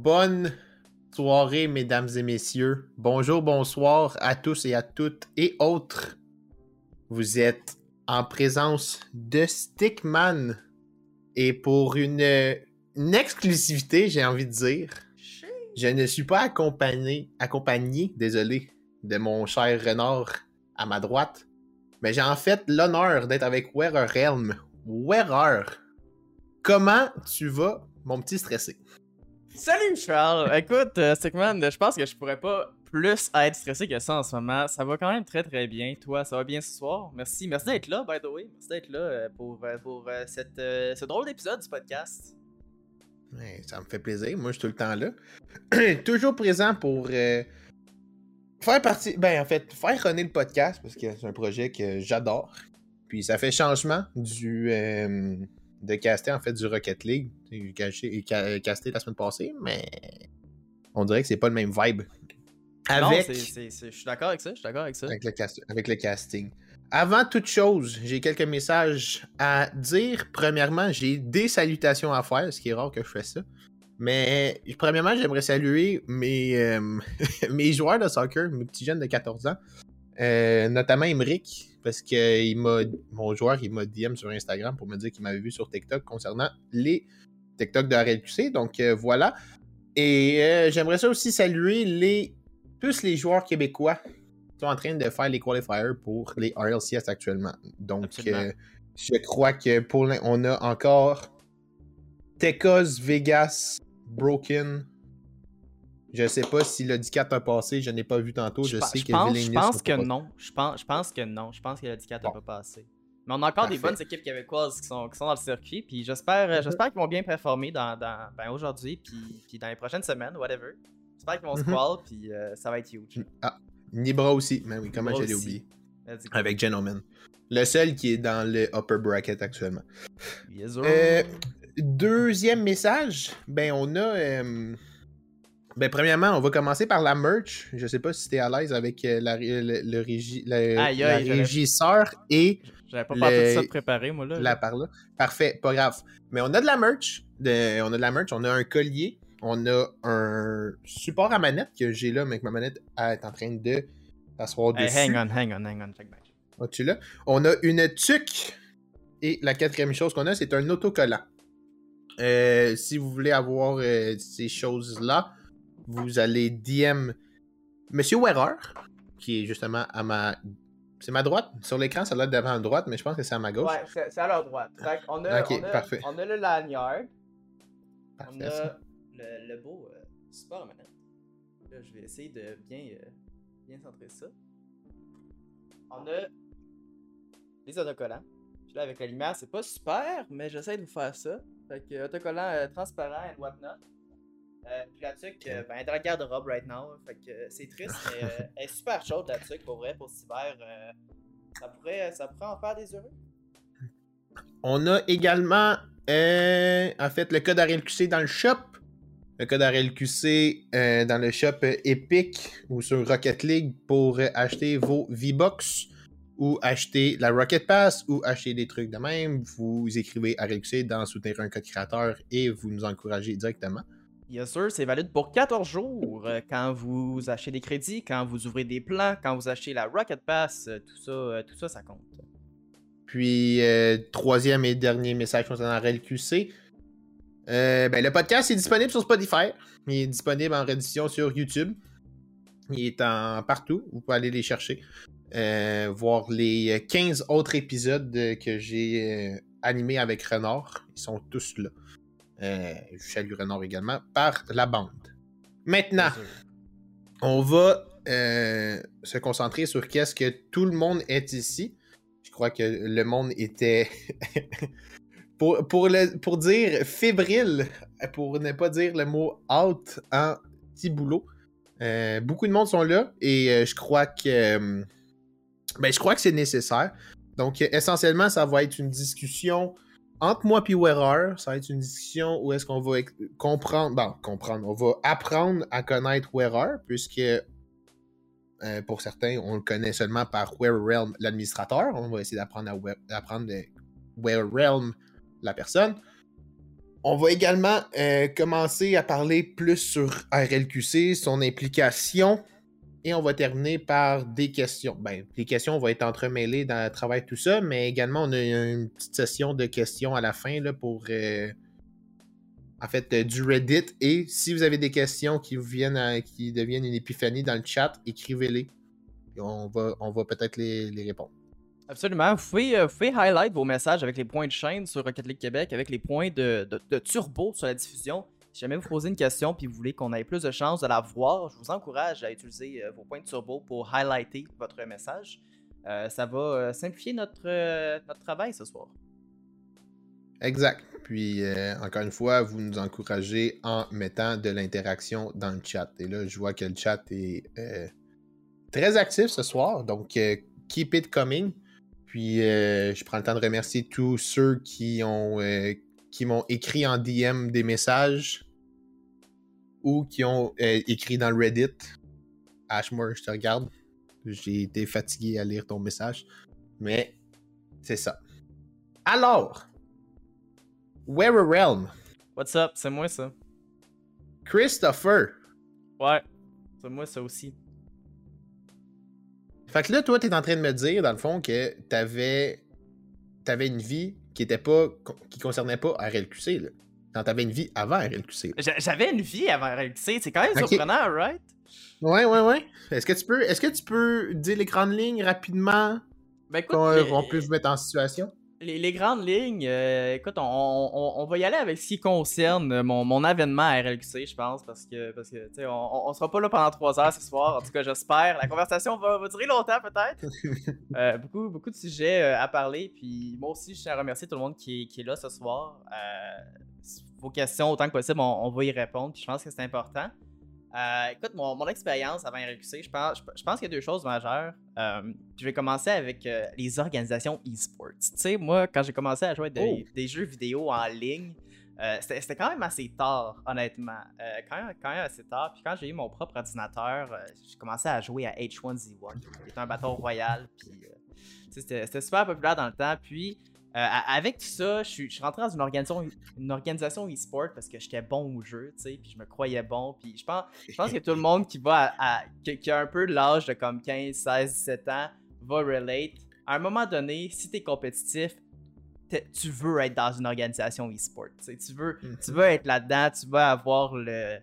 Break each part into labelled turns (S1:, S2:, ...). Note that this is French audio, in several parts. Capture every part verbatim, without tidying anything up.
S1: bonne soirée, mesdames et messieurs. Bonjour, bonsoir à tous et à toutes et autres. Vous êtes en présence de Stickman. Et pour une, une exclusivité, j'ai envie de dire, je ne suis pas accompagné, accompagné, désolé, de mon cher renard à ma droite, mais j'ai en fait l'honneur d'être avec Wearer Realm. Wearer, comment tu vas, mon petit stressé?
S2: Salut Charles! Écoute, euh, Stickman, je pense que je pourrais pas plus être stressé que ça en ce moment. Ça va quand même très très bien. Toi, ça va bien ce soir? Merci. Merci d'être là, by the way. Merci d'être là euh, pour, euh, pour euh, cette, euh, ce drôle d'épisode du podcast.
S1: Ouais, ça me fait plaisir. Moi, je suis tout le temps là. Toujours présent pour euh, faire partie... Ben, en fait, faire runner le podcast parce que c'est un projet que j'adore. Puis ça fait changement du... Euh, de caster, en fait, du Rocket League. J'ai caché, ca- casté la semaine passée, mais on dirait que c'est pas le même vibe. Avec...
S2: Non, c'est, c'est, c'est, je suis d'accord avec ça, je suis d'accord avec ça.
S1: Avec le, cast- avec le casting. Avant toute chose, j'ai quelques messages à dire. Premièrement, j'ai des salutations à faire, ce qui est rare que je fasse ça. Mais premièrement, j'aimerais saluer mes, euh, mes joueurs de soccer, mes petits jeunes de quatorze ans, euh, notamment Emeric, parce que il m'a, mon joueur il m'a D M sur Instagram pour me dire qu'il m'avait vu sur TikTok concernant les TikTok de R L Q C. Donc euh, voilà. Et euh, j'aimerais ça aussi saluer les, tous les joueurs québécois sont en train de faire les qualifiers pour les R L C S actuellement. Donc, euh, je crois que pour l'in- on a encore Tekos, Vegas, Broken. Je sais pas si le D quatre a passé, je n'ai pas vu tantôt. Je,
S2: Je,
S1: je
S2: pa-
S1: sais
S2: je
S1: que
S2: pense,
S1: Vilnius
S2: je pense
S1: n'a
S2: que
S1: pas
S2: non. Je pense, je pense que non. Je pense que le D quatre n'a
S1: Bon.
S2: pas passé. Mais on a encore
S1: Parfait.
S2: des bonnes équipes québécoises qui sont, qui sont dans le circuit. Puis j'espère, euh,
S1: Mhm.
S2: j'espère qu'ils vont bien performer dans, dans, ben aujourd'hui. Puis, puis dans les prochaines semaines, whatever. J'espère qu'ils vont
S1: Mhm.
S2: squall. Puis euh, ça va être huge.
S1: Ah, Nibra aussi. Mais oui, comment
S2: Nibra
S1: j'allais
S2: aussi.
S1: oublier.
S2: Let's go.
S1: Avec Gentleman. Le seul qui est dans le upper bracket actuellement.
S2: Yes, sir.
S1: Euh, deuxième message, ben on a... euh, Ben, premièrement, on va commencer par la merch. Je sais pas si t'es à l'aise avec euh, la, le, le régi, la,
S2: Aïe,
S1: la
S2: aïe, j'avais-
S1: régisseur et
S2: J'avais pas
S1: le-
S2: parlé de ça de préparer, moi, là.
S1: la
S2: là.
S1: par là. Parfait, pas grave. Mais on a de la merch. De, on a de la merch. On a un collier. On a un support à manette que j'ai là, mais que ma manette est en train de s'asseoir
S2: Hey,
S1: dessus.
S2: hang on, hang on, hang on, check back.
S1: As-tu là? On a une tuque. Et la quatrième chose qu'on a, c'est un autocollant. Euh, si vous voulez avoir euh, ces choses-là, vous allez D M Monsieur Wearer, qui est justement à ma... C'est ma droite? Sur l'écran, ça a l'air d'avant à droite, mais je pense que c'est à ma gauche.
S2: Ouais, c'est, c'est à leur droite. Fait qu'on a,
S1: Ok,
S2: on a,
S1: parfait.
S2: on a le lanyard.
S1: Parfait,
S2: On a
S1: ça.
S2: le, le beau euh, support à manette. Là, je vais essayer de bien, euh, bien centrer ça. On a les autocollants. Je suis là avec la lumière, c'est pas super, mais j'essaie de vous faire ça. Fait que autocollant euh, transparent et whatnot. Euh, puis la tuque, euh, ben, elle est dans la garde-robe right now. Fait que euh, c'est triste, mais euh, elle est super chaude la tuque pour vrai, pour cet hiver. Euh, ça, pourrait, ça pourrait en faire des heureux.
S1: On a également, euh, en fait, le code R L Q C dans le shop. Le code R L Q C euh, dans le shop euh, Epic ou sur Rocket League pour euh, acheter vos V-Bucks ou acheter la Rocket Pass ou acheter des trucs de même. Vous écrivez R L Q C dans soutenir un code créateur et vous nous encouragez directement.
S2: Yes sir, c'est valide pour quatorze jours. Euh, quand vous achetez des crédits, quand vous ouvrez des plans, quand vous achetez la Rocket Pass, euh, tout ça, euh, tout ça, ça compte.
S1: Puis, euh, troisième et dernier message concernant R L Q C. Euh, ben, le podcast est disponible sur Spotify. Il est disponible en rediffusion sur YouTube. Il est en partout. Vous pouvez aller les chercher. Euh, voir les quinze autres épisodes que j'ai euh, animés avec Renard. Ils sont tous là. Euh, je salue Renard également par la bande. Maintenant, on va euh, se concentrer sur qu'est-ce que tout le monde est ici. Je crois que le monde était, pour, pour, le, pour dire fébrile, pour ne pas dire le mot out en petit boulot. Euh, beaucoup de monde sont là et euh, je crois que euh, ben, je crois que c'est nécessaire. Donc, euh, essentiellement, ça va être une discussion entre moi et Wearer. Ça va être une discussion où est-ce qu'on va ex- comprendre, bon, comprendre, on va apprendre à connaître Wearer, puisque Euh, pour certains, on le connaît seulement par Wearer Realm, l'administrateur. On va essayer d'apprendre à we- d'apprendre de Wearer Realm, la personne. On va également euh, commencer à parler plus sur R L Q C, son implication, et on va terminer par des questions. Ben, les questions vont être entremêlées dans le travail, tout ça, mais également, on a une petite session de questions à la fin là, pour, euh, en fait, euh, du Reddit. Et si vous avez des questions qui, vous viennent à- qui deviennent une épiphanie dans le chat, écrivez-les. Et on va, on va peut-être les, les répondre.
S2: Absolument. Vous pouvez, euh, vous pouvez highlight vos messages avec les points de chaîne sur Rocket League Québec, avec les points de, de, de turbo sur la diffusion. Si jamais vous posez une question et vous voulez qu'on ait plus de chances de la voir, je vous encourage à utiliser euh, vos points de turbo pour highlighter votre message. Euh, ça va euh, simplifier notre, euh, notre travail ce soir.
S1: Exact. Puis, euh, encore une fois, vous nous encouragez en mettant de l'interaction dans le chat. Et là, je vois que le chat est euh, très actif ce soir. Donc, euh, keep it coming. Puis, euh, je prends le temps de remercier tous ceux qui ont euh, qui m'ont écrit en D M des messages ou qui ont euh, écrit dans le Reddit. Ashmore, je te regarde. J'ai été fatigué à lire ton message. Mais, c'est ça. Alors, Wear a Realm.
S2: What's up? C'est moi ça.
S1: Christopher.
S2: Ouais, c'est moi ça aussi.
S1: Fait que là, toi, t'es en train de me dire, dans le fond, que t'avais, t'avais une vie qui était pas, qui concernait pas R L Q C, là. Quand t'avais une vie avant R L Q C.
S2: J'a- J'avais une vie avant R L Q C, c'est quand même
S1: Ok.
S2: surprenant, right?
S1: Ouais, ouais, ouais. Est-ce que tu peux, est-ce que tu peux dire les grandes lignes rapidement,
S2: Ben écoute,
S1: qu'on
S2: les,
S1: on peut vous mettre en situation?
S2: les- les grandes lignes, euh, écoute, on, on- on va y aller avec ce qui concerne mon, mon avènement à R L Q C, je pense, parce que, parce que tu sais, on, on sera pas là pendant trois heures ce soir, en tout cas j'espère. La conversation va, va durer longtemps peut-être. Euh, beaucoup, beaucoup de sujets euh, à parler, puis moi aussi je tiens à remercier tout le monde qui, est- qui est là ce soir. Euh, vos questions, autant que possible, on, on va y répondre, puis je pense que c'est important. Euh, écoute, mon, mon expérience avant R L Q C, je pense, je, je pense qu'il y a deux choses majeures. Euh, je vais commencer avec euh, les organisations e-sports. Tu sais, moi, quand j'ai commencé à jouer à des,
S1: Oh.
S2: des jeux vidéo en ligne, euh, c'était c'était quand même assez tard, honnêtement. Euh, quand, même, quand même assez tard. Puis quand j'ai eu mon propre ordinateur, euh, j'ai commencé à jouer à H un Z un, qui est un bâton royal. Puis, euh, tu sais, c'était c'était super populaire dans le temps. Puis, euh, a- avec tout ça, je suis, je suis rentré dans une organisation, une organisation e-sport parce que j'étais bon au jeu, tu sais, puis je me croyais bon. Puis je pense, je pense que tout le monde qui va à, à- qui, qui a un peu l'âge de comme quinze, seize, dix-sept ans va relate. À un moment donné, si t'es compétitif, t'es- tu veux être dans une organisation e-sport. Tu sais, tu veux,
S1: Mhm.
S2: tu veux être là-dedans, tu veux avoir le.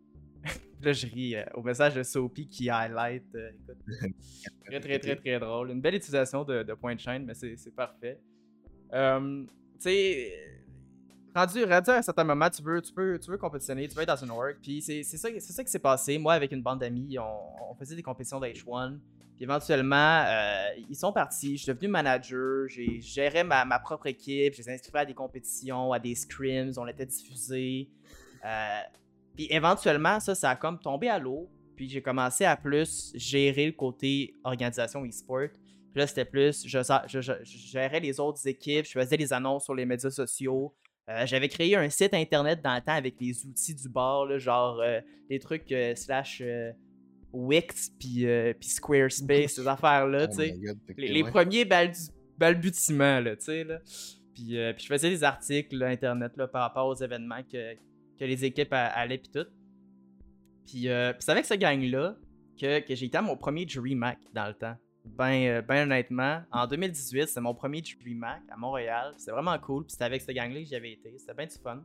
S2: Là, je ris euh, au message de Soapy qui highlight. euh, écoute, très, très, très, très drôle. Une belle utilisation de, de point de chaîne, mais c'est c'est parfait. Euh, tu sais, rendu, rendu à un certain moment, tu veux, tu veux, tu veux compétitionner, tu veux être dans une org. Puis c'est c'est ça, c'est ça qui s'est passé. Moi, avec une bande d'amis, on, on faisait des compétitions d'H un. Puis éventuellement, euh, ils sont partis. Je suis devenu manager. J'ai je gérais ma, ma propre équipe. Je les inscrivais à des compétitions, à des scrims. On était diffusés. Euh, puis éventuellement, ça, ça a comme tombé à l'eau. Puis j'ai commencé à plus gérer le côté organisation e-sport. Puis là, c'était plus, je, je, je, je gérais les autres équipes, je faisais les annonces sur les médias sociaux. Euh, j'avais créé un site internet dans le temps avec les outils du bord, là, genre euh, des trucs euh, slash euh, Wix puis euh, puis Squarespace, ces affaires-là,
S1: Oh
S2: tu sais.
S1: my God, fait que
S2: Les, les
S1: ouais.
S2: premiers baldu- balbutiements, là, tu sais, là. Puis, euh, puis je faisais des articles là, internet là, par rapport aux événements que, que les équipes a- allaient puis tout. Puis, euh, puis c'est avec ce gang-là que, que j'ai été à mon premier DreamHack dans le temps. Ben, euh, ben honnêtement, en deux mille dix-huit, c'était mon premier DreamHack à Montréal. C'était vraiment cool. Puis c'était avec ce gang-là que j'y avais été. C'était bien du fun.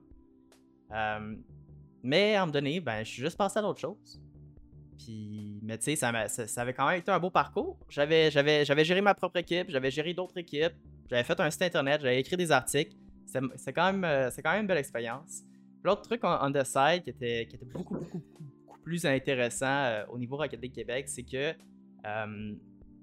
S2: Euh, mais à un moment donné, ben, je suis juste passé à d'autres choses. Puis, mais tu sais, ça, m'a- ça, ça avait quand même été un beau parcours. J'avais, j'avais, j'avais géré ma propre équipe, j'avais géré d'autres équipes, j'avais fait un site internet, j'avais écrit des articles. C'était, c'est quand même, euh, c'est quand même une belle expérience. L'autre truc on, on the side qui était, qui était beaucoup, beaucoup, beaucoup, beaucoup plus intéressant euh, au niveau Rocket League Québec, c'est que euh,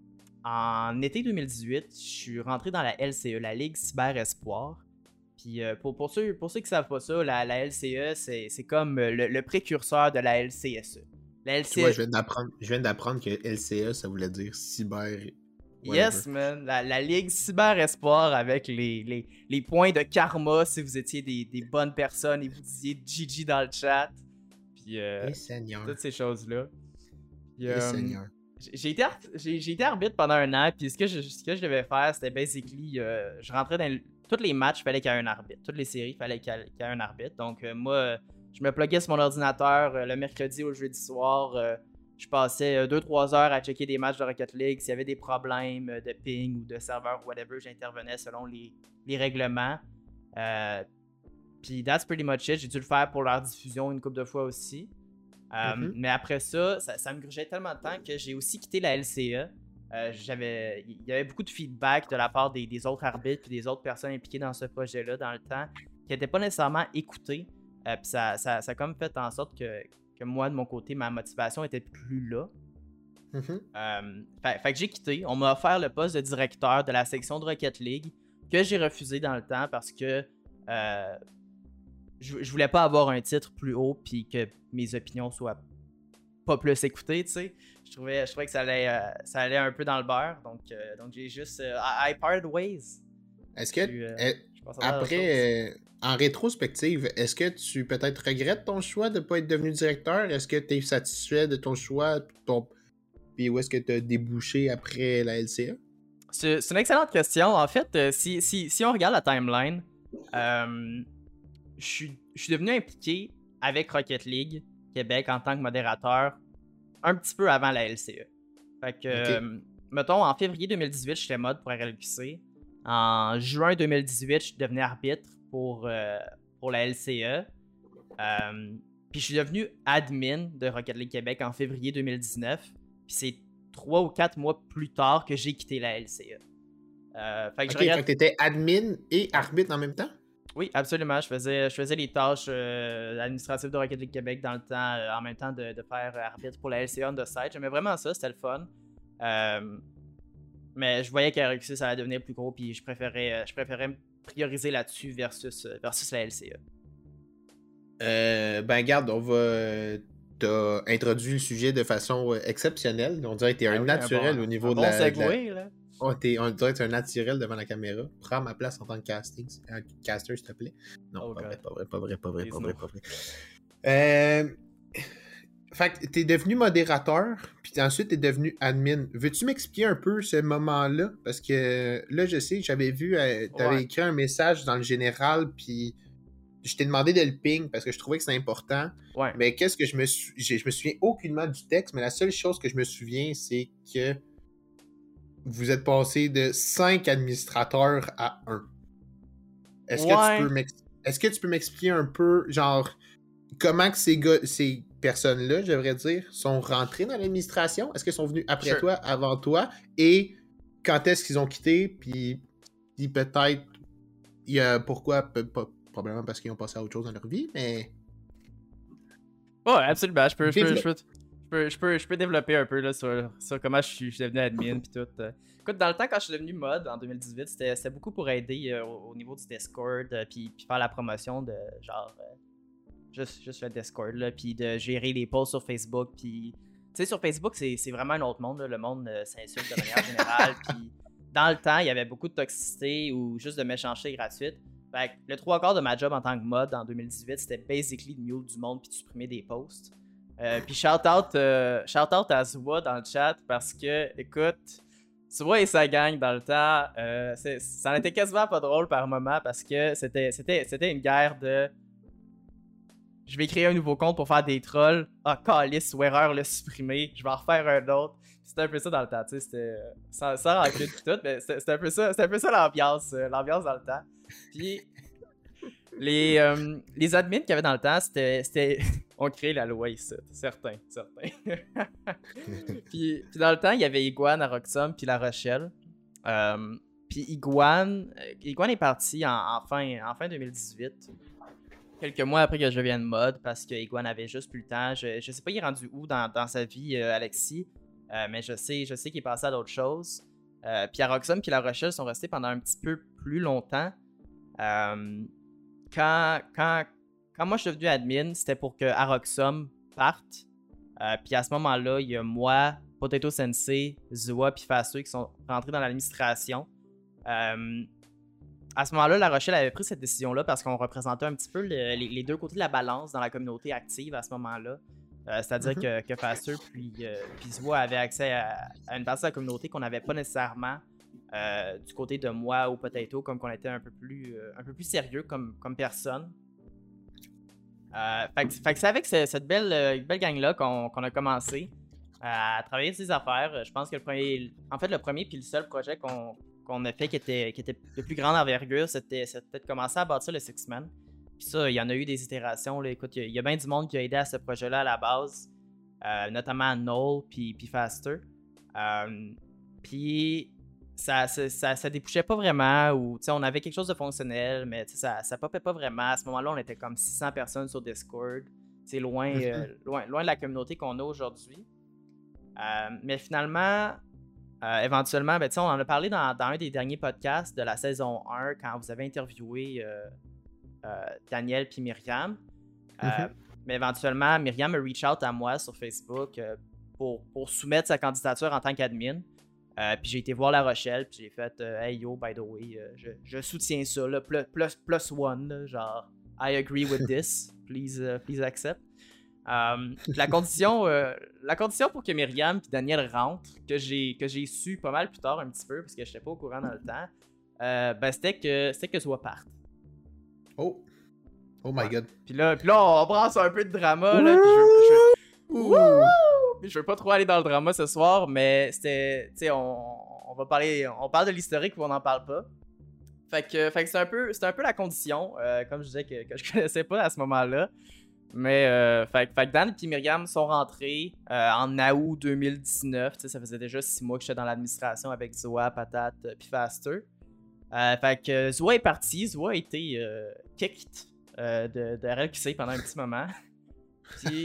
S2: en été deux mille dix-huit, je suis rentré dans la L C E, la Ligue Cyber Espoir. Puis euh, pour, pour, ceux, pour ceux qui ne savent pas ça, la, la L C E, c'est, c'est comme euh, le, le précurseur de la L C S E. La
S1: Tu
S2: L C E...
S1: vois, je viens d'apprendre, je viens d'apprendre que L C E, ça voulait dire cyber. Whatever.
S2: Yes, man. La, la Ligue Cyber Espoir avec les, les, les points de karma si vous étiez des, des bonnes personnes et vous disiez G G dans le chat. Puis euh,
S1: Eh, Seigneur.
S2: toutes ces choses-là. Puis,
S1: Eh,
S2: euh,
S1: Seigneur.
S2: j'ai j'ai été, ar- j'ai, j'ai été arbitre pendant un an, puis ce que je, ce que je devais faire, c'était basically, euh, je rentrais dans le tous les matchs, il fallait qu'il y ait un arbitre. Toutes les séries, il fallait qu'il y ait, qu'il y ait un arbitre. Donc, euh, moi, je me pluguais sur mon ordinateur euh, le mercredi ou le jeudi soir. Euh, je passais deux trois heures à checker des matchs de Rocket League. S'il y avait des problèmes de ping ou de serveur ou whatever, j'intervenais selon les, les règlements. Euh, Puis, that's pretty much it. J'ai dû le faire pour leur diffusion une couple de fois aussi. Euh, mm-hmm. Mais après ça, ça, ça me grugeait tellement de temps que j'ai aussi quitté la L C A. Euh, j'avais, il y avait beaucoup de feedback de la part des, des autres arbitres et des autres personnes impliquées dans ce projet-là dans le temps qui n'étaient pas nécessairement écoutées. Euh, puis ça, ça, ça a comme fait en sorte que, que moi, de mon côté, ma motivation était plus là. Mm-hmm. Euh, fait, fait que j'ai quitté. On m'a offert le poste de directeur de la section de Rocket League que j'ai refusé dans le temps parce que euh, je, je voulais pas avoir un titre plus haut puis que mes opinions soient pas plus écoutées, tu sais. Je trouvais, je trouvais que ça allait, euh, ça allait un peu dans le beurre, donc, euh, donc j'ai juste... Euh, I, I parted ways.
S1: Est-ce que, je, euh, je après, euh, en rétrospective, est-ce que tu peut-être regrettes ton choix de ne pas être devenu directeur? Est-ce que tu es satisfait de ton choix? Ton... Puis où est-ce que tu as débouché après la L C A?
S2: C'est, c'est une excellente question. En fait, euh, si, si, si on regarde la timeline, euh, je suis devenu impliqué avec Rocket League Québec en tant que modérateur un petit peu avant la L C A. Fait que, okay. euh, mettons, en février deux mille dix-huit, j'étais mod pour R L Q C. En juin deux mille dix-huit, je devenais arbitre pour, euh, pour la L C A. Euh, puis je suis devenu admin de Rocket League Québec en février deux mille dix-neuf. Puis c'est trois ou quatre mois plus tard que j'ai quitté la L C A. Euh, fait que
S1: ok,
S2: je regarde...
S1: fait que t'étais admin et arbitre en même temps?
S2: Oui, absolument. Je faisais, je faisais les tâches euh, administratives de Rocket League Québec dans le temps, euh, en même temps de, de faire euh, arbitre pour la L C A on the side. J'aimais vraiment ça, c'était le fun. Euh, mais je voyais qu'à R Q C, ça allait devenir plus gros, puis je préférais, euh, je préférais me prioriser là-dessus versus, euh, versus la L C A.
S1: Euh, ben, garde, on va. T'as introduit le sujet de façon exceptionnelle. On dirait que t'es un ah oui, naturel un bon, au niveau un de
S2: bon
S1: la.
S2: Segway,
S1: de la...
S2: là.
S1: Oh, t'es, on dirait que t'es un naturel devant la caméra. Prends ma place en tant que casting, euh, caster, s'il te plaît. Non, oh pas, vrai, pas vrai, pas vrai, pas vrai, pas vrai, pas vrai, pas vrai. Euh... Fait que t'es devenu modérateur, puis ensuite t'es devenu admin. Veux-tu m'expliquer un peu ce moment-là? Parce que là, je sais, j'avais vu, euh, t'avais ouais. écrit un message dans le général, puis je t'ai demandé de le ping parce que je trouvais que c'est important.
S2: Ouais.
S1: Mais qu'est-ce que je me suis... Je me souviens aucunement du texte, mais la seule chose que je me souviens, c'est que vous êtes passé de cinq administrateurs à un. Est-ce ouais. que tu peux m'expliquer... Est-ce que tu peux m'expliquer un peu, genre, comment que ces gars, ces personnes-là, je devrais dire, sont rentrés dans l'administration? Est-ce qu'ils sont venus après sure. toi, avant toi? Et quand est-ce qu'ils ont quitté? Puis, puis peut-être, il y a pourquoi... Peut, pas, probablement parce qu'ils ont passé à autre chose dans leur vie, mais...
S2: Ouais, absolument. Je peux, je peux, je peux, je peux, je peux, je peux développer un peu là, sur, sur comment je suis, je suis devenu admin puis tout. Écoute, dans le temps, quand je suis devenu mod en deux mille dix-huit, c'était, c'était beaucoup pour aider euh, au, au niveau du Discord euh, puis, puis faire la promotion de genre... Euh, juste, juste le Discord, là, puis de gérer les posts sur Facebook, puis... Tu sais, sur Facebook, c'est, c'est vraiment un autre monde, là. Le monde euh, s'insulte de manière générale, puis dans le temps, il y avait beaucoup de toxicité ou juste de méchanceté gratuite. Fait que le trois quarts de ma job en tant que mod en deux mille dix-huit, c'était basically de mute du monde puis de supprimer des posts. Euh, puis shout-out euh, shout-out à Zwa dans le chat parce que, écoute, Zwa et sa gang dans le temps, euh, c'est, ça en était quasiment pas drôle par moment parce que c'était, c'était, c'était une guerre de... Je vais créer un nouveau compte pour faire des trolls. Ah, calice ou erreur, le supprimer. Je vais en refaire un autre. C'était un peu ça dans le temps, tu sais. C'était sans, sans rancune et tout, mais c'était, c'était un peu ça, c'était un peu ça l'ambiance, euh, l'ambiance dans le temps. Puis, les, euh, les admins qu'il y avait dans le temps, c'était... c'était... On créait la loi ici, certain, certain. puis, puis dans le temps, il y avait Iguane à Roxham puis La Rochelle. Euh, puis Iguane... Iguane est parti en, en, fin, en fin deux mille dix-huit. Quelques mois après que je devienne mod, parce que Iguane avait juste plus le temps. Je, je sais pas il est rendu où dans, dans sa vie, euh, Alexis, euh, mais je sais, je sais qu'il est passé à d'autres choses. Euh, puis à Roxham puis La Rochelle sont restés pendant un petit peu plus longtemps. Euh, quand, quand, quand moi je suis devenu admin, c'était pour que Aroxum parte. Euh, puis à ce moment-là, il y a moi, Potato Sensei, Zua puis Fasseux qui sont rentrés dans l'administration. Euh, à ce moment-là, La Rochelle avait pris cette décision-là parce qu'on représentait un petit peu le, les, les deux côtés de la balance dans la communauté active à ce moment-là. Euh, c'est-à-dire mm-hmm. que, que Fasseux puis, euh, puis Zua avaient accès à, à une partie de la communauté qu'on n'avait pas nécessairement Euh, du côté de moi ou Potato, comme qu'on était un peu plus, euh, un peu plus sérieux comme, comme personne. Euh, fait, que, fait que c'est avec ce, cette belle, euh, belle gang-là qu'on, qu'on a commencé à travailler sur ces affaires. Je pense que le premier, en fait, le premier puis le seul projet qu'on, qu'on a fait qui était, qui était de plus grande envergure, c'était, c'était de commencer à bâtir le Six Man. Puis ça, il y en a eu des itérations. Là. Écoute, il y, y a bien du monde qui a aidé à ce projet-là à la base, euh, notamment Noel puis, puis Faster. Euh, puis ça, ça, ça, ça débouchait pas vraiment, ou on avait quelque chose de fonctionnel, mais ça, ça popait pas vraiment. À ce moment-là, on était comme six cents personnes sur Discord. C'est loin, mm-hmm. euh, loin, loin de la communauté qu'on a aujourd'hui. Euh, mais finalement, euh, éventuellement, ben, on en a parlé dans, dans un des derniers podcasts de la saison un, quand vous avez interviewé euh, euh, Daniel puis Myriam. Euh, mm-hmm. Mais éventuellement, Myriam a reach out à moi sur Facebook euh, pour, pour soumettre sa candidature en tant qu'admin. Euh, puis j'ai été voir La Rochelle, puis j'ai fait euh, Hey yo, by the way, euh, je, je soutiens ça, là, plus, plus, plus one, là, genre I agree with this, please, uh, please accept. Um, la, condition, euh, la condition pour que Myriam et Daniel rentrent, que j'ai, que j'ai su pas mal plus tard un petit peu, parce que je n'étais pas au courant dans le temps, euh, ben c'était que c'était que Zoa parte.
S1: Oh! Oh my ouais. god.
S2: Puis là, puis là, on brasse un peu de drama, là, puis je, je, Wouh! Je veux pas trop aller dans le drama ce soir, mais c'était, tu sais, on, on va parler, on parle de l'historique ou on n'en parle pas. Fait que, fait que c'est un peu, c'est un peu la condition, euh, comme je disais que, que je connaissais pas à ce moment-là. Mais euh, fait, fait que Dan et Myriam sont rentrés euh, en août deux mille dix-neuf. Ça faisait déjà six mois que j'étais dans l'administration avec Zoa, Patate euh, puis Faster. Euh, fait que Zoa est parti, Zoa a été euh, kicked euh, de, de R L Q C pendant un petit moment. Puis,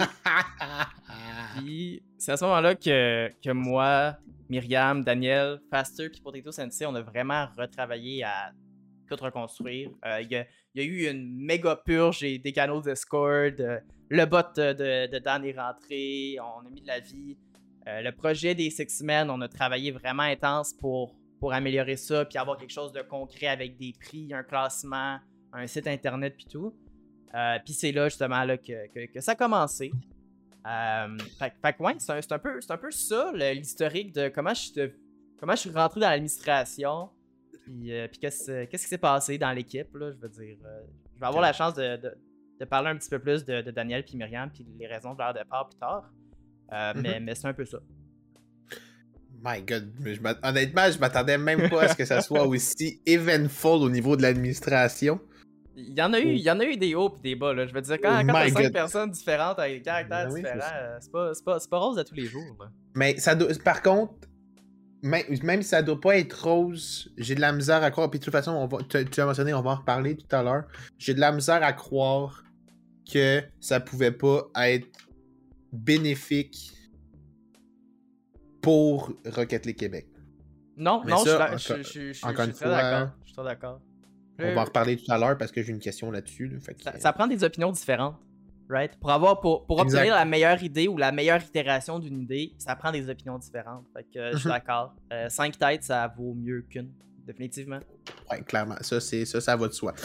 S2: puis c'est à ce moment-là que, que moi, Myriam, Daniel, Faster puis Potato Sensei, on a vraiment retravaillé à tout reconstruire. Il euh, y, y a eu une méga purge et des canaux Discord. Euh, le bot de, de, de Dan est rentré. On a mis de la vie. Euh, le projet des Six Men, on a travaillé vraiment intense pour, pour améliorer ça puis avoir quelque chose de concret avec des prix, un classement, un site internet puis tout. Euh, puis c'est là justement là, que, que, que ça a commencé. Euh, fait, fait que ouais, c'est un, c'est, un peu, c'est un peu ça le, l'historique de comment je, de, comment je suis rentré dans l'administration. Puis, euh, puis qu'est-ce, qu'est-ce qui s'est passé dans l'équipe, là, je veux dire. Euh, je vais avoir la chance de, de, de parler un petit peu plus de, de Daniel puis Myriam puis les raisons de leur départ plus tard. Euh, mm-hmm. mais, mais c'est un peu ça.
S1: My God, je honnêtement, je m'attendais même pas à ce que ça soit aussi eventful au niveau de l'administration.
S2: Il y en a eu, il y en a eu des hauts et des bas, là. Je veux dire, quand, quand t'as cinq personnes différentes avec des caractères oui, différents, c'est, c'est, pas, c'est, pas, c'est pas rose à tous les jours, là.
S1: Mais ça doit, par contre, même, même si ça doit pas être rose, j'ai de la misère à croire. Puis de toute façon, on va, tu, tu as mentionné, on va en reparler tout à l'heure. J'ai de la misère à croire que ça pouvait pas être bénéfique pour Rocket League Québec.
S2: Non, mais non, ça, je, je, je, je, je, encore je suis très fois, d'accord. Je suis très d'accord.
S1: On va en reparler tout à l'heure parce que j'ai une question là-dessus. Là, fait que...
S2: ça, ça prend des opinions différentes, right? Pour avoir, pour, pour obtenir la meilleure idée ou la meilleure itération d'une idée, ça prend des opinions différentes. Fait que euh, je suis d'accord. Euh, cinq têtes, ça vaut mieux qu'une, définitivement.
S1: Ouais, clairement. Ça, c'est, ça, ça va de soi.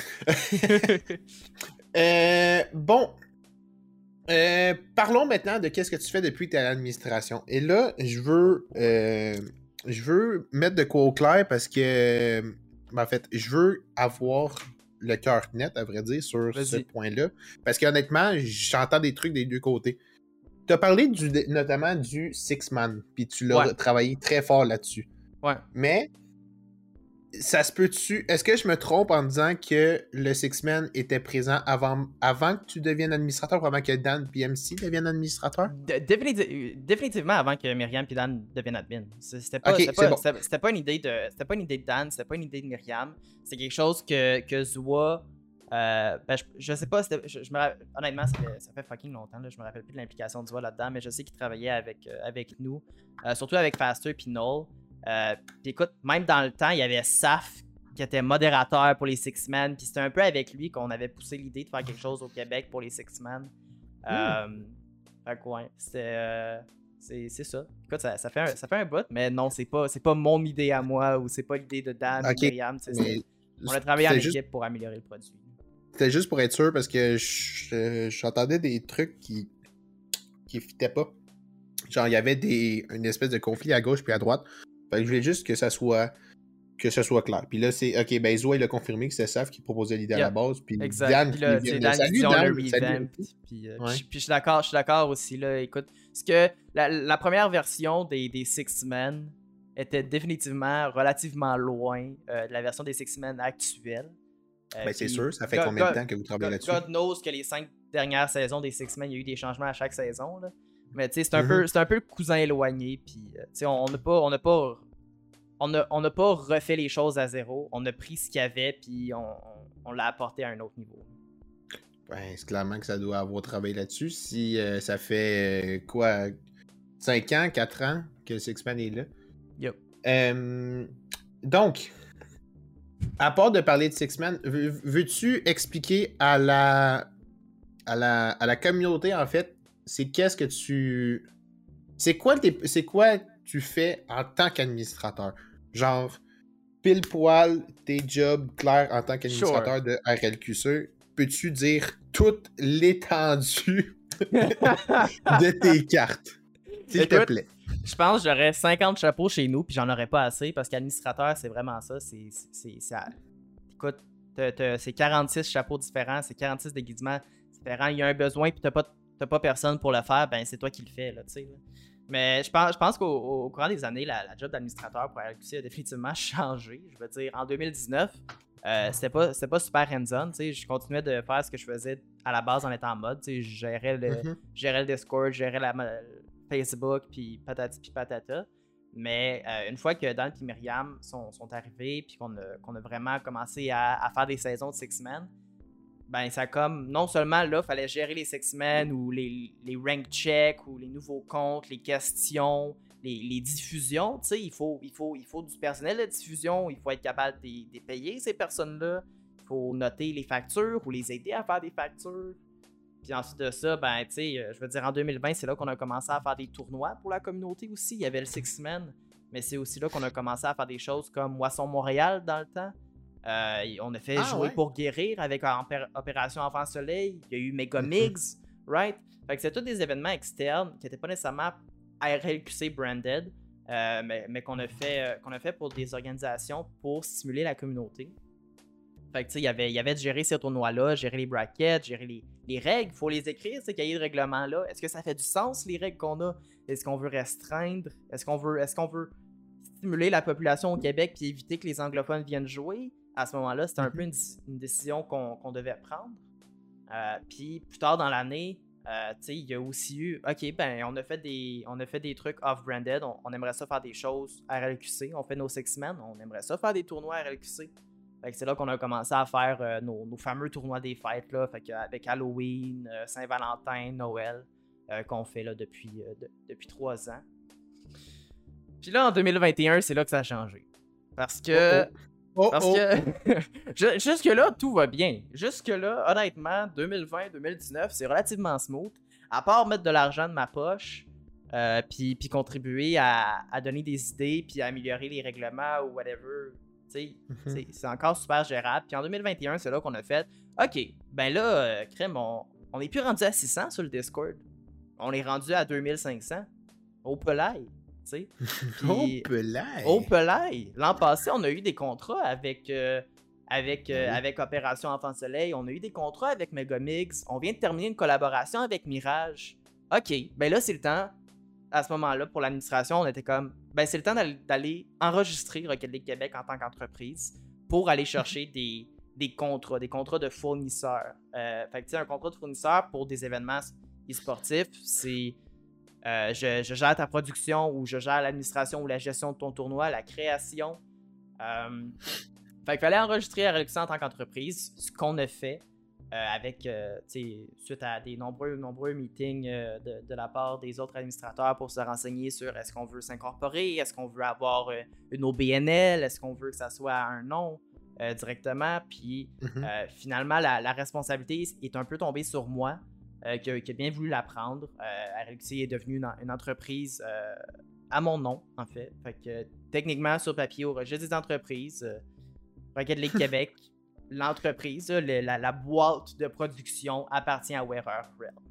S1: euh, bon. Euh, parlons maintenant de qu'est-ce que tu fais depuis que tu es à l'administration. Et là, je veux, euh, je veux mettre de quoi au clair parce que... Ben en fait, je veux avoir le cœur net, à vrai dire, sur Vas-y. ce point-là. Parce qu'honnêtement, j'entends des trucs des deux côtés. Tu as parlé du, notamment du Six-Man, puis tu l'as ouais. travaillé très fort là-dessus.
S2: Ouais.
S1: Mais, ça se peut-tu... Est-ce que je me trompe en disant que le Six-Man était présent avant, avant que tu deviennes administrateur, ou avant que Dan et M C deviennent administrateurs?
S2: De, définitiv- définitivement avant que Myriam et Dan deviennent admin. C'était pas, okay, c'était, pas, bon. c'était, c'était pas une idée de c'était pas une idée de Dan, c'était pas une idée de Myriam. C'est quelque chose que, que Zoa... Euh, ben je, je sais pas, je, je me, honnêtement, ça fait, ça fait fucking longtemps. Là, je me rappelle plus de l'implication de Zoa là-dedans, mais je sais qu'il travaillait avec, euh, avec nous, euh, surtout avec Faster et Noel. Euh, puis écoute, même dans le temps, il y avait Saf qui était modérateur pour les Six Men, puis c'était un peu avec lui qu'on avait poussé l'idée de faire quelque chose au Québec pour les Six Men. Mm. Euh, fait que ouais, c'était, euh, c'est, c'est ça. Écoute, ça, ça, fait un, ça fait un bout, mais non, c'est pas, c'est pas mon idée à moi ou c'est pas l'idée de Dan okay. ou Myriam. Mais on a travaillé en juste... équipe pour améliorer le produit.
S1: C'était juste pour être sûr parce que je, j'entendais des trucs qui qui fitaient pas. Genre, il y avait des, une espèce de conflit à gauche puis à droite. Fait que je voulais juste que ça soit que ce soit clair. Puis là, c'est, ok, ben Zoé, il a confirmé que c'est Saf qui proposait l'idée
S2: Yeah.
S1: à la base, puis
S2: Exact.
S1: Dan
S2: Puis
S1: qui
S2: là,
S1: vient
S2: tu sais,
S1: de...
S2: Dan
S1: Salut,
S2: Dion
S1: Dan!
S2: le
S1: Salut!
S2: revamp. Puis, euh,
S1: Ouais.
S2: puis, puis je suis d'accord, je suis d'accord aussi, là, écoute, parce que la, la première version des, des Six-Men était définitivement relativement loin euh, de la version des Six-Men actuelle. Euh,
S1: Ben c'est
S2: puis
S1: sûr, ça fait
S2: God-
S1: combien de
S2: God-
S1: temps que vous travaillez
S2: God,
S1: là-dessus?
S2: God knows que les cinq dernières saisons des Six-Men, il y a eu des changements à chaque saison, là. Mais tu sais, c'est un,
S1: Mhm.
S2: peu, c'est un peu le cousin éloigné, puis euh, tu sais, on n'a pas... On n'a pas On n'a on a pas refait les choses à zéro. On a pris ce qu'il y avait, puis on, on, on l'a apporté à un autre niveau.
S1: Ben, c'est clairement que ça doit avoir travaillé là-dessus. Si euh, ça fait euh, quoi, cinq ans, quatre ans que le Six-Man est là.
S2: Yep.
S1: Euh, donc, à part de parler de Six-Man, veux- veux-tu expliquer à la, à la, à la communauté, en fait, c'est qu'est-ce que tu... C'est quoi, tes- c'est quoi tu fais en tant qu'administrateur? Genre, pile poil, tes jobs clairs en tant qu'administrateur
S2: Sure.
S1: de R L Q C. Peux-tu dire toute l'étendue de tes cartes? S'il te
S2: Écoute,
S1: plaît.
S2: je pense que j'aurais cinquante chapeaux chez nous, puis j'en aurais pas assez, parce qu'administrateur, c'est vraiment ça. C'est, c'est, c'est, écoute, t'as- t'as- c'est quarante-six chapeaux différents, c'est quarante-six déguisements différents. Il y a un besoin, puis t'as pas, t'as pas personne pour le faire, ben c'est toi qui le fais, là, tu sais. là. Mais je pense, je pense qu'au au courant des années, la, la job d'administrateur pour R L Q C a définitivement changé. Je veux dire, en deux mille dix-neuf, euh, c'était pas, c'était pas super hands-on. tu sais. Je continuais de faire ce que je faisais à la base en étant en mode. tu sais. Je gérais le,
S1: Mhm.
S2: je gérais le Discord, je gérais la, Facebook, puis patati puis patata. Mais euh, une fois que Dan et Myriam sont, sont arrivés, puis qu'on a, qu'on a vraiment commencé à, à faire des saisons de Six-Men, ben ça comme, non seulement là, fallait gérer les Six-Men ou les, les rank checks ou les nouveaux comptes, les questions, les, les diffusions, tu sais, il faut, il, faut, il faut du personnel de diffusion, il faut être capable de, de payer ces personnes-là, il faut noter les factures ou les aider à faire des factures. Puis ensuite de ça, ben, tu sais, je veux dire, en deux mille vingt, c'est là qu'on a commencé à faire des tournois pour la communauté aussi. Il y avait le Six-Men, mais c'est aussi là qu'on a commencé à faire des choses comme Moisson Montréal dans le temps. Euh, on a fait
S1: Ah,
S2: jouer
S1: ouais?
S2: pour guérir avec Opé- Opération Enfant Soleil. Il y a eu Megamix, right? Fait que c'est tous des événements externes qui n'étaient pas nécessairement R L Q C branded, euh, mais, mais qu'on a fait, euh, qu'on a fait pour des organisations pour stimuler la communauté. Fait que tu sais, il y avait, il y avait de gérer ces tournois-là, gérer les brackets, gérer les, les règles. Il faut les écrire, ces cahiers de règlement-là. Est-ce que ça fait du sens, les règles qu'on a? Est-ce qu'on veut restreindre? Est-ce qu'on veut, est-ce qu'on veut stimuler la population au Québec puis éviter que les anglophones viennent jouer? À ce moment-là, c'était un peu une, une décision qu'on, qu'on devait prendre. Euh, puis plus tard dans l'année, euh, tu sais, il y a aussi eu, ok, ben on a fait des, on a fait des trucs off-branded. On, on aimerait ça faire des choses R L Q C. On fait nos Six-Men. On aimerait ça faire des tournois R L Q C. Fait que c'est là qu'on a commencé à faire euh, nos, nos fameux tournois des fêtes, là, fait que, avec Halloween, euh, Saint-Valentin, Noël, euh, qu'on fait là, depuis, euh, de, depuis trois ans. Puis là, en deux mille vingt et un, c'est là que ça a changé. Parce que...
S1: Oh, oh. Oh,
S2: parce
S1: oh.
S2: que... Jusque-là, tout va bien. Jusque-là, honnêtement, deux mille vingt deux mille dix-neuf, c'est relativement smooth. À part mettre de l'argent de ma poche, euh, puis, puis contribuer à, à donner des idées, puis à améliorer les règlements ou whatever... C'est, c'est encore super gérable. Puis en deux mille vingt et un, c'est là qu'on a fait OK, ben là, euh, crème, on, on est plus rendu à six cents sur le Discord. On est rendu à deux mille cinq cents. Au pelaille, tu sais.
S1: Oh, pelaille!
S2: Au pelaille. L'an passé, on a eu des contrats avec, euh, avec, euh,
S1: Oui.
S2: avec Opération Enfant Soleil. On a eu des contrats avec Megamix. On vient de terminer une collaboration avec Mirage. OK, ben là, c'est le temps. À ce moment-là, pour l'administration, on était comme, ben c'est le temps d'aller, d'aller enregistrer Rocket League Québec en tant qu'entreprise pour aller chercher des, des contrats, des contrats de fournisseurs. Euh, fait que tu sais, un contrat de fournisseur pour des événements e-sportifs, c'est euh, je, je gère ta production ou je gère l'administration ou la gestion de ton tournoi, la création. Euh, fait qu'il fallait enregistrer R L Q C en tant qu'entreprise, ce qu'on a fait. Euh, avec, euh, suite à des nombreux, nombreux meetings euh, de, de la part des autres administrateurs pour se renseigner sur est-ce qu'on veut s'incorporer, est-ce qu'on veut avoir euh, une O B N L, est-ce qu'on veut que ça soit un nom euh, directement. Puis
S1: Mm-hmm.
S2: euh, finalement, la, la responsabilité est un peu tombée sur moi, euh, qui, a, qui a bien voulu la prendre. Euh, R L Q C est devenue une, une entreprise euh, à mon nom, en fait. Fait que techniquement, sur papier, au registre des entreprises, euh, Rocket League Québec, l'entreprise, le, la, la boîte de production appartient à Wearer Realm.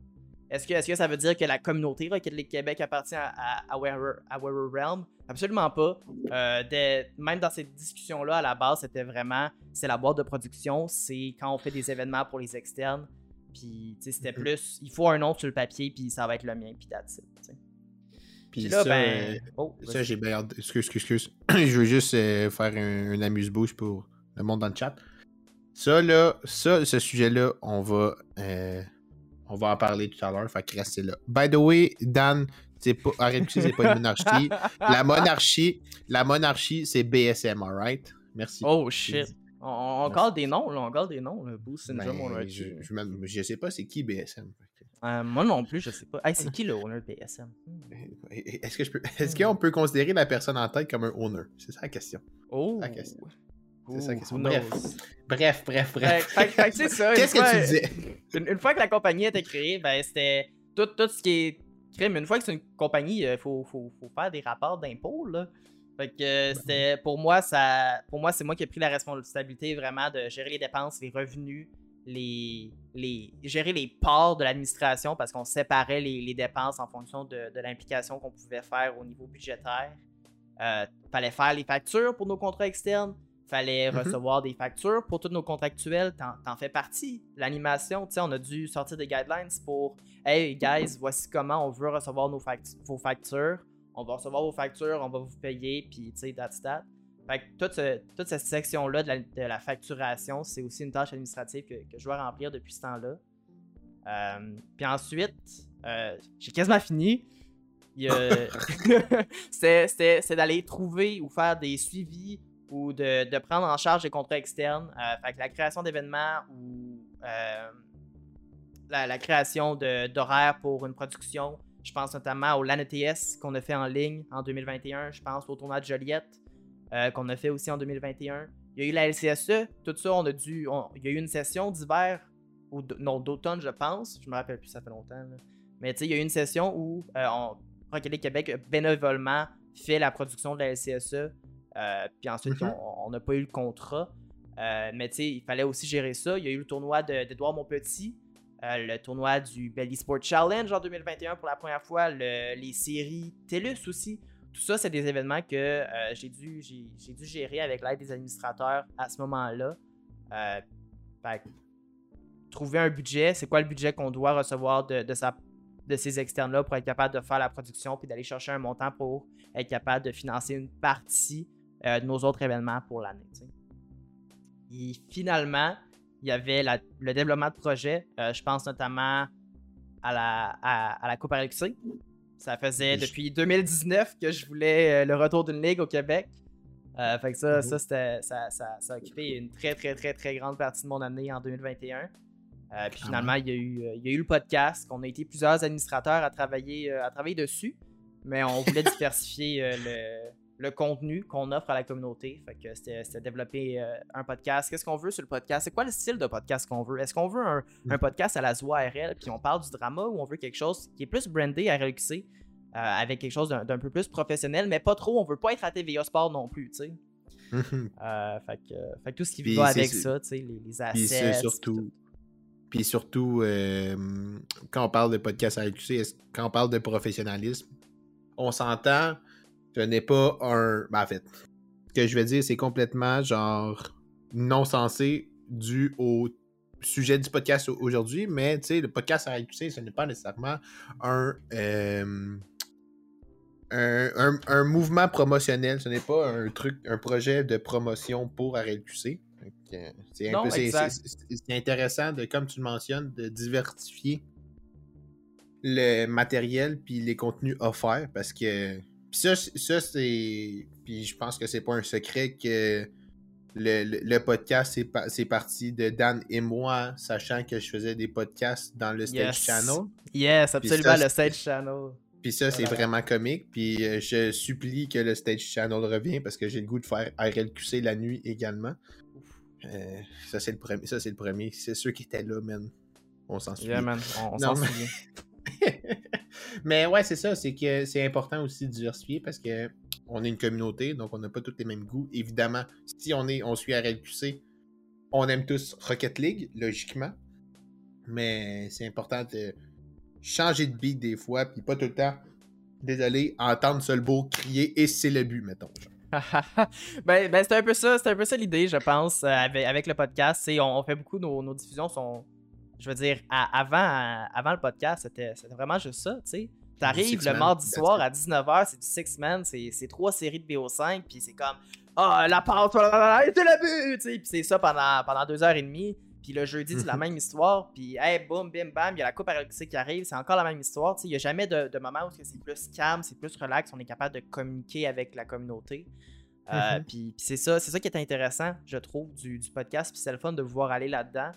S2: Est-ce que, est-ce que ça veut dire que la communauté Rocket League Québec appartient à, à, à, Wearer, à Wearer Realm? Absolument pas. Euh, des, même dans cette discussion-là, à la base, c'était vraiment, c'est la boîte de production, c'est quand on fait des événements pour les externes, puis c'était plus, il faut un nom sur le papier, puis ça va être le mien, puis that's it, t'sais.
S1: Puis
S2: là,
S1: ça,
S2: ben...
S1: euh,
S2: oh,
S1: ça j'ai bien hâte. Excuse, excuse, excuse. Je veux juste euh, faire un, un amuse-bouche pour le monde dans le chat. Ça, là, ça, ce sujet-là, on va... Euh, On va en parler tout à l'heure, fait que restez là. By the way, Dan, c'est pas, arrête de c'est pas une monarchie. La monarchie, la monarchie, c'est B S M, alright? Merci.
S2: Oh shit. On, on
S1: Merci.
S2: garde des noms, là, on garde des noms, le Boost Syndrome
S1: Ben,
S2: Monarchy.
S1: je, je, je, je sais pas c'est qui B S M.
S2: Euh, moi non plus, je sais pas. Hey, c'est qui le owner de B S M?
S1: Est-ce que je peux, est-ce qu'on peut considérer la personne en tête comme un owner? C'est ça la question.
S2: Oh.
S1: C'est la question.
S2: Ooh,
S1: c'est ça la question.
S2: who
S1: Bref.
S2: knows?
S1: Bref, bref, bref.
S2: Fait, fait, fait, c'est ça.
S1: Qu'est-ce
S2: fois,
S1: que tu disais?
S2: Une, une fois que la compagnie a été créée, ben c'était tout, tout ce qui est crime. Une fois que c'est une compagnie, il faut, faut, faut faire des rapports d'impôts, là. Fait que euh, c'était, pour moi, ça, pour moi, c'est moi qui ai pris la responsabilité vraiment de gérer les dépenses, les revenus, les, les gérer les parts de l'administration parce qu'on séparait les, les dépenses en fonction de, de l'implication qu'on pouvait faire au niveau budgétaire. Euh, fallait faire les factures pour nos contrats externes. Fallait mm-hmm. recevoir des factures pour tous nos contractuels. T'en, t'en fais partie. L'animation, tu sais, on a dû sortir des guidelines pour « Hey, guys, voici comment on veut recevoir nos factu- vos factures. On va recevoir vos factures, on va vous payer, puis tu sais, that's that. » Fait que toute, ce, toute cette section-là de la, de la facturation, c'est aussi une tâche administrative que, que je dois remplir depuis ce temps-là. Euh, puis ensuite, euh, j'ai quasiment fini. A... c'est, c'est, c'est d'aller trouver ou faire des suivis ou de, de prendre en charge des contrats externes. Euh, fait que la création d'événements ou euh, la, la création de, d'horaires pour une production. Je pense notamment au LAN E T S qu'on a fait en ligne en deux mille vingt et un. Je pense au tournoi de Joliette euh, qu'on a fait aussi en deux mille vingt et un. Il y a eu la L C S E. Tout ça, on a dû. On, il y a eu une session d'hiver, ou d- non, d'automne, je pense. Je me rappelle plus, ça fait longtemps. Là. Mais tu sais, il y a eu une session où euh, on, Rocket League Québec a bénévolement fait la production de la L C S E. Euh, puis ensuite, mm-hmm. on n'a pas eu le contrat. Euh, mais tu sais, il fallait aussi gérer ça. Il y a eu le tournoi de, d'Edouard Montpetit. Euh, le tournoi du Belly Sport Challenge en deux mille vingt et un pour la première fois, le, les séries TELUS aussi. Tout ça, c'est des événements que euh, j'ai, dû, j'ai, j'ai dû gérer avec l'aide des administrateurs à ce moment-là. Euh, fait, trouver un budget, c'est quoi le budget qu'on doit recevoir de, de, sa, de ces externes-là pour être capable de faire la production puis d'aller chercher un montant pour être capable de financer une partie euh, de nos autres événements pour l'année. T'sais. Et finalement, il y avait la, le développement de projets. Euh, je pense notamment à la, à, à la Coupe R L C. Ça faisait depuis deux mille dix-neuf que je voulais euh, le retour d'une ligue au Québec. Euh, fait que ça, mm-hmm. ça, c'était, ça, ça, ça a occupé une très, très, très, très grande partie de mon année en deux mille vingt et un. Euh, puis finalement, il y a eu, il y a eu le podcast. On a été plusieurs administrateurs à travailler, à travailler dessus. Mais on voulait diversifier euh, le... le contenu qu'on offre à la communauté. Fait que c'était, c'était développer euh, un podcast. Qu'est-ce qu'on veut sur le podcast? C'est quoi le style de podcast qu'on veut? Est-ce qu'on veut un, mm. un podcast à la Z O A R L puis on parle du drama ou on veut quelque chose qui est plus brandé à R L Q C euh, avec quelque chose d'un, d'un peu plus professionnel, mais pas trop. On veut pas être à T V A Sport non plus, tu sais. euh, fait, que, fait que tout ce qui puis va avec ça, tu sais, les, les assets.
S1: Puis c'est surtout... Puis surtout, euh, quand on parle de podcast à R L Q C, est-ce, quand on parle de professionnalisme, on s'entend... Ce n'est pas un... Ben, en fait, ce que je vais dire, c'est complètement, genre, non sensé dû au sujet du podcast aujourd'hui, mais, tu sais, le podcast à R L Q C, ce n'est pas nécessairement un, euh, un, un, un mouvement promotionnel, ce n'est pas un truc, un projet de promotion pour R L Q C. Donc, c'est, un
S2: non,
S1: peu, c'est, c'est, c'est, c'est intéressant, de, comme tu le mentionnes, de diversifier le matériel puis les contenus offerts, parce que Puis ça, ça, c'est... Puis je pense que c'est pas un secret que le, le, le podcast, c'est, pa... c'est parti de Dan et moi, sachant que je faisais des podcasts dans le Stage
S2: yes.
S1: Channel.
S2: Yes, absolument, ça, le Stage Channel.
S1: Puis ça, c'est voilà. Vraiment comique. Puis euh, je supplie que le Stage Channel revienne parce que j'ai le goût de faire R L Q C la nuit également. Euh, ça, c'est le premier. Ça, c'est le premier. C'est ceux qui étaient là, man. On s'en souvient.
S2: Yeah, man. On, on s'en
S1: mais...
S2: souvient.
S1: Mais ouais, c'est ça, c'est que c'est important aussi de diversifier parce que on est une communauté, donc on n'a pas tous les mêmes goûts. Évidemment, si on est on suit R L Q C, on aime tous Rocket League, logiquement. Mais c'est important de changer de beat des fois, puis pas tout le temps, désolé, entendre Solbo crier et c'est le but, mettons.
S2: ben, ben c'est un peu ça, c'est un peu ça l'idée, je pense, euh, avec, avec le podcast. On, on fait beaucoup, nos, nos diffusions sont, je veux dire, à, avant, à, avant le podcast, c'était vraiment juste ça, tu sais. T'arrives le mardi soir à dix-neuf heures, c'est du Six Man, c'est trois séries de B O cinq, puis c'est comme ah, oh, la pente, c'est le but, tu sais, puis c'est ça pendant, pendant deux heures et demie. Puis le jeudi, c'est la même histoire. Puis, hey, boum, bim, bam, il y a la Coupe R L Q C qui arrive. C'est encore la même histoire. Il n'y a jamais de, de moment où c'est plus calme, c'est plus relax. On est capable de communiquer avec la communauté. Euh, mm-hmm. Puis c'est ça, c'est ça qui est intéressant, je trouve, du, du podcast. Puis c'est le fun de pouvoir aller là-dedans.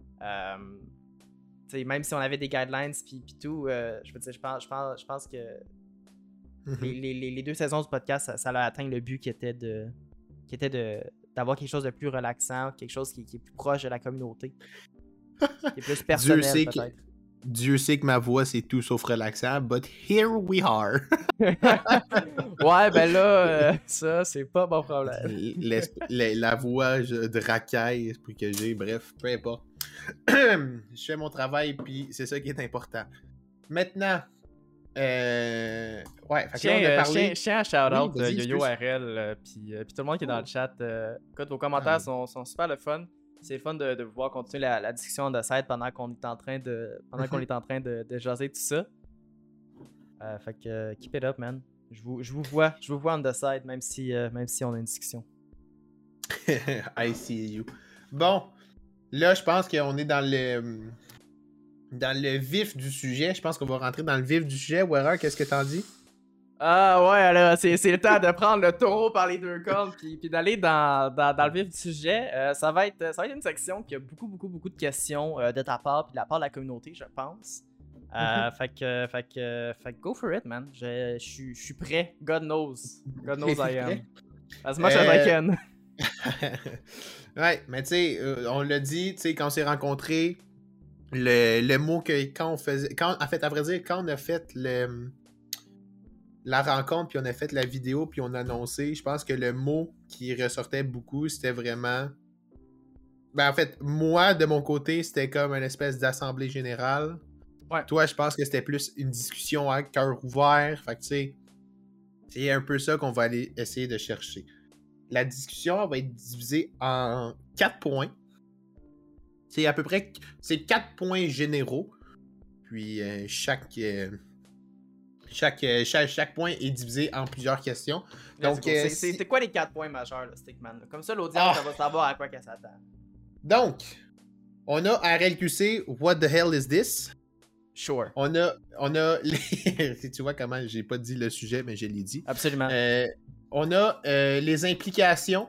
S2: Euh, même si on avait des guidelines, puis, puis tout, euh, je veux dire, je pense, je pense, je pense que mm-hmm. les, les, les deux saisons du podcast, ça, ça a atteint le but qui était de. Qui était de. D'avoir quelque chose de plus relaxant, quelque chose qui, qui est plus proche de la communauté. Qui est plus personnel,
S1: Dieu sait
S2: peut-être.
S1: Que, Dieu sait que ma voix, c'est tout sauf relaxant, but here we are.
S2: Ouais, ben là, euh, ça, c'est pas mon problème.
S1: la, la voix de racaille que j'ai, bref, peu importe. Je fais mon travail, puis c'est ça qui est important. Maintenant... Euh... Ouais, fait que là, on a parlé...
S2: Je tiens à shout-out oui, YoYo R L, euh, puis euh, tout le monde qui est dans le chat. Euh, écoute, vos commentaires ah, oui. sont, sont super le fun. C'est le fun de, de pouvoir continuer la, la discussion de site pendant qu'on est en train de pendant qu'on est en train de, de jaser tout ça. Euh, fait que euh, keep it up, man. Je vous, je vous vois, je vous vois on the side, même si, euh, même si on a une discussion.
S1: I see you. Bon, là, je pense qu'on est dans le... Dans le vif du sujet, je pense qu'on va rentrer dans le vif du sujet. Wearer, qu'est-ce que t'en dis?
S2: Ah ouais, alors c'est le temps de prendre le taureau par les deux cornes puis, puis d'aller dans, dans, dans le vif du sujet. Euh, ça, va être, ça va être une section qui a beaucoup, beaucoup, beaucoup de questions euh, de ta part puis de la part de la communauté, je pense. Euh, mm-hmm. fait, que, fait, que, fait que go for it, man. Je, je, je suis prêt. God knows. God knows I am. As much euh... as I can.
S1: Ouais, mais tu sais, euh, on l'a dit, tu sais, quand on s'est rencontrés, Le, le mot que quand on faisait. Quand, en fait, à vrai dire, quand on a fait le, la rencontre, puis on a fait la vidéo, puis on a annoncé, je pense que le mot qui ressortait beaucoup, c'était vraiment. Ben, en fait, moi, de mon côté, c'était comme une espèce d'assemblée générale. Ouais. Toi, je pense que c'était plus une discussion à cœur ouvert. Fait que, tu sais, c'est un peu ça qu'on va aller essayer de chercher. La discussion va être divisée en quatre points. C'est à peu près c'est quatre points généraux. Puis euh, chaque, euh, chaque, euh, chaque chaque point est divisé en plusieurs questions. Donc
S2: euh, c'est si... quoi les quatre points majeurs, là, Stickman? Comme ça, l'audience ah. va savoir à quoi qu'elle s'attend.
S1: Donc, on a R L Q C, What the hell is this?
S2: Sure.
S1: On a, on a les... tu vois comment j'ai pas dit le sujet, mais je l'ai dit.
S2: Absolument.
S1: Euh, on a euh, les implications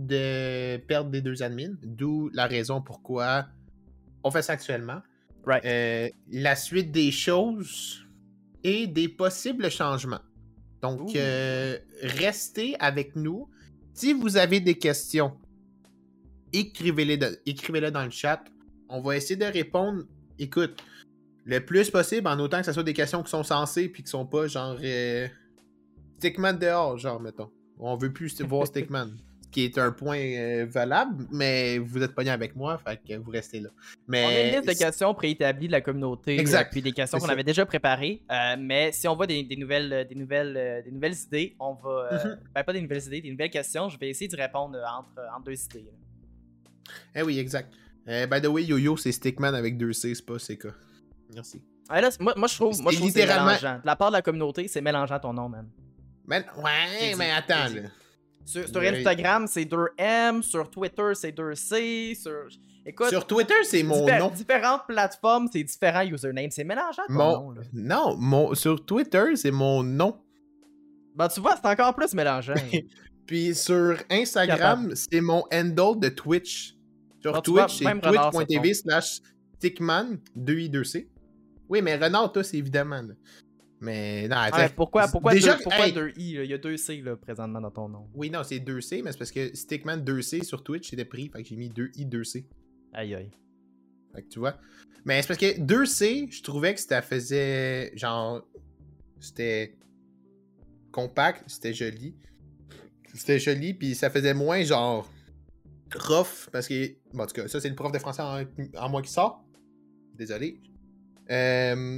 S1: de perdre des deux admins, d'où la raison pourquoi on fait ça actuellement.
S2: Right.
S1: Euh, la suite des choses et des possibles changements. Donc, euh, restez avec nous. Si vous avez des questions, écrivez-les, de, écrivez-les dans le chat. On va essayer de répondre, écoute, le plus possible, en autant que ce soit des questions qui sont sensées puis qui sont pas genre euh, Stickman dehors, genre, mettons. On veut plus voir Stickman. Qui est un point euh, valable, mais vous êtes pogné avec moi, fait que vous restez là. Mais
S2: on a une liste de questions préétablies de la communauté,
S1: exact.
S2: Euh, puis des questions qu'on avait déjà préparées, euh, mais si on voit des, des, nouvelles, des, nouvelles, euh, des nouvelles idées, on va... Euh, mm-hmm. Ben pas des nouvelles idées, des nouvelles questions, je vais essayer d'y répondre entre, entre deux idées. Là.
S1: Eh oui, exact. Euh, by the way, YoYo, c'est Stickman avec deux C, c'est pas C K. Merci.
S2: Ah, là, moi, moi, je trouve, moi, je trouve littéralement... que c'est mélangeant. De la part de la communauté, c'est mélangeant ton nom, man.
S1: Man... Ouais, mais attends, là.
S2: Sur, sur Instagram, c'est deux M. Sur Twitter, c'est deux C. Sur,
S1: Écoute, sur Twitter, c'est mon
S2: diffé-
S1: nom.
S2: Différentes plateformes, c'est différents usernames. C'est mélangeant ton
S1: mon...
S2: nom. Là.
S1: Non, mon... sur Twitter, c'est mon nom.
S2: Ben, tu vois, c'est encore plus mélangeant.
S1: Puis sur Instagram, c'est mon handle de Twitch. Sur bon, Twitch, c'est twitch point t v slash stickman deux i deux c. Oui, mais Renard, toi, c'est évidemment... Là. Mais non, attends.
S2: Ouais, pourquoi pourquoi,
S1: déjà,
S2: deux, pourquoi
S1: hey,
S2: deux i? Il y a deux C là, présentement dans ton nom.
S1: Oui, non, c'est deux C, mais c'est parce que Stickman deux C sur Twitch, c'était pris. Fait que j'ai mis deux i deux c.
S2: Aïe aïe.
S1: Fait que tu vois. Mais c'est parce que deux C, je trouvais que ça faisait genre. C'était compact, c'était joli. C'était joli, puis ça faisait moins genre rough. Parce que. Bon, en tout cas, ça, c'est le prof de français en, en moi qui sort. Désolé. Euh.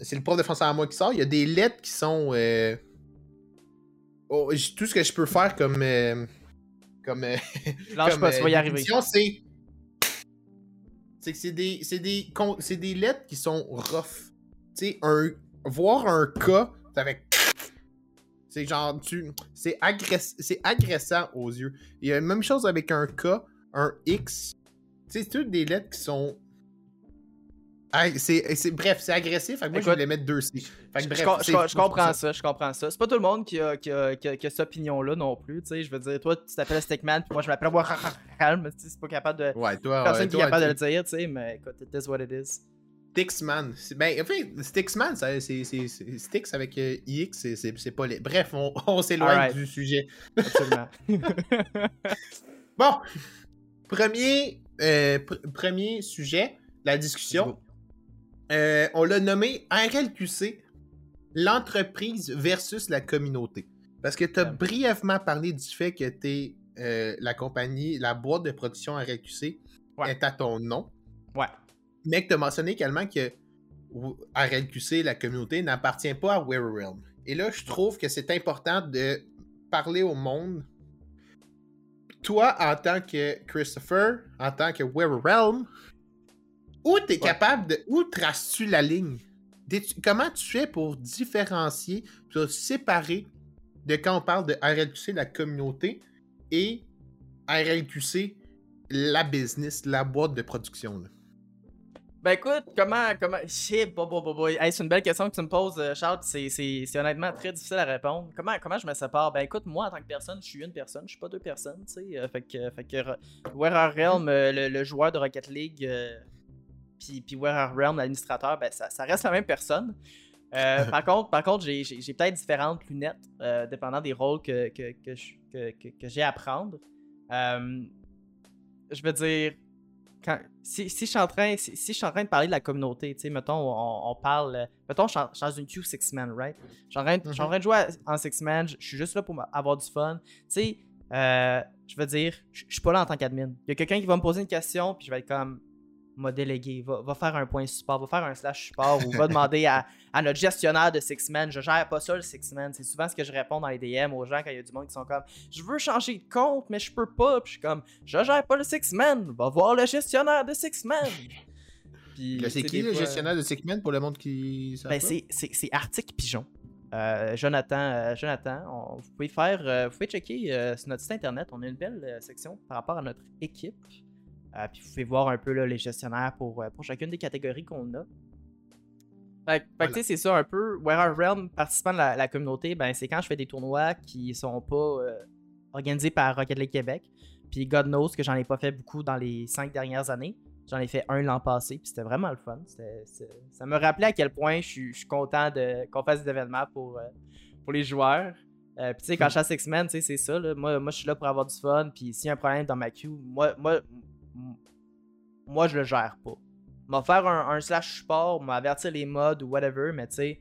S1: c'est le prof de français à moi qui sort. Il y a des lettres qui sont. Euh... Oh, tout ce que je peux faire comme. Euh... Comme. Euh...
S2: Lâche
S1: comme,
S2: pas, tu vas y arriver.
S1: C'est. C'est que c'est des. C'est des... c'est des lettres qui sont rough. Tu sais, un. Voir un K, ça fait. C'est genre. Tu... C'est, agress... c'est agressant aux yeux. Il y a la même chose avec un K, un X. Tu sais, c'est toutes des lettres qui sont. Ah, c'est, c'est, bref, c'est agressif. Fait que moi, Écoute, je voulais mettre deux C. Fait que, bref,
S2: je, je, je comprends ça, je comprends ça. C'est pas tout le monde qui a, qui a, qui a, qui a cette opinion-là non plus. T'sais. Je veux dire, toi, tu t'appelles Stickman, puis moi, je m'appelle Warham. C'est pas capable de.
S1: Ouais, toi,
S2: personne
S1: ouais,
S2: qui
S1: toi,
S2: est capable
S1: t'es...
S2: de le dire, tu sais, mais écoute, it is what it is.
S1: Stixman. Ben, en fait, Stixman, ça, c'est, c'est, c'est Stix avec euh, I X, c'est, c'est, c'est pas les. Bref, on, on s'éloigne right. du sujet.
S2: Absolument.
S1: Bon, premier, euh, pr- premier sujet, la discussion. Euh, on l'a nommé R L Q C, l'entreprise versus la communauté. Parce que tu as ouais. brièvement parlé du fait que t'es euh, la compagnie, la boîte de production R L Q C ouais. est à ton nom.
S2: Ouais.
S1: Mais que tu as mentionné également que R L Q C, la communauté, n'appartient pas à WeRaRealm. Et là, je trouve que c'est important de parler au monde. Toi, en tant que Christopher, en tant que WeRaRealm, où tu es ouais. capable de. Où traces-tu la ligne? Comment tu fais pour différencier, pour séparer de quand on parle de R L Q C, la communauté, et R L Q C, la business, la boîte de production? Là?
S2: Ben écoute, comment. comment... Shit, bo, bo, bo, bo. Hey, c'est une belle question que tu me poses, Charles. C'est, c'est, c'est honnêtement très difficile à répondre. Comment, comment je me sépare? Ben écoute, moi, en tant que personne, je suis une personne, je suis pas deux personnes, tu sais. Euh, fait que, fait que WeRaRealm, euh, le, le joueur de Rocket League. Euh, Puis, puis WeRaRealm, l'administrateur, ben ça, ça reste la même personne. Euh, par contre, par contre j'ai, j'ai, j'ai peut-être différentes lunettes, euh, dépendant des rôles que, que, que, je, que, que, que j'ai à prendre. Euh, je veux dire, quand, si, si, je suis en train, si, si je suis en train de parler de la communauté, tu sais, mettons, on, on parle... Mettons, je suis dans une queue six-man, right? Je suis en train, mm-hmm. en train de jouer en six-man, je suis juste là pour avoir du fun. Tu sais, euh, je veux dire, je suis pas là en tant qu'admin. Il y a quelqu'un qui va me poser une question, puis je vais être comme... m'a délégué, va, va faire un point support, va faire un slash support ou va demander à, à notre gestionnaire de Six-Man. Je gère pas ça le Six-Man. C'est souvent ce que je réponds dans les D M aux gens quand il y a du monde qui sont comme je veux changer de compte mais je peux pas. Puis je suis comme je gère pas le Six-Man, va voir le gestionnaire de Six-Man.
S1: Puis, là, c'est qui le fois... gestionnaire de Six-Man pour le monde qui
S2: ben, c'est, c'est, c'est Arctic Pigeon. Euh, Jonathan, euh, Jonathan on, vous pouvez faire, euh, vous pouvez checker euh, sur notre site internet. On a une belle euh, section par rapport à notre équipe. Euh, puis vous pouvez voir un peu là, les gestionnaires pour, pour chacune des catégories qu'on a. Fait, fait voilà. que tu sais, c'est ça un peu. WeRaRealm, participant de la, la communauté, ben c'est quand je fais des tournois qui sont pas euh, organisés par Rocket League Québec. Puis God knows que j'en ai pas fait beaucoup dans les cinq dernières années. J'en ai fait un l'an passé, puis c'était vraiment le fun. C'était, c'était... Ça me rappelait à quel point je suis, je suis content de, qu'on fasse des événements pour, euh, pour les joueurs. Euh, puis tu sais, quand je suis à Six-Man, tu sais, c'est ça. Là. Moi, moi je suis là pour avoir du fun. Puis s'il y a un problème dans ma queue, moi. moi Moi, je le gère pas. M'a faire un, un slash support, m'avertir les mods ou whatever, mais tu sais,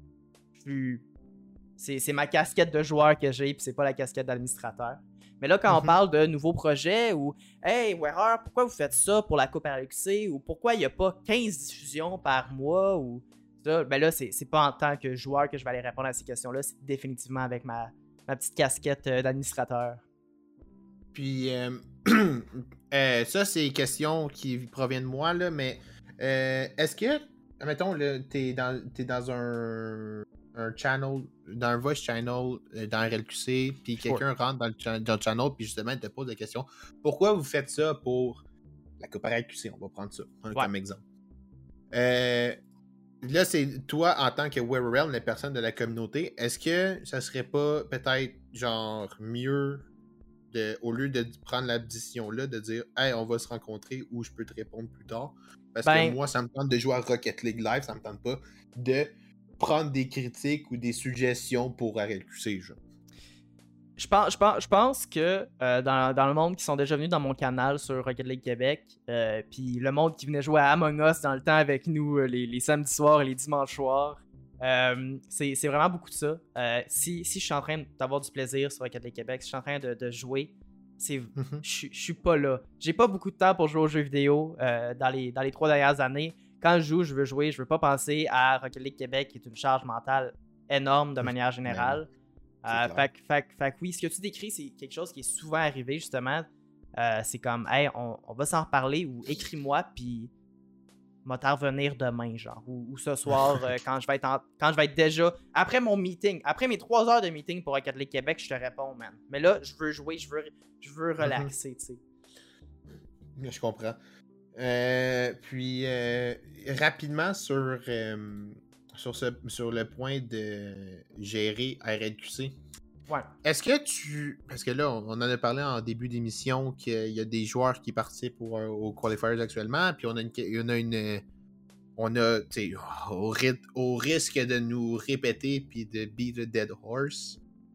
S2: c'est, c'est ma casquette de joueur que j'ai, puis c'est pas la casquette d'administrateur. Mais là, quand mm-hmm. on parle de nouveaux projets ou hey, WeRaRealm, pourquoi vous faites ça pour la Coupe R L Q C ou pourquoi il n'y a pas quinze diffusions par mois ou ça, ben là, c'est, c'est pas en tant que joueur que je vais aller répondre à ces questions-là, c'est définitivement avec ma, ma petite casquette d'administrateur.
S1: Puis, euh, euh, ça, c'est des questions qui proviennent de moi, là, mais euh, est-ce que, mettons, là, t'es dans, t'es dans un, un channel, dans un voice channel, euh, dans R L Q C, puis quelqu'un ouais. rentre dans le, dans le channel, puis justement, il te pose la question, pourquoi vous faites ça pour la Coupe R L Q C? On va prendre ça ouais. comme exemple. Euh, là, c'est toi, en tant que WeRaRealm, la personne de la communauté, est-ce que ça serait pas peut-être, genre, mieux... De, au lieu de prendre la décision-là, de dire « Hey, on va se rencontrer ou je peux te répondre plus tard. » Parce ben, que moi, ça me tente de jouer à Rocket League Live, ça me tente pas de prendre des critiques ou des suggestions pour R L Q C. Genre.
S2: Je pense, je pense, je pense que euh, dans, dans le monde qui sont déjà venus dans mon canal sur Rocket League Québec, euh, puis le monde qui venait jouer à Among Us dans le temps avec nous les, les samedis soirs et les dimanches soirs, Euh, c'est, c'est vraiment beaucoup de ça. Euh, si, si je suis en train d'avoir du plaisir sur Rocket League Québec, si je suis en train de, de jouer, c'est, mm-hmm. je, je suis pas là. J'ai pas beaucoup de temps pour jouer aux jeux vidéo euh, dans, les, dans les trois dernières années. quand je joue, je veux jouer, je veux pas penser à Rocket League Québec, qui est une charge mentale énorme de manière générale. Euh, fait, fait, fait que oui, ce que tu décris, c'est quelque chose qui est souvent arrivé, justement. Euh, c'est comme, hey, on, on va s'en reparler, ou écris-moi, puis m'a t'en revenir demain, genre, ou, ou ce soir, euh, quand je vais être en, quand je vais être déjà, après mon meeting, après mes trois heures de meeting pour Rocket League Québec, je te réponds, man. Mais là, je veux jouer, je veux, je veux relaxer, tu sais.
S1: Je comprends. Euh, puis, euh, rapidement sur, euh, sur, ce, sur le point de gérer R L Q C.
S2: Ouais.
S1: Est-ce que tu... Parce que là, on en a parlé en début d'émission qu'il y a des joueurs qui participent pour, aux qualifiers actuellement, puis on a une... On a, une, on a au, rit, au risque de nous répéter puis de beat a dead horse,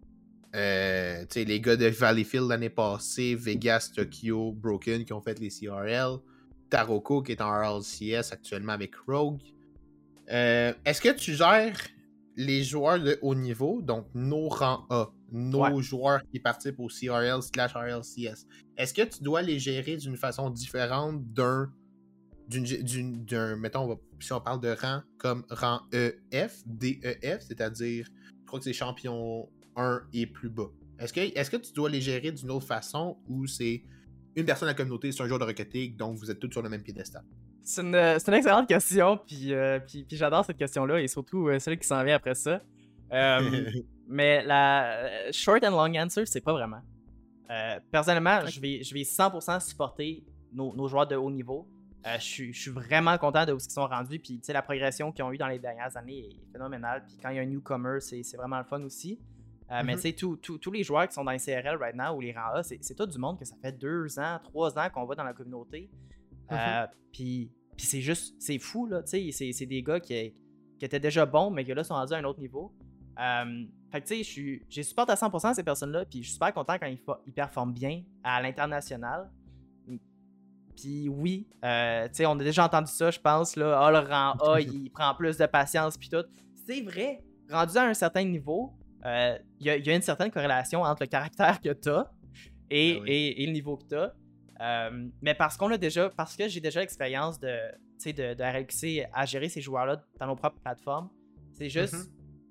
S1: euh, les gars de Valleyfield l'année passée, Vegas, Tokyo, Broken qui ont fait les C R L, Taroko qui est en R L C S actuellement avec Rogue. Euh, est-ce que tu gères les joueurs de haut niveau, donc nos rangs A, nos ouais. joueurs qui participent au C R L slash R L C S, est-ce que tu dois les gérer d'une façon différente d'un, d'une, d'une, d'un mettons, on va, si on parle de rang comme rang E F, D E F, c'est-à-dire, je crois que c'est champion un et plus bas. Est-ce que, est-ce que tu dois les gérer d'une autre façon ou c'est une personne de la communauté, c'est un joueur de Rocket League, donc vous êtes tous sur le même piédestal?
S2: C'est une, c'est une excellente question, puis, euh, puis, puis j'adore cette question-là, et surtout euh, celle qui s'en vient après ça. Euh, mais la short and long answer, c'est pas vraiment. Euh, personnellement, okay. je vais, je vais cent pour cent supporter nos, nos joueurs de haut niveau. Euh, je suis vraiment content de où ils sont rendus, puis la progression qu'ils ont eu dans les dernières années est phénoménale. Puis quand il y a un newcomer, c'est, c'est vraiment le fun aussi. Euh, mm-hmm. Mais tu sais, tous les joueurs qui sont dans les C R L right now ou les rangs A, c'est, c'est tout du monde que ça fait deux ans, trois ans qu'on va dans la communauté. Mm-hmm. Euh, puis, puis c'est juste, c'est fou, là, tu sais, c'est, c'est des gars qui, qui étaient déjà bons, mais qui là sont rendus à un autre niveau. Euh, fait que tu sais, je supporte à cent pour cent ces personnes-là, puis je suis super content quand ils, ils performent bien à l'international. Puis oui, euh, tu sais, on a déjà entendu ça, je pense, là, ah, le rang A, il prend plus de patience, puis tout. C'est vrai, rendu à un certain niveau, il euh, y, y a une certaine corrélation entre le caractère que t'as et, ah oui. et, et le niveau que t'as. Euh, mais parce qu'on a déjà, parce que j'ai déjà l'expérience de, de, de R L Q C à gérer ces joueurs-là dans nos propres plateformes, c'est juste, mm-hmm.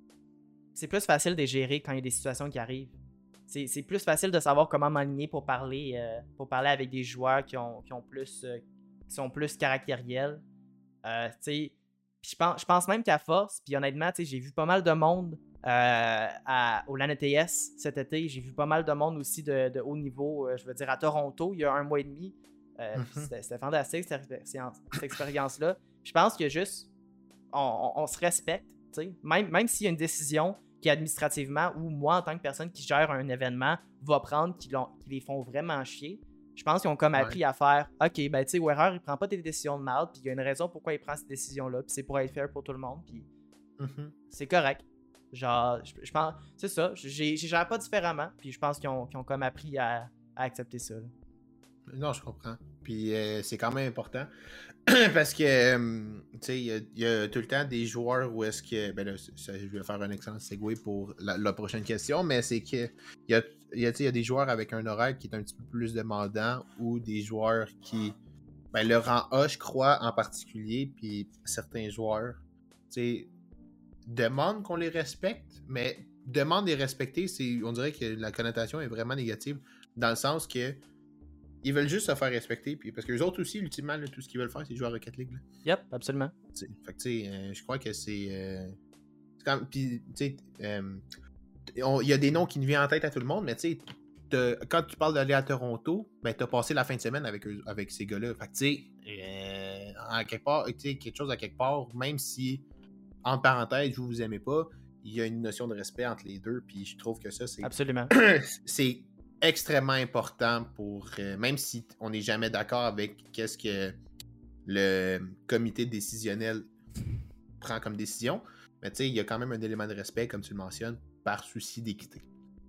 S2: c'est plus facile de les gérer quand il y a des situations qui arrivent. C'est, c'est plus facile de savoir comment m'aligner pour parler, euh, pour parler avec des joueurs qui, ont, qui, ont plus, euh, qui sont plus caractériels. Euh, je pense, je pense même qu'à force, puis honnêtement, j'ai vu pas mal de monde euh, à, au LAN E T S cet été. J'ai vu pas mal de monde aussi de, de haut niveau, euh, je veux dire à Toronto, il y a un mois et demi. Euh, mm-hmm. c'était, c'était fantastique cette, cette expérience-là. Je pense que juste, on, on, on se respecte, même, même s'il y a une décision qui administrativement, ou moi en tant que personne qui gère un événement, va prendre, qui, qui les font vraiment chier. Je pense qu'ils ont comme appris ouais. à faire, ok, ben tu sais, Wearer, il prend pas des décisions de mal, puis il y a une raison pourquoi il prend ces décisions-là, puis c'est pour être fair pour tout le monde, puis mm-hmm. c'est correct. Genre, je, je pense, c'est ça, j'ai, j'ai gère pas différemment, puis je pense qu'ils ont, qu'ils ont comme appris à, à accepter ça. Là.
S1: Non, je comprends. Puis euh, c'est quand même important. Parce que, euh, tu sais, il y, y a tout le temps des joueurs où est-ce que... Ben là, ça, je vais faire un excellent segue pour la, la prochaine question, mais c'est que il y a, y, a, y a des joueurs avec un horaire qui est un petit peu plus demandant ou des joueurs qui... Ben, le rang A, je crois, en particulier, puis certains joueurs, tu sais, demandent qu'on les respecte, mais demandent les respecter, c'est, on dirait que la connotation est vraiment négative, dans le sens que ils veulent juste se faire respecter, puis parce que les autres aussi, ultimement, là, tout ce qu'ils veulent faire, c'est jouer à Rocket League. Là.
S2: Yep, absolument.
S1: T'sais, fait que, tu sais, euh, je crois que c'est. Euh, c'est quand puis, tu sais, il euh, y a des noms qui nous viennent en tête à tout le monde, mais tu sais, quand tu parles d'aller à Toronto, ben, t'as passé la fin de semaine avec, eux, avec ces gars-là. Fait que, tu sais, euh, en quelque part, tu sais, quelque chose à quelque part, même si, entre parenthèses, vous vous aimez pas, il y a une notion de respect entre les deux, puis je trouve que ça, c'est.
S2: Absolument.
S1: c'est. extrêmement important pour, euh, même si on n'est jamais d'accord avec qu'est-ce que le comité décisionnel prend comme décision, mais tu sais, il y a quand même un élément de respect, comme tu le mentionnes, par souci d'équité.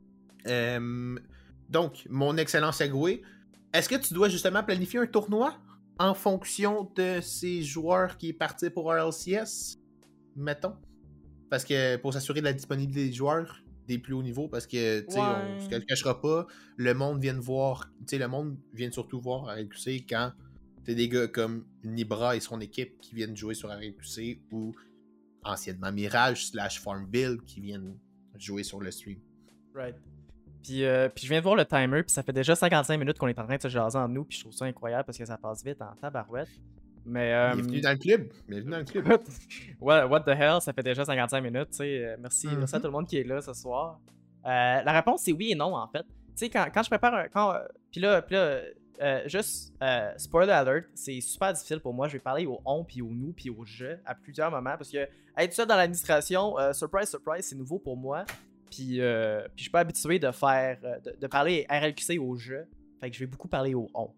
S1: Euh, donc, mon excellent segue, est-ce que tu dois justement planifier un tournoi en fonction de ces joueurs qui est parti pour R L C S, mettons? Parce que pour s'assurer de la disponibilité des joueurs des plus hauts niveaux, parce que, tu sais, ouais. on se le cachera pas, le monde vient de voir, tu sais, le monde vient surtout voir R L Q C quand C'est des gars comme Nibra et son équipe qui viennent jouer sur R L Q C ou anciennement Mirage slash Farmville qui viennent jouer sur le stream.
S2: Right. Puis, euh, puis je viens de voir le timer, puis ça fait déjà cinquante-cinq minutes qu'on est en train de se jaser entre nous, puis je trouve ça incroyable parce que ça passe vite en tabarouette. Mais, euh...
S1: Bienvenue dans le club. Bienvenue dans le club.
S2: what, what the hell, ça fait déjà cinquante-cinq minutes, tu sais. Euh, merci,
S1: Mm-hmm.
S2: merci à tout le monde qui est là ce soir. Euh, la réponse, c'est oui et non, en fait. Tu sais, quand, quand je prépare un... Quand, euh, puis là, puis là euh, juste, euh, spoiler alert, c'est super difficile pour moi. Je vais parler au on, puis au nous, puis au je à plusieurs moments, parce que être seul dans l'administration, euh, surprise, surprise, c'est nouveau pour moi. Puis, euh, puis je suis pas habitué de faire, de, de parler R L Q C au je. Fait que je vais beaucoup parler au on.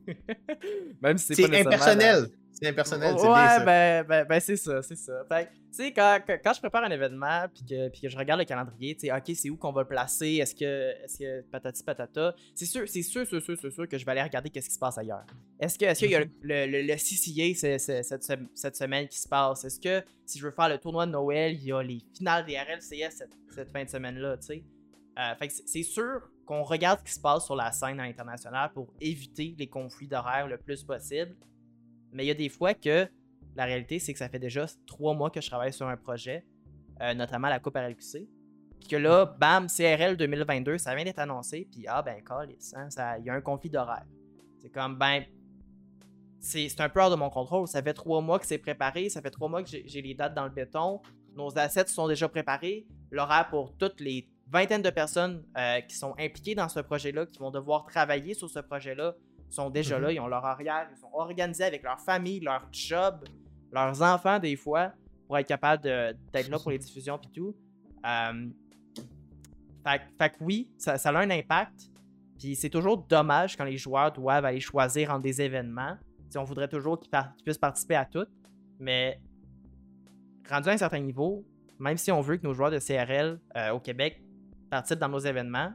S2: Même si c'est,
S1: c'est
S2: pas nécessairement
S1: impersonnel.
S2: La...
S1: C'est impersonnel, c'est
S2: ouais,
S1: bien ça.
S2: ben, ben, ben c'est ça, c'est ça. Fait que, tu sais, quand, quand je prépare un événement, puis que, puis que je regarde le calendrier, tu sais, ok, c'est où qu'on va le placer, est-ce que, est-ce que patati patata, c'est sûr, c'est sûr, sûr, sûr, sûr, sûr que je vais aller regarder qu'est-ce qui se passe ailleurs. Est-ce que, est-ce qu'il y a le, le, le, le C C A c'est, c'est, cette, cette semaine qui se passe? Est-ce que, si je veux faire le tournoi de Noël, il y a les finales des R L C S cette, cette fin de semaine-là, tu sais? Euh, fait que c'est sûr qu'on regarde ce qui se passe sur la scène à l'international pour éviter les conflits d'horaire le plus possible. Mais il y a des fois que la réalité, c'est que ça fait déjà trois mois que je travaille sur un projet, euh, notamment la Coupe R L Q C. Puis que là, bam, C R L deux mille vingt-deux, ça vient d'être annoncé. Puis ah, ben, câlisse, hein, il y a un conflit d'horaire. C'est comme, ben, c'est un peu hors de mon contrôle. Ça fait trois mois que c'est préparé. Ça fait trois mois que j'ai les dates dans le béton. Nos assets sont déjà préparés. L'horaire pour toutes les vingtaines de personnes euh, qui sont impliquées dans ce projet-là, qui vont devoir travailler sur ce projet-là, sont déjà
S1: Mm-hmm.
S2: là, ils ont leur horaire, ils sont organisés avec leur famille, leur job, leurs enfants des fois, pour être capables d'être là pour les diffusions et tout. Euh, fait, fait que oui, ça, ça a un impact. Puis c'est toujours dommage quand les joueurs doivent aller choisir entre des événements. T'sais, on voudrait toujours qu'ils, par qu'ils puissent participer à tout, mais rendu à un certain niveau, même si on veut que nos joueurs de C R L euh, au Québec participent dans nos événements,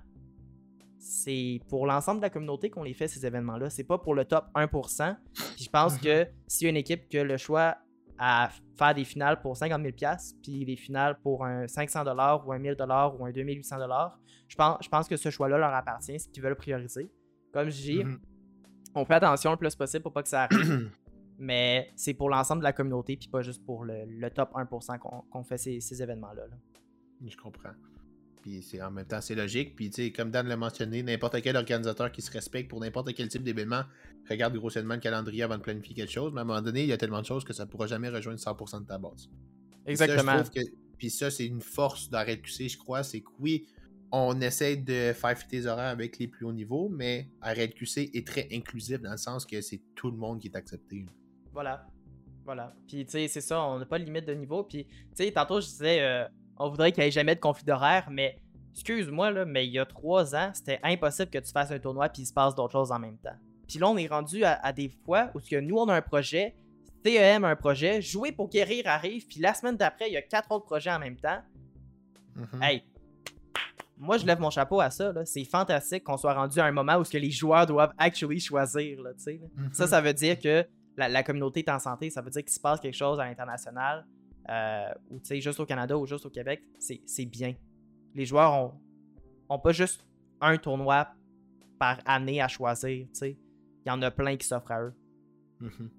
S2: c'est pour l'ensemble de la communauté qu'on les fait, ces événements-là. C'est pas pour le top un pour cent. Puis je pense que s'il y a une équipe qui a le choix à faire des finales pour cinquante mille dollars, puis des finales pour un cinq cents dollars ou un mille dollars ou un deux mille huit cents dollars, je pense, je pense que ce choix-là leur appartient, ce qu'ils veulent prioriser. Comme je dis, mm-hmm. on fait attention le plus possible pour pas que ça arrive, mais c'est pour l'ensemble de la communauté, puis pas juste pour le, le top un pour cent qu'on qu'on fait ces, ces événements-là. Là.
S1: Je comprends. Puis c'est, en même temps, c'est logique. Puis, tu sais, comme Dan l'a mentionné, n'importe quel organisateur qui se respecte pour n'importe quel type d'événement regarde grossièrement le calendrier avant de planifier quelque chose. Mais à un moment donné, il y a tellement de choses que ça ne pourra jamais rejoindre cent pour cent de ta base.
S2: Exactement.
S1: Puis ça, que, puis ça, c'est une force d'R L Q C, je crois. C'est que oui, on essaie de faire fitter les horaires avec les plus hauts niveaux, mais R L Q C est très inclusif dans le sens que c'est tout le monde qui est accepté.
S2: Voilà. Voilà. Puis, tu sais, c'est ça, on n'a pas de limite de niveau. Puis, tu sais, tantôt, je disais... Euh... on voudrait qu'il n'y ait jamais de conflit d'horaire, mais excuse-moi, là, mais il y a trois ans, c'était impossible que tu fasses un tournoi puis il se passe d'autres choses en même temps. Puis là, on est rendu à, à des fois où que nous, on a un projet, T E M a un projet, Jouer pour guérir arrive, puis la semaine d'après, il y a quatre autres projets en même temps. Mm-hmm. Hey, moi, je lève mon chapeau à ça. C'est fantastique qu'on soit rendu à un moment où que les joueurs doivent actually choisir. Là, là. Mm-hmm. Ça, ça veut dire que la, la communauté est en santé, ça veut dire qu'il se passe quelque chose à l'international. Euh, ou tu sais, juste au Canada ou juste au Québec, c'est bien. Les joueurs ont, ont pas juste un tournoi par année à choisir, tu sais. Il y en a plein qui s'offrent à eux.
S1: Mm-hmm.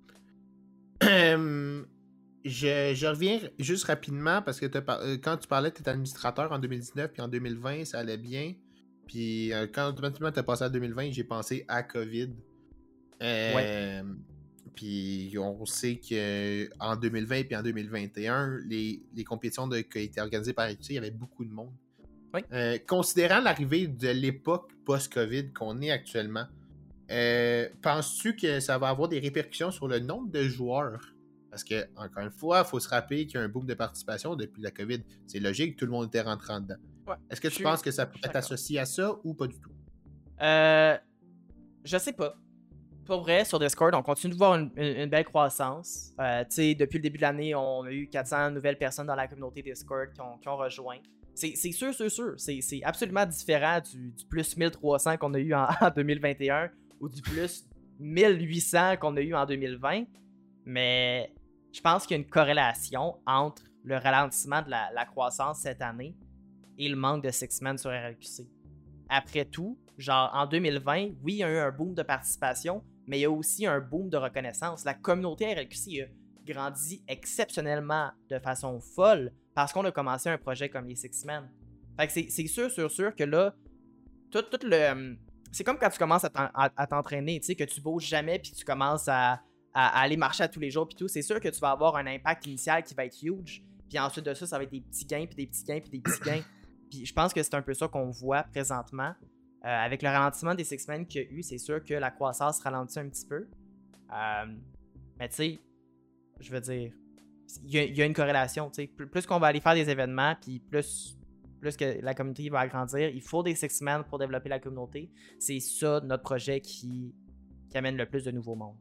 S1: euh, je, je reviens juste rapidement parce que par... quand tu parlais que tu étais administrateur en deux mille dix-neuf puis en deux mille vingt, ça allait bien. Puis euh, quand automatiquement tu as passé à deux mille vingt, j'ai pensé à COVID. Euh, ouais. Puis on sait qu'en deux mille vingt et en deux mille vingt et un, les, les compétitions de, qui étaient organisées par R L Q C, il y avait beaucoup de monde.
S2: Oui.
S1: Euh, considérant l'arrivée de l'époque post-COVID qu'on est actuellement, euh, penses-tu que ça va avoir des répercussions sur le nombre de joueurs? Parce que, encore une fois, il faut se rappeler qu'il y a un boom de participation depuis la COVID. C'est logique, tout le monde était rentrant dedans. Ouais. Est-ce que tu je penses suis... que ça peut être associé à ça ou pas du tout?
S2: Euh, je sais pas. Pour vrai, sur Discord, on continue de voir une, une, une belle croissance. Euh, depuis le début de l'année, on a eu quatre cents nouvelles personnes dans la communauté Discord qui ont, qui ont rejoint. C'est sûr, sûr, sûr. C'est absolument différent du, du plus mille trois cents qu'on a eu en, en deux mille vingt et un ou du plus mille huit cents qu'on a eu en deux mille vingt. Mais je pense qu'il y a une corrélation entre le ralentissement de la, la croissance cette année et le manque de six-man sur R L Q C. Après tout, genre en deux mille vingt, oui, il y a eu un boom de participation, mais il y a aussi un boom de reconnaissance. La communauté R L Q C a grandi exceptionnellement de façon folle parce qu'on a commencé un projet comme les Six-Men. Fait que c'est, c'est sûr, sûr, sûr que là, tout, tout le... C'est comme quand tu commences à, t'en, à, à t'entraîner, tu sais, que tu bouges jamais puis tu commences à, à, à aller marcher à tous les jours puis tout. C'est sûr que tu vas avoir un impact initial qui va être huge. Puis ensuite de ça, ça va être des petits gains puis des petits gains puis des petits gains. Puis je pense que c'est un peu ça qu'on voit présentement. Euh, avec le ralentissement des Six-Men qu'il y a eu, c'est sûr que la croissance ralentit un petit peu. Euh, mais tu sais, je veux dire, il y, y a une corrélation. Plus, plus qu'on va aller faire des événements, puis plus, plus que la communauté va agrandir, il faut des Six-Men pour développer la communauté. C'est ça notre projet qui, qui amène le plus de nouveaux mondes.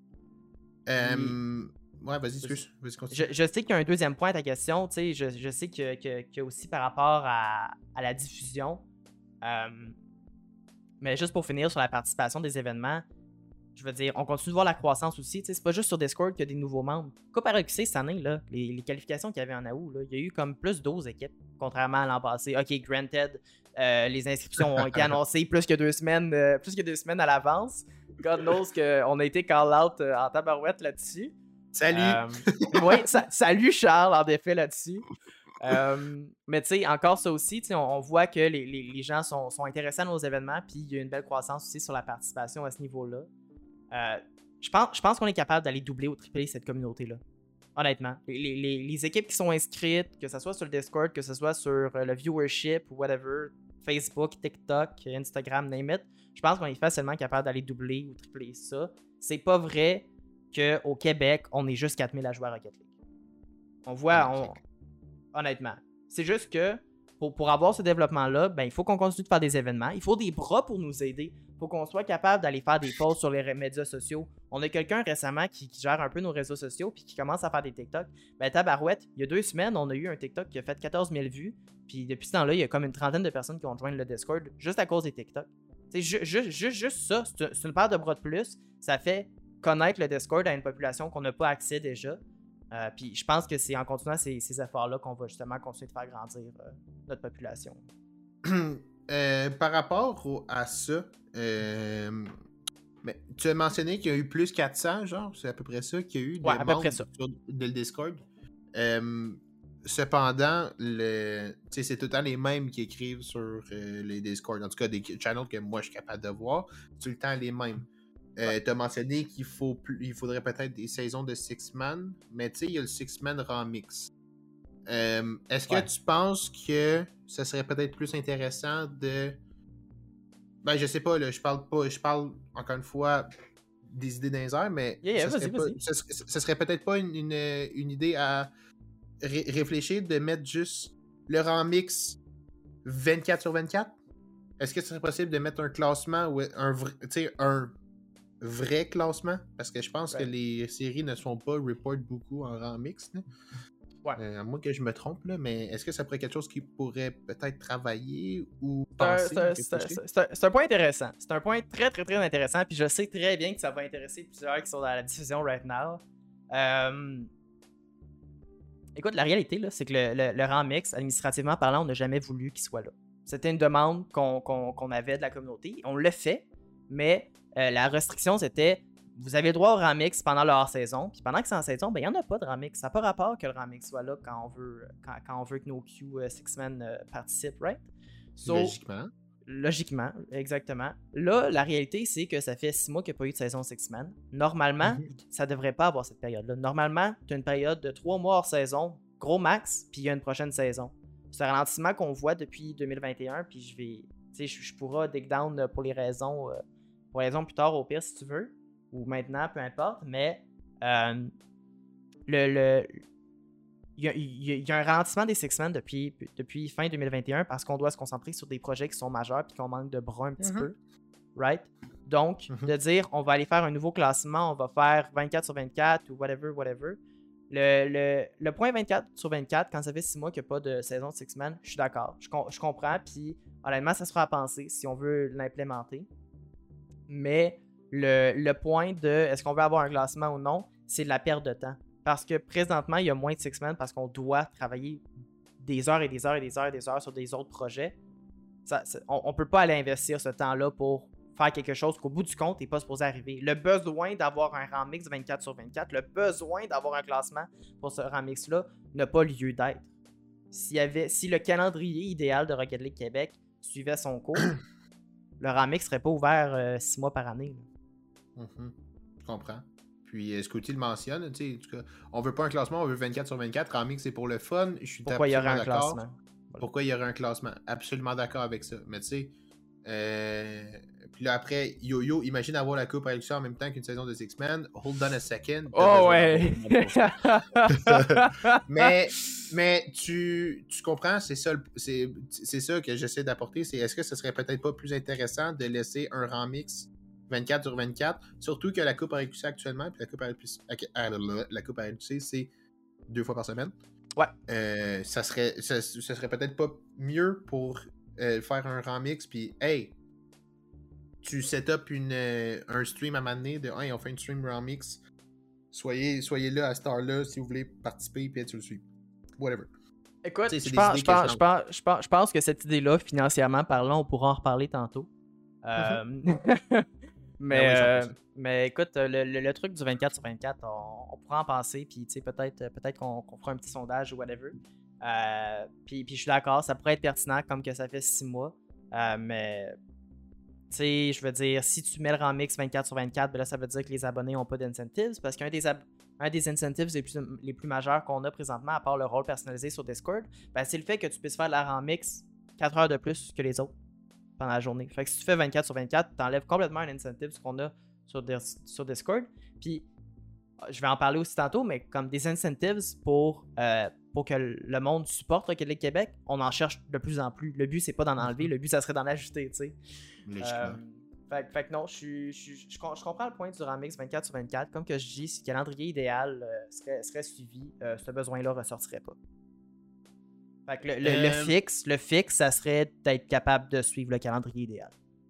S1: Euh, puis, ouais, vas-y, excuse. Vas-y, continue.
S2: Je, je sais qu'il y a un deuxième point à ta question. Je, je sais que, que, qu'il y a aussi par rapport à, à la diffusion. Euh, mais juste pour finir sur la participation des événements, je veux dire, on continue de voir la croissance aussi. C'est pas juste sur Discord qu'il y a des nouveaux membres. Coupe R L Q C cette année, là, les, les qualifications qu'il y avait en août, là, il y a eu comme plus douze équipes, contrairement à l'an passé. Ok, granted, euh, les inscriptions ont été annoncées plus que deux semaines, euh, plus que deux semaines à l'avance. God knows qu'on a été call-out euh, en tabarouette là-dessus.
S1: Salut!
S2: Euh, oui, sa- salut Charles, en effet, là-dessus. Euh, mais tu sais, encore ça aussi, on, on voit que les, les, les gens sont, sont intéressés à nos événements, puis il y a une belle croissance aussi sur la participation à ce niveau-là. Euh, je pense, je pense qu'on est capable d'aller doubler ou tripler cette communauté-là. Honnêtement. Les, les, les équipes qui sont inscrites, que ce soit sur le Discord, que ce soit sur le viewership ou whatever, Facebook, TikTok, Instagram, name it, je pense qu'on est facilement capable d'aller doubler ou tripler ça. C'est pas vrai qu'au Québec, on est juste quatre mille à jouer à Rocket League. On voit, on... honnêtement. C'est juste que pour, pour avoir ce développement-là, ben, il faut qu'on continue de faire des événements. Il faut des bras pour nous aider. Il faut qu'on soit capable d'aller faire des posts sur les médias sociaux. On a quelqu'un récemment qui, qui gère un peu nos réseaux sociaux puis qui commence à faire des TikTok. Ben, tabarouette, il y a deux semaines, on a eu un TikTok qui a fait quatorze mille vues. Puis depuis ce temps-là, il y a comme une trentaine de personnes qui ont joint le Discord juste à cause des TikTok. C'est ju- ju- ju- juste ça, c'est, c'est une paire de bras de plus. Ça fait connaître le Discord à une population qu'on n'a pas accès déjà. Euh, puis je pense que c'est en continuant ces, ces efforts-là qu'on va justement continuer de faire grandir euh, notre population.
S1: euh, par rapport au, à ça, euh, mais tu as mentionné qu'il y a eu plus quatre cents, genre, c'est à peu près ça qu'il y a eu de
S2: ouais, à peu
S1: membres
S2: près ça.
S1: sur de le Discord. Euh, cependant, le, c'est tout le temps les mêmes qui écrivent sur euh, les Discord. En tout cas, des channels que moi je suis capable de voir, c'est tout le temps les mêmes. Euh, ouais. Tu as mentionné qu'il faut plus, il faudrait peut-être des saisons de Six-Man, mais tu sais, il y a le Six-Man Remix. Euh, est-ce que ouais. tu penses que ça serait peut-être plus intéressant de... Ben, je sais pas, là, je parle pas, je parle, encore une fois, des idées dans les airs, mais
S2: yeah, yeah,
S1: ça,
S2: vas-y,
S1: serait
S2: vas-y.
S1: Pas, ça, ça serait peut-être pas une, une, une idée à ré- réfléchir de mettre juste le Remix vingt-quatre sur vingt-quatre? Est-ce que ce serait possible de mettre un classement ou un vrai, tu sais, un vrai classement? Parce que je pense right. que les séries ne sont pas report beaucoup en Remix, là. Ouais. Euh, à moins que je me trompe, là, mais est-ce que ça pourrait être quelque chose qui pourrait peut-être travailler ou penser?
S2: C'est un, c'est, un, c'est, un, c'est un point intéressant. C'est un point très, très, très intéressant. Puis je sais très bien que ça va intéresser plusieurs qui sont dans la diffusion right now. Euh... Écoute, la réalité, là, c'est que le, le, le Remix, administrativement parlant, on n'a jamais voulu qu'il soit là. C'était une demande qu'on, qu'on, qu'on avait de la communauté. On l'a fait, mais euh, la restriction, c'était... Vous avez le droit au remix pendant le hors-saison. Puis pendant que c'est en saison, ben il n'y en a pas de remix. Ça n'a pas rapport que le remix soit là quand on veut, quand, quand on veut que nos Q uh, Six-Men uh, participent, right?
S1: So, logiquement.
S2: Logiquement, exactement. Là, la réalité, c'est que ça fait six mois qu'il n'y a pas eu de saison Six-Men. Normalement, mm-hmm. ça ne devrait pas avoir cette période-là. Normalement, tu as une période de trois mois hors saison, gros max, puis il y a une prochaine saison. C'est un ralentissement qu'on voit depuis deux mille vingt et un, puis je vais... Tu sais, je, je pourrais dig down pour les raisons, euh, pour les raisons plus tard au pire si tu veux. Ou maintenant, peu importe, mais euh, le, le, il, y a, il y a un ralentissement des Six-Men depuis, depuis fin deux mille vingt et un parce qu'on doit se concentrer sur des projets qui sont majeurs et qu'on manque de bras un petit mm-hmm. peu. Right? Donc, mm-hmm. de dire, on va aller faire un nouveau classement, on va faire vingt-quatre sur vingt-quatre ou whatever, whatever. Le, le, le point vingt-quatre sur vingt-quatre, quand ça fait six mois qu'il n'y a pas de saison de Six-Men, je suis d'accord. Je, je comprends, puis honnêtement, ça sera à penser si on veut l'implémenter. Mais... Le, le point de est-ce qu'on veut avoir un classement ou non, c'est de la perte de temps. Parce que présentement, il y a moins de Six-Men parce qu'on doit travailler des heures et des heures et des heures et des heures sur des autres projets. Ça, ça, on ne peut pas aller investir ce temps-là pour faire quelque chose qu'au bout du compte, t'es pas supposé arriver. Le besoin d'avoir un rang mix vingt-quatre sur vingt-quatre, le besoin d'avoir un classement pour ce rang mix-là n'a pas lieu d'être. S'il y avait, si le calendrier idéal de Rocket League Québec suivait son cours, le rang mix serait pas ouvert euh, six mois par année.
S1: Mm-hmm. Je comprends. Puis, Scotty le mentionne, tu sais, en tout cas, on veut pas un classement, on veut vingt-quatre sur vingt-quatre. Rang mix, c'est pour le fun. Je suis
S2: Pourquoi il y aurait un
S1: d'accord.
S2: classement? Voilà.
S1: Pourquoi il y aurait un classement? Absolument d'accord avec ça. Mais tu sais, euh... puis là après, Yo-Yo, imagine avoir la coupe avec ça en même temps qu'une saison de Six-Man. Hold on a second.
S2: Oh ouais!
S1: mais mais tu, tu comprends, c'est ça, c'est, c'est ça que j'essaie d'apporter. C'est est-ce que ce serait peut-être pas plus intéressant de laisser un rang mix vingt-quatre sur vingt-quatre, surtout que la coupe R L Q C actuellement, puis la coupe R L Q C, la coupe R L Q C, c'est deux fois par semaine.
S2: Ouais.
S1: Euh, ça serait ça, ça serait peut-être pas mieux pour euh, faire un rang mix, puis hey, tu set up une, euh, un stream à m'amener de hey, on fait une stream rang mix. Soyez, soyez là à cette heure-là si vous voulez participer, puis tu le suis. Whatever.
S2: Écoute, je pense, je, pense, je, pense, je, pense, je pense que cette idée-là, financièrement parlant, on pourra en reparler tantôt. Euh...
S1: Mm-hmm.
S2: mais, ben oui, euh, mais écoute, le, le, le truc du vingt-quatre sur vingt-quatre, on, on pourra en penser, puis peut-être peut qu'on qu'on fera un petit sondage ou whatever. Euh, puis, puis je suis d'accord, ça pourrait être pertinent comme que ça fait six mois. Euh, mais, tu sais, je veux dire, si tu mets le rang mix vingt-quatre sur vingt-quatre, ben là, ça veut dire que les abonnés n'ont pas d'incentives, parce qu'un des, ab un des incentives les plus, les plus majeurs qu'on a présentement, à part le rôle personnalisé sur Discord, ben, c'est le fait que tu puisses faire la rang mix quatre heures de plus que les autres pendant la journée. Fait que si tu fais vingt-quatre sur vingt-quatre, tu enlèves complètement un incentive qu'on a sur, sur Discord. Puis, je vais en parler aussi tantôt, mais comme des incentives pour, euh, pour que le monde supporte Rocket League Québec, on en cherche de plus en plus. Le but, c'est pas d'en enlever, le but, ça serait d'en ajouter, tu sais. Euh, fait, fait que non, je, je, je, je comprends le point du rang mix vingt-quatre sur vingt-quatre. Comme que je dis, si le calendrier idéal euh, serait, serait suivi, euh, ce besoin-là ne ressortirait pas. Fait que le, le, euh... le fixe, le fixe, ça serait d'être capable de suivre le calendrier idéal.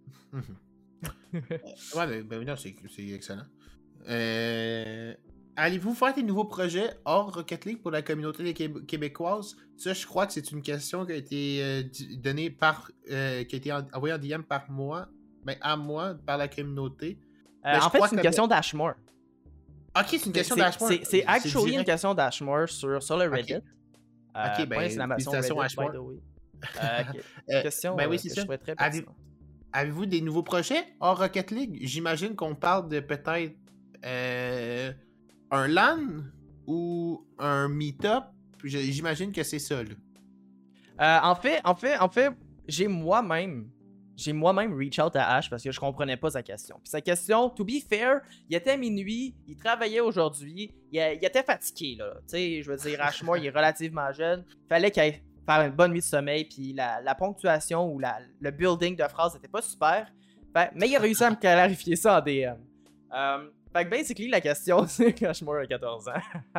S1: Ouais, mais ben, non, c'est excellent. Euh... Allez-vous faire des nouveaux projets hors Rocket League pour la communauté québécoise? Ça, je crois que c'est une question qui a été euh, donnée par, euh, qui a été envoyée en D M par moi, ben à moi, par la communauté.
S2: Euh, en fait, c'est une question d'Ashmore.
S1: Ok, c'est une question d'Ashmore.
S2: C'est actually une question d'Ashmore sur, sur le Reddit.
S1: Ok, euh, okay ben, félicitations Ashmore.
S2: Euh, okay. Question,
S1: ben oui, c'est
S2: euh,
S1: ça.
S2: Je très
S1: Avez, Avez-vous des nouveaux projets hors Rocket League? J'imagine qu'on parle de peut-être euh, un LAN ou un meet-up. J'imagine que c'est ça, là.
S2: Euh, en fait, en fait, en fait, j'ai moi-même, j'ai moi-même reach out à Ash parce que je comprenais pas sa question. Puis sa question, to be fair, il était minuit, il travaillait aujourd'hui, il, il était fatigué, là. Tu sais, je veux dire, Ashmore, il est relativement jeune. Fallait qu'il aille faire une bonne nuit de sommeil, puis la, la ponctuation ou la, le building de phrases n'était pas super. Fait, mais il a réussi à me clarifier ça en D M. Um, fait que basically, la question, c'est qu'Ashmore a quatorze ans.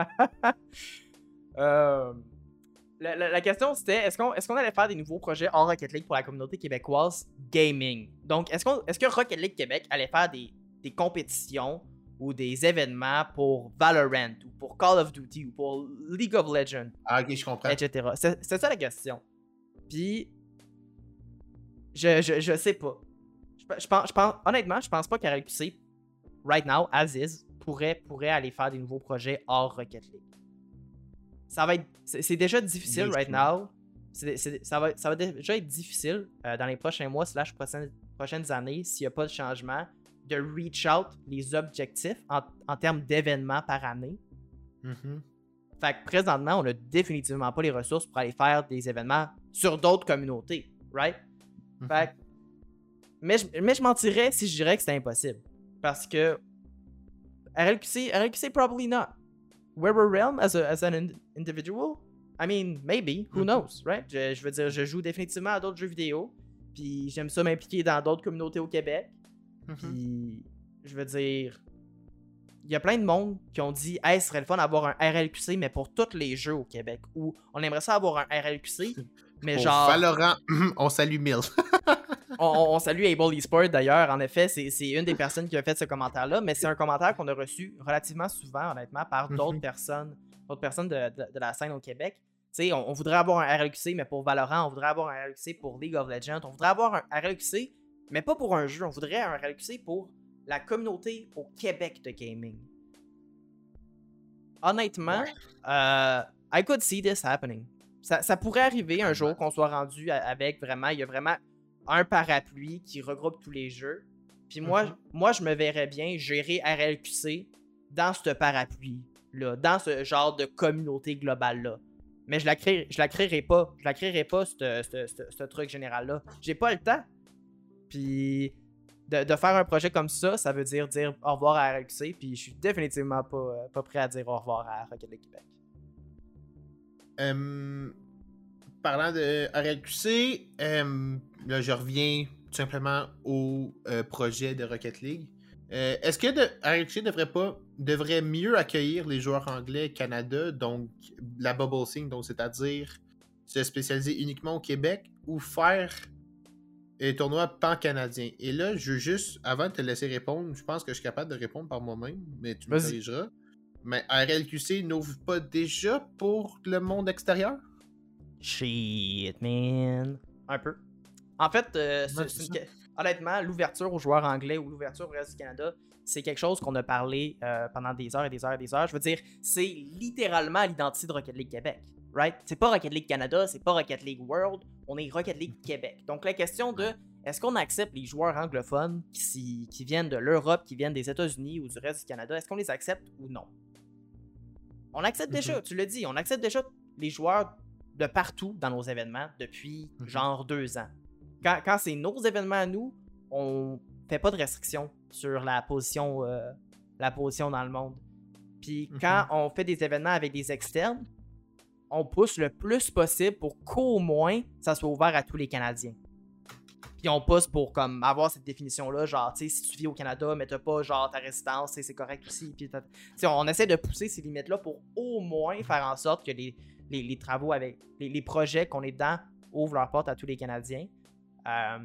S2: euh, la, la, la question, c'était est-ce qu'on est-ce qu'on allait faire des nouveaux projets hors Rocket League pour la communauté québécoise gaming? Donc, est-ce qu'on est-ce que Rocket League Québec allait faire des, des compétitions ou des événements pour Valorant ou pour Call of Duty ou pour League of Legends?
S1: Ah, ok, je comprends.
S2: et cetera. C'est ça la question. Puis, je, je, je sais pas. Je, je, pense, je pense, honnêtement, je pense pas qu'R L Q C, right now, as is, pourrait, pourrait aller faire des nouveaux projets hors Rocket League. Ça va être. C'est déjà difficile right now. C'est, c'est, ça, va, ça va déjà être difficile euh, dans les prochains mois, slash prochaines, prochaines années, s'il n'y a pas de changement, de reach out les objectifs en, en termes d'événements par année.
S1: Mm-hmm.
S2: Fait que présentement, on n'a définitivement pas les ressources pour aller faire des événements sur d'autres communautés, right? Mm-hmm. Fait que, mais je, mais je mentirais si je dirais que c'était impossible. Parce que R L Q C, R L Q C probably not. Weber Realm as, a, as an in individual? I mean, maybe. Who mm-hmm. knows, right? Je, je veux dire, je joue définitivement à d'autres jeux vidéo. Puis j'aime ça m'impliquer dans d'autres communautés au Québec. Mm-hmm. Puis, je veux dire, il y a plein de monde qui ont dit « Hey, ce serait le fun d'avoir un R L Q C, mais pour tous les jeux au Québec. » Ou « On aimerait ça avoir un R L Q C, mais
S1: pour
S2: genre... »
S1: Valorant, on salue Mill.
S2: on, on salue Able Esport d'ailleurs. En effet, c'est une des personnes qui a fait ce commentaire-là, mais c'est un commentaire qu'on a reçu relativement souvent, honnêtement, par d'autres mm-hmm. personnes, d'autres personnes de, de, de la scène au Québec. Tu sais, on, on voudrait avoir un R L Q C, mais pour Valorant, on voudrait avoir un R L Q C pour League of Legends, on voudrait avoir un R L Q C Mais pas pour un jeu, on voudrait un R L Q C pour la communauté au Québec de gaming. Honnêtement,
S1: Ouais.
S2: euh, I could see this happening. Ça, ça pourrait arriver un jour qu'on soit rendu avec vraiment, il y a vraiment un parapluie qui regroupe tous les jeux. Puis moi,
S1: Mm-hmm.
S2: moi, je me verrais bien gérer R L Q C dans ce parapluie-là, dans ce genre de communauté globale-là. Mais je la crée, je la créerai pas. Je la créerai pas, ce truc général-là. J'ai pas le temps. Puis de, de faire un projet comme ça, ça veut dire dire au revoir à R L Q C. Puis je suis définitivement pas, euh, pas prêt à dire au revoir à Rocket League Québec.
S1: Euh, parlant de R L Q C, euh, là je reviens tout simplement au euh, projet de Rocket League. Euh, Est-ce que de, R L Q C devrait pas devrait mieux accueillir les joueurs anglais Canada, donc la bubble scene, donc c'est-à-dire se spécialiser uniquement au Québec ou faire un tournoi pan-canadien? Et là, je veux juste, avant de te laisser répondre, je pense que je suis capable de répondre par moi-même, mais tu me
S2: Vas-y.
S1: corrigeras. Mais R L Q C n'ouvre pas déjà pour le monde extérieur?
S2: Shit, man. Un peu. En fait, euh, c'est,
S1: Ouais,
S2: c'est
S1: c'est
S2: une... honnêtement, l'ouverture aux joueurs anglais ou l'ouverture au reste du Canada, c'est quelque chose qu'on a parlé euh, pendant des heures et des heures et des heures. Je veux dire, c'est littéralement l'identité de Rocket League Québec, right? C'est pas Rocket League Canada, c'est pas Rocket League World, on est Rocket League Québec. Donc la question de est-ce qu'on accepte les joueurs anglophones qui, qui viennent de l'Europe, qui viennent des États-Unis ou du reste du Canada, est-ce qu'on les accepte ou non? On accepte mm-hmm. déjà, tu l'as dit, on accepte déjà les joueurs de partout dans nos événements depuis mm-hmm. genre deux ans. Quand, quand c'est nos événements à nous, on fait pas de restrictions sur la position, euh, la position dans le monde. Puis mm-hmm. quand on fait des événements avec des externes, on pousse le plus possible pour qu'au moins ça soit ouvert à tous les Canadiens. Puis on pousse pour comme avoir cette définition-là, genre, tu sais, si tu vis au Canada, mais t'as pas genre ta résidence, c'est correct aussi. Puis on essaie de pousser ces limites-là pour au moins faire en sorte que les, les, les travaux avec les, les projets qu'on est dedans ouvrent leurs portes à tous les Canadiens. Euh...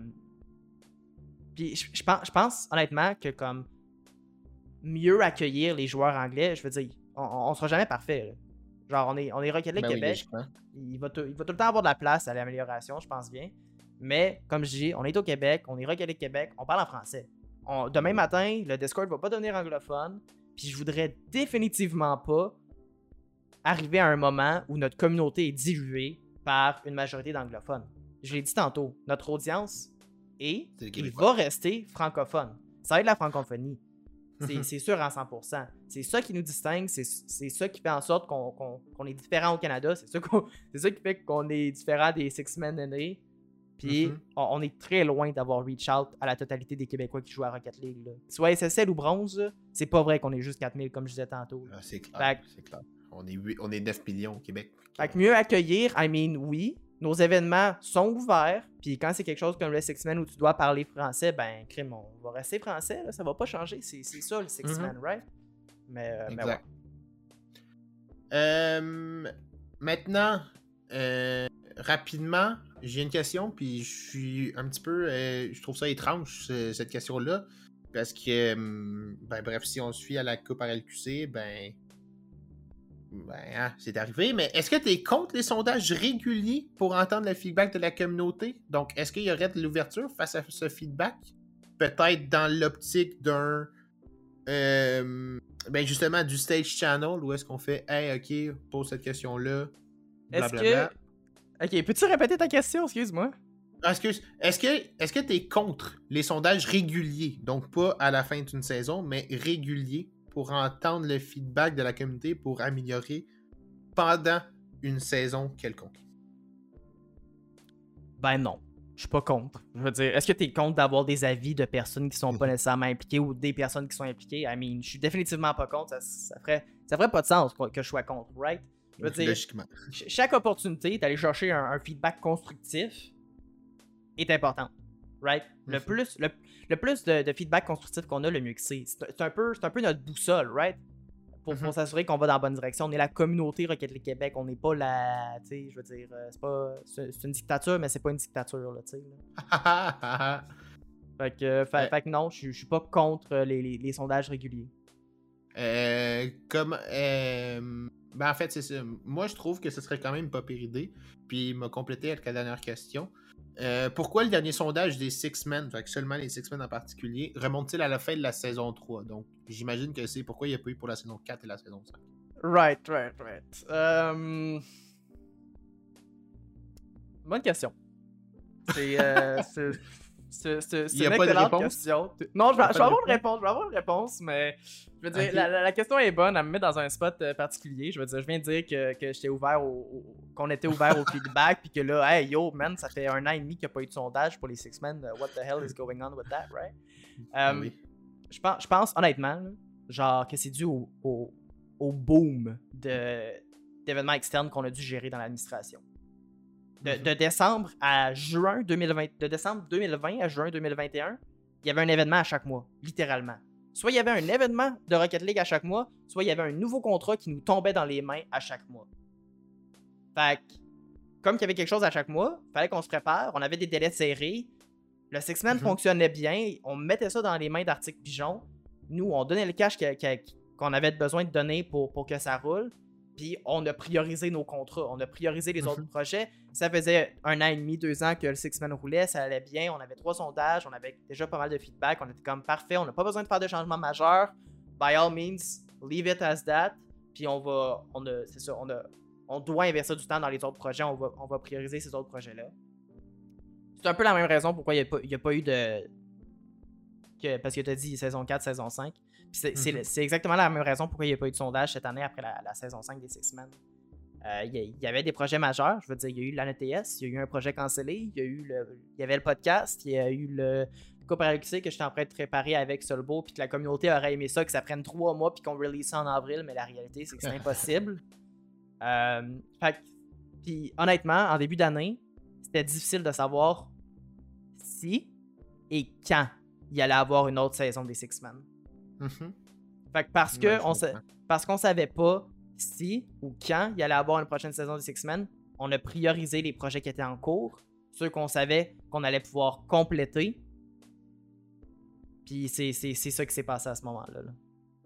S2: Puis je, je, pense, je pense honnêtement que comme mieux accueillir les joueurs anglais, je veux dire, on, on sera jamais parfait. Là. Genre, on est, on est Rocket League ben Québec. Oui, il, va tout, il va tout le temps avoir de la place à l'amélioration, je pense bien. Mais, comme je dis, on est au Québec, on est Rocket League Québec, on parle en français. On, demain matin, le Discord va pas devenir anglophone, puis je voudrais définitivement pas arriver à un moment où notre communauté est diluée par une majorité d'anglophones. Je l'ai dit tantôt, notre audience est, il va rester francophone. Ça va être la francophonie. C'est, c'est sûr à cent pour cent. C'est ça qui nous distingue, c'est, c'est ça qui fait en sorte qu'on, qu'on, qu'on est différent au Canada, c'est ça, qu'on, c'est ça qui fait qu'on est différent des Six Men N A. Puis mm-hmm. on, on est très loin d'avoir reach out à la totalité des Québécois qui jouent à Rocket League. Là. Soit S S L ou bronze, là, c'est pas vrai qu'on est juste quatre mille comme je disais tantôt.
S1: Ah, c'est clair, que, c'est clair. On est, huit, on est neuf millions au Québec.
S2: Fait que mieux accueillir, I mean, oui. Nos événements sont ouverts, puis quand c'est quelque chose comme le Six Men où tu dois parler français, ben, crime, on va rester français, là, ça va pas changer, c'est, c'est ça le Six mm-hmm. Men, right? Mais, euh, mais ouais.
S1: Euh, maintenant, euh, rapidement, j'ai une question, puis je suis un petit peu, euh, je trouve ça étrange, ce, cette question-là, parce que, ben, bref, si on suit à la Coupe R L Q C, ben... Ben, hein, c'est arrivé, mais est-ce que tu es contre les sondages réguliers pour entendre le feedback de la communauté? Donc, est-ce qu'il y aurait de l'ouverture face à ce feedback? Peut-être dans l'optique d'un... Euh, ben, justement, du stage channel, où est-ce qu'on fait « Hey, OK, pose cette question-là. »
S2: Est-ce que... OK, peux-tu répéter ta question? Excuse-moi.
S1: Excuse. Est-ce que est-ce que tu es contre les sondages réguliers? Donc, pas à la fin d'une saison, mais réguliers, pour entendre le feedback de la communauté pour améliorer pendant une saison quelconque?
S2: Ben non, je suis pas contre. Je veux dire, est-ce que tu es contre d'avoir des avis de personnes qui sont pas nécessairement impliquées ou des personnes qui sont impliquées? I mean, je suis définitivement pas contre. Ça, ça, ferait, ça ferait pas de sens que je sois contre, right? Je veux dire,
S1: logiquement.
S2: Chaque opportunité d'aller chercher un, un feedback constructif est importante. Right? Mm-hmm. Le plus, le, le plus de, de feedback constructif qu'on a, le mieux que c'est. C'est, c'est, un, peu, c'est un peu notre boussole, right? Pour, mm-hmm. pour s'assurer qu'on va dans la bonne direction. On est la communauté Rocket League Québec. On n'est pas la. Tu sais, je veux dire, c'est pas. C'est, c'est une dictature, mais c'est pas une dictature, là, tu sais. fait que, fait, ouais. fait que non, je suis pas contre les, les, les sondages réguliers.
S1: Euh. Comme. Euh... Ben, en fait, c'est ça. Moi, je trouve que ce serait quand même pas pire idée. Puis, il m'a complété avec la dernière question. Euh, pourquoi le dernier sondage des Six-Men, fait que seulement les Six-Men en particulier, remonte-t-il à la fin de la saison trois? Donc, j'imagine que c'est pourquoi il n'y a pas eu pour la saison quatre et la saison cinq.
S2: Right, right, right. Euh... Bonne question. C'est... Euh, c'est... C'est, c'est, c'est une excellente question. Non, je vais, je vais avoir une réponse, je vais avoir une réponse, mais je veux dire, okay. la, la, la question est bonne, elle me met dans un spot euh, particulier. Je veux dire, je viens de dire que, que j'étais ouvert au, au qu'on était ouvert au feedback, puis que là, hey yo, man, ça fait un an et demi qu'il n'y a pas eu de sondage pour les Six-Men. Uh, what the hell is going on with that, right?
S1: Ah,
S2: Um,
S1: oui.
S2: je, pense, je pense, honnêtement, là, genre que c'est dû au, au, au boom de, d'événements externes qu'on a dû gérer dans l'administration. De, de décembre à juin deux mille vingt, de décembre deux mille vingt à juin deux mille vingt et un, il y avait un événement à chaque mois, littéralement. Soit il y avait un événement de Rocket League à chaque mois, soit il y avait un nouveau contrat qui nous tombait dans les mains à chaque mois. Fait que, comme qu'il y avait quelque chose à chaque mois, il fallait qu'on se prépare, on avait des délais serrés, le Six-Men mm-hmm. fonctionnait bien, on mettait ça dans les mains d'Arctic Pigeon, nous, on donnait le cash que, que, qu'on avait besoin de donner pour, pour que ça roule. Puis on a priorisé nos contrats, on a priorisé les mm-hmm. autres projets. Ça faisait un an et demi, deux ans que le Six-Men roulait, ça allait bien, on avait trois sondages, on avait déjà pas mal de feedback, on était comme parfait, on n'a pas besoin de faire de changements majeurs. By all means, leave it as that. Puis on va, on a, c'est ça, on a, on doit investir du temps dans les autres projets, on va, on va prioriser ces autres projets-là. C'est un peu la même raison pourquoi il n'y a, a pas eu de, que, parce que tu as dit saison quatre, saison cinq. C'est, mm-hmm. c'est, c'est exactement la même raison pourquoi il n'y a pas eu de sondage cette année après la, la saison cinq des Six-Men. Euh, il, y a, il y avait des projets majeurs, je veux dire, il y a eu l'A N T S, il y a eu un projet cancellé, il y a eu le, il y avait le podcast, il y a eu le Coupe R L Q C que j'étais en train de préparer avec Solbo, puis que la communauté aurait aimé ça, que ça prenne trois mois puis qu'on release ça en avril, mais la réalité c'est que c'est impossible. euh, fait, puis honnêtement, en début d'année, c'était difficile de savoir si et quand il allait avoir une autre saison des Six-Men.
S1: Mm-hmm.
S2: Fait que parce, que on sa... parce qu'on savait pas si ou quand il allait avoir une prochaine saison des Six-Men, on a priorisé les projets qui étaient en cours, ceux qu'on savait qu'on allait pouvoir compléter. Puis c'est, c'est, c'est ça qui s'est passé à ce moment-là. Là.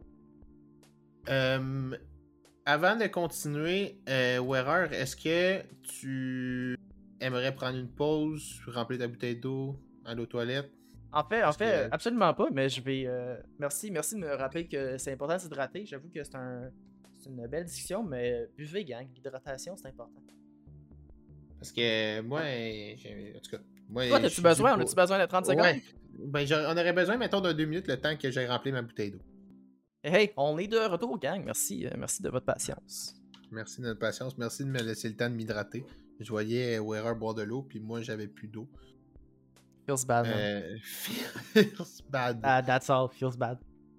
S1: Euh, avant de continuer, euh, Wearer, est-ce que tu aimerais prendre une pause, remplir ta bouteille d'eau, aller aux toilettes?
S2: En fait, en fait que... absolument pas, mais je vais... Euh, merci, merci de me rappeler que c'est important de s'hydrater. J'avoue que c'est, un, c'est une belle discussion, mais buvez, gang. L'hydratation, c'est important.
S1: Parce que moi, j'ai... en tout cas... Moi,
S2: toi, as-tu besoin? On a-tu besoin de trente secondes?
S1: Ouais. Ben, on aurait besoin, mettons, de deux minutes le temps que j'aille remplir ma bouteille d'eau.
S2: Hey, on est de retour, gang. Merci, euh, merci de votre patience.
S1: Merci de votre patience. Merci de me laisser le temps de m'hydrater. Je voyais Wearer boire de l'eau, puis moi, j'avais plus d'eau.
S2: Feels bad.
S1: Euh, feels bad.
S2: Uh, that's all. Feels bad.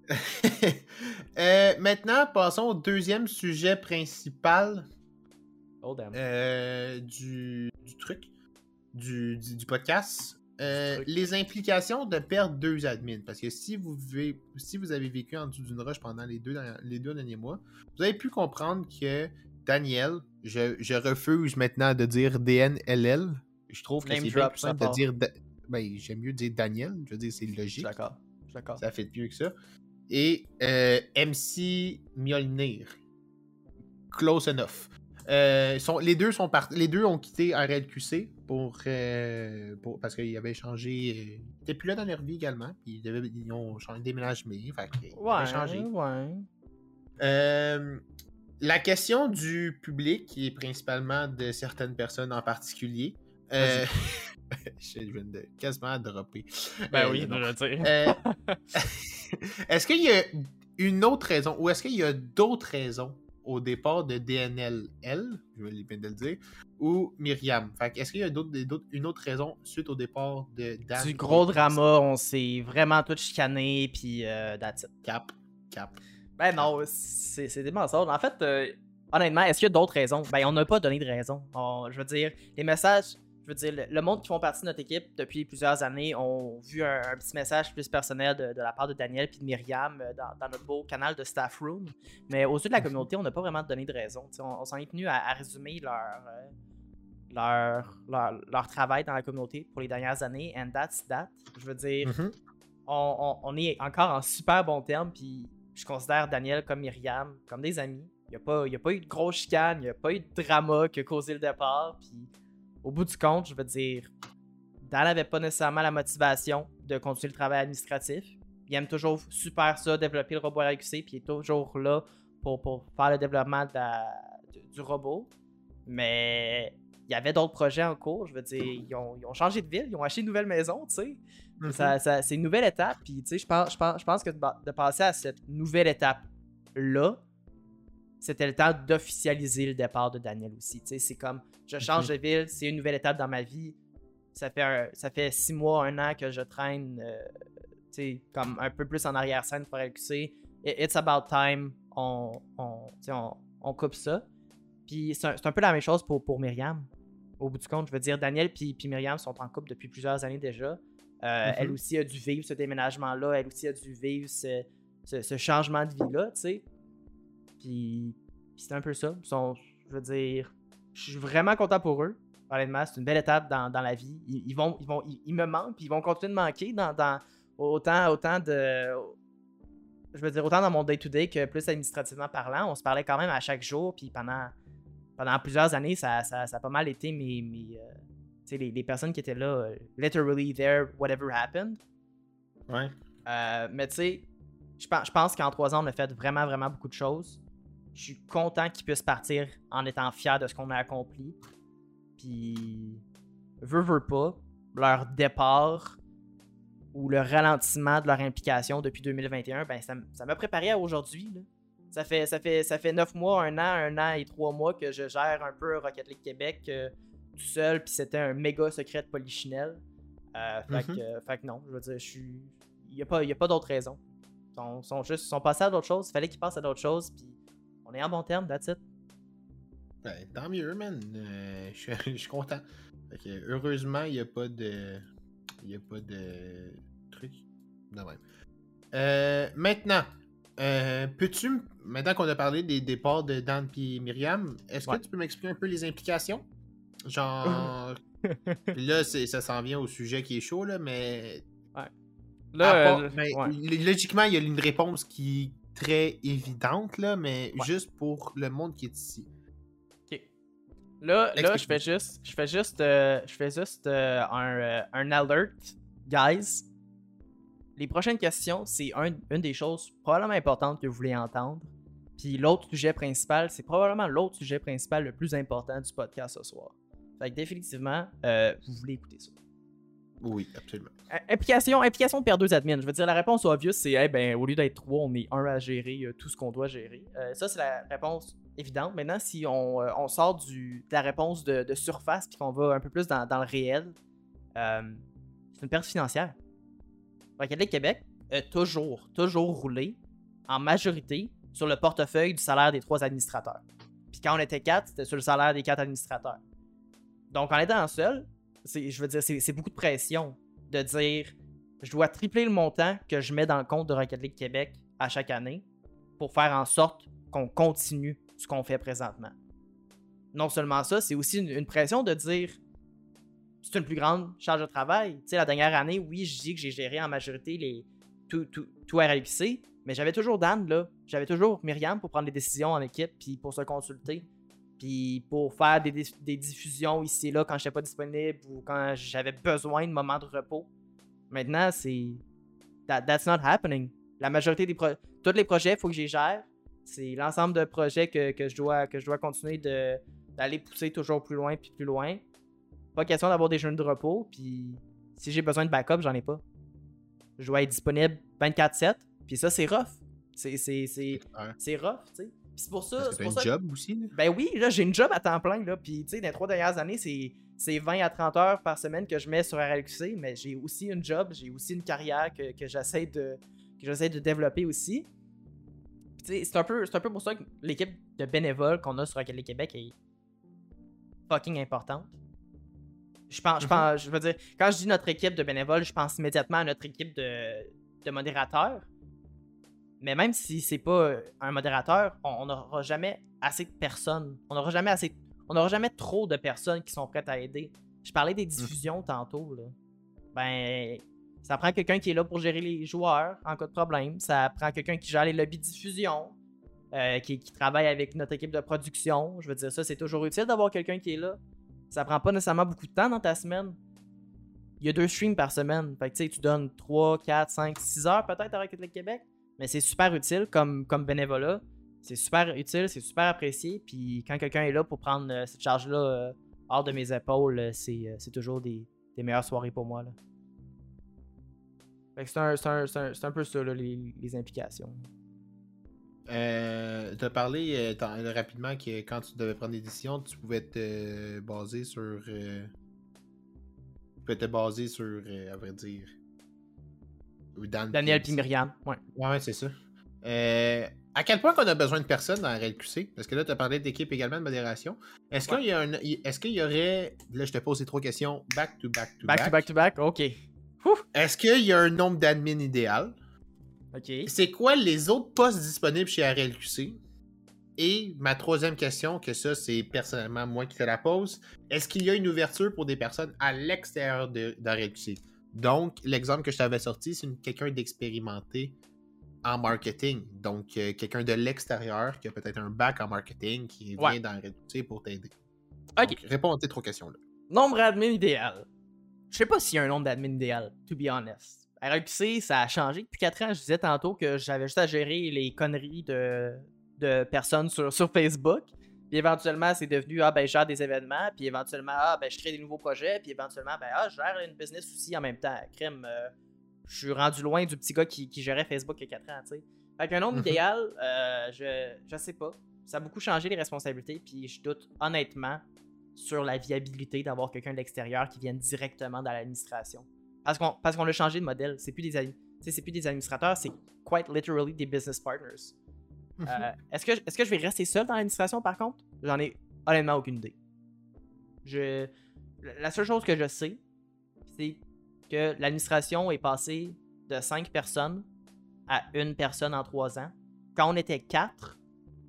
S1: euh, maintenant, passons au deuxième sujet principal
S2: oh, damn.
S1: Euh, du, du truc, du, du, du podcast. Euh, les implications de perdre deux admins. Parce que si vous, vivez, si vous avez vécu en dessous d'une roche pendant les deux, les deux derniers mois, vous avez pu comprendre que Daniel, je, je refuse maintenant de dire D N L L. Je trouve que Name c'est bien plus simple de dire... Da- Ben, j'aime mieux dire Daniel, je veux dire, c'est logique.
S2: Je suis d'accord. Je suis d'accord.
S1: Ça fait mieux que ça. Et euh, M C Mjolnir. Close enough. Euh, sont, les, deux sont part... les deux ont quitté R L Q C pour, euh, pour... parce qu'ils avaient changé. Euh... Ils n'étaient plus là dans leur vie également. Puis ils, avaient... ils ont changé de déménagement. Fait qu'ils
S2: ouais,
S1: avaient changé.
S2: Ouais.
S1: Euh... La question du public, qui est principalement de certaines personnes en particulier. Euh... je viens de quasiment dropper.
S2: Ben euh, oui, je veux dire.
S1: Euh... est-ce qu'il y a une autre raison, ou est-ce qu'il y a d'autres raisons au départ de D N L L, je viens de le dire, ou Myriam? Fait que est-ce qu'il y a d'autres, d'autres, une autre raison suite au départ de Dan?
S2: Du gros drama, on s'est vraiment tous chicanés, puis euh, that's it.
S1: Cap. Cap.
S2: Ben non, c'est, c'est des mensonges. En fait, euh, honnêtement, est-ce qu'il y a d'autres raisons? Ben on n'a pas donné de raison. On, je veux dire, les messages... Je veux dire, le, le monde qui font partie de notre équipe depuis plusieurs années ont vu un, un petit message plus personnel de, de la part de Daniel et de Myriam dans, dans notre beau canal de Staff Room. Mais aux yeux de la communauté, on n'a pas vraiment donné de raison. On, on s'en est tenu à, à résumer leur, euh, leur, leur, leur travail dans la communauté pour les dernières années. And that's that. Je veux dire, mm-hmm. on, on, on est encore en super bon terme. Puis je considère Daniel comme Myriam comme des amis. Il n'y a, a pas eu de gros chicane, il n'y a pas eu de drama qui a causé le départ. Puis au bout du compte, je veux dire, Dan avait pas nécessairement la motivation de continuer le travail administratif. Il aime toujours super ça, développer le robot R L Q C, puis il est toujours là pour, pour faire le développement de la, de, du robot. Mais il y avait d'autres projets en cours. Je veux dire, ils ont, ils ont changé de ville, ils ont acheté une nouvelle maison, tu sais. Mm-hmm. Ça, ça, c'est une nouvelle étape, puis tu sais, je pense, je, pense, je pense que de, de passer à cette nouvelle étape-là, c'était le temps d'officialiser le départ de Daniel aussi. Tu sais, c'est comme, je change mm-hmm. de ville, c'est une nouvelle étape dans ma vie. Ça fait, un, ça fait six mois, un an que je traîne, euh, tu sais, comme un peu plus en arrière-scène pour R L Q C. It's about time, on, on, on, on coupe ça. Puis c'est un, c'est un peu la même chose pour, pour Myriam. Au bout du compte, je veux dire, Daniel puis, puis Myriam sont en couple depuis plusieurs années déjà. Euh, mm-hmm. Elle aussi a dû vivre ce déménagement-là. Elle aussi a dû vivre ce, ce, ce changement de vie-là, tu sais. Puis, puis c'est un peu ça. Ils sont, je veux dire, je suis vraiment content pour eux. Honnêtement, c'est une belle étape dans, dans la vie. Ils, ils, vont, ils, vont, ils, ils me manquent, puis ils vont continuer de manquer dans, dans autant, autant de... Je veux dire, autant dans mon day-to-day que plus administrativement parlant. On se parlait quand même à chaque jour, puis pendant, pendant plusieurs années, ça, ça, ça a pas mal été mes... mes euh, tu sais, les, les personnes qui étaient là, uh, literally there, whatever happened.
S1: Ouais.
S2: Euh, mais tu sais, je pense, je pense qu'en trois ans, on a fait vraiment, vraiment beaucoup de choses. Je suis content qu'ils puissent partir en étant fiers de ce qu'on a accompli. Puis, veut, veut pas, leur départ ou le ralentissement de leur implication depuis deux mille vingt et un, ben ça, ça m'a préparé à aujourd'hui. Là. Ça fait ça fait ça fait neuf mois, un an, un an et trois mois que je gère un peu Rocket League Québec euh, tout seul, puis c'était un méga secret de Polichinelle. Euh, fait, mm-hmm. que, euh, fait que non, je veux dire, je suis. Il n'y a pas, y a pas d'autres raisons. Ils sont, sont juste ils sont passés à d'autres choses, il fallait qu'ils passent à d'autres choses, puis on est en bon terme, that's it.
S1: Ben, tant mieux, man. Euh, je suis content. Fait que, heureusement, il n'y a pas de. Il n'y a pas de truc. Non, même. Euh, maintenant, euh, peux-tu. Maintenant qu'on a parlé des départs de Dan et Myriam, est-ce ouais. que tu peux m'expliquer un peu les implications? Genre. Là, c'est, ça s'en vient au sujet qui est chaud, là, mais.
S2: Ouais. Là, part,
S1: euh, ben, ouais. Logiquement, il y a une réponse qui est très évidente, là, mais ouais. juste pour le monde qui est ici.
S2: Là, là je fais juste, je fais juste, euh, je fais juste euh, un, euh, un alert, guys. Les prochaines questions, c'est un, une des choses probablement importantes que vous voulez entendre. Puis l'autre sujet principal, c'est probablement l'autre sujet principal le plus important du podcast ce soir. Fait que définitivement, euh, vous voulez écouter ça.
S1: Oui, absolument.
S2: Implication, implication de pair deux admins. Je veux dire, la réponse obvious, c'est hey, ben, au lieu d'être trois, on est un à gérer euh, tout ce qu'on doit gérer. Euh, ça, c'est la réponse évidente. Maintenant, si on, euh, on sort du, de la réponse de, de surface puis qu'on va un peu plus dans, dans le réel, euh, c'est une perte financière. Rocket League Québec a toujours, toujours roulé en majorité sur le portefeuille du salaire des trois administrateurs. Puis quand on était quatre, c'était sur le salaire des quatre administrateurs. Donc, en étant seul, c'est, je veux dire, c'est, c'est beaucoup de pression de dire je dois tripler le montant que je mets dans le compte de Rocket League Québec à chaque année pour faire en sorte qu'on continue ce qu'on fait présentement. Non seulement ça, c'est aussi une, une pression de dire c'est une plus grande charge de travail. Tu sais, la dernière année, oui, je dis que j'ai géré en majorité les tout, tout, tout R L Q C, mais j'avais toujours Dan, là. J'avais toujours Myriam pour prendre les décisions en équipe, puis pour se consulter, puis pour faire des, des diffusions ici et là quand je n'étais pas disponible ou quand j'avais besoin de moments de repos. Maintenant, c'est... That, that's not happening. La majorité des projets... Tous les projets, il faut que je les gère. C'est l'ensemble de projets que, que, je, dois, que je dois continuer de, d'aller pousser toujours plus loin puis plus loin. Pas question d'avoir des journées de repos, puis si j'ai besoin de backup, j'en ai pas. Je dois être disponible vingt-quatre sept, puis ça, c'est rough. C'est, c'est, c'est, ouais. c'est rough, tu sais. Puis c'est pour ça...
S1: Parce que
S2: c'est pour
S1: t'as
S2: ça
S1: un job aussi, là?
S2: Ben oui, là, j'ai une job à temps plein, là, puis tu sais, dans les trois dernières années, c'est, c'est vingt à trente heures par semaine que je mets sur R L Q C, mais j'ai aussi une job, j'ai aussi une carrière que, que, j'essaie, de, que j'essaie de développer aussi. Puis tu sais, c'est un peu, c'est un peu pour ça que l'équipe de bénévoles qu'on a sur Rocket League Québec est fucking importante. Je pense, je pense, je veux dire, quand je dis notre équipe de bénévoles, je pense immédiatement à notre équipe de, de modérateurs. Mais même si c'est pas un modérateur, on n'aura jamais assez de personnes. On n'aura jamais assez, on n'aura jamais trop de personnes qui sont prêtes à aider. Je parlais des diffusions tantôt, là. Ben, ça prend quelqu'un qui est là pour gérer les joueurs en cas de problème. Ça prend quelqu'un qui gère les lobbies de diffusion, euh, qui, qui travaille avec notre équipe de production. Je veux dire, ça, c'est toujours utile d'avoir quelqu'un qui est là. Ça prend pas nécessairement beaucoup de temps dans ta semaine. Il y a deux streams par semaine. Fait que tu sais, tu donnes trois, quatre, cinq, six heures peut-être à Rocket League Québec. Mais c'est super utile comme, comme bénévolat. C'est super utile, c'est super apprécié. Puis quand quelqu'un est là pour prendre euh, cette charge-là euh, hors de mes épaules, euh, c'est, euh, c'est toujours des, des meilleures soirées pour moi. Là. Fait que c'est un, c'est un, c'est un, c'est un peu ça, là, les, les implications.
S1: Euh, tu as parlé euh, rapidement que quand tu devais prendre des décisions, tu pouvais te euh, baser sur. Euh, tu pouvais te baser sur, euh, à vrai dire. Dan
S2: Daniel puis Myriam, ouais.
S1: Ouais, c'est ça. Euh, à quel point qu'on a besoin de personnes dans la R L Q C? Parce que là, tu as parlé d'équipe également de modération. Est-ce ouais. qu'il y a un. Est-ce qu'il y aurait. Là, je te pose ces trois questions back to back to back.
S2: Back to back to back, ok.
S1: Ouf. Est-ce qu'il y a un nombre d'admin idéal?
S2: Ok.
S1: C'est quoi les autres postes disponibles chez R L Q C? Et ma troisième question, que ça, c'est personnellement moi qui te la pose. Est-ce qu'il y a une ouverture pour des personnes à l'extérieur de, de R L Q C? Donc, l'exemple que je t'avais sorti, c'est une, quelqu'un d'expérimenté en marketing. Donc, euh, quelqu'un de l'extérieur qui a peut-être un bac en marketing qui vient ouais. dans R L Q C pour t'aider.
S2: Ok.
S1: Donc, réponds à tes trois questions-là.
S2: Nombre d'admin idéal. Je sais pas s'il y a un nombre d'admin idéal, to be honest. R L Q C, ça a changé. Depuis quatre ans, je disais tantôt que j'avais juste à gérer les conneries de, de personnes sur, sur Facebook. Puis éventuellement, c'est devenu, ah ben, je gère des événements. Puis éventuellement, ah ben, je crée des nouveaux projets. Puis éventuellement, ben, ah, je gère une business aussi en même temps. Crème, euh, je suis rendu loin du petit gars qui, qui gérait Facebook il y a quatre ans, tu sais. Fait qu'un nombre idéal, euh, je, je sais pas. Ça a beaucoup changé les responsabilités. Puis je doute honnêtement sur la viabilité d'avoir quelqu'un de l'extérieur qui vienne directement dans l'administration. Parce qu'on, parce qu'on a changé de modèle. C'est plus des, c'est plus des administrateurs, c'est quite literally des business partners. Mm-hmm. Euh, est-ce, que, est-ce que je vais rester seul dans l'administration par contre? J'en ai honnêtement aucune idée. Je, la seule chose que je sais, c'est que l'administration est passée de cinq personnes à une personne en trois ans. Quand on était quatre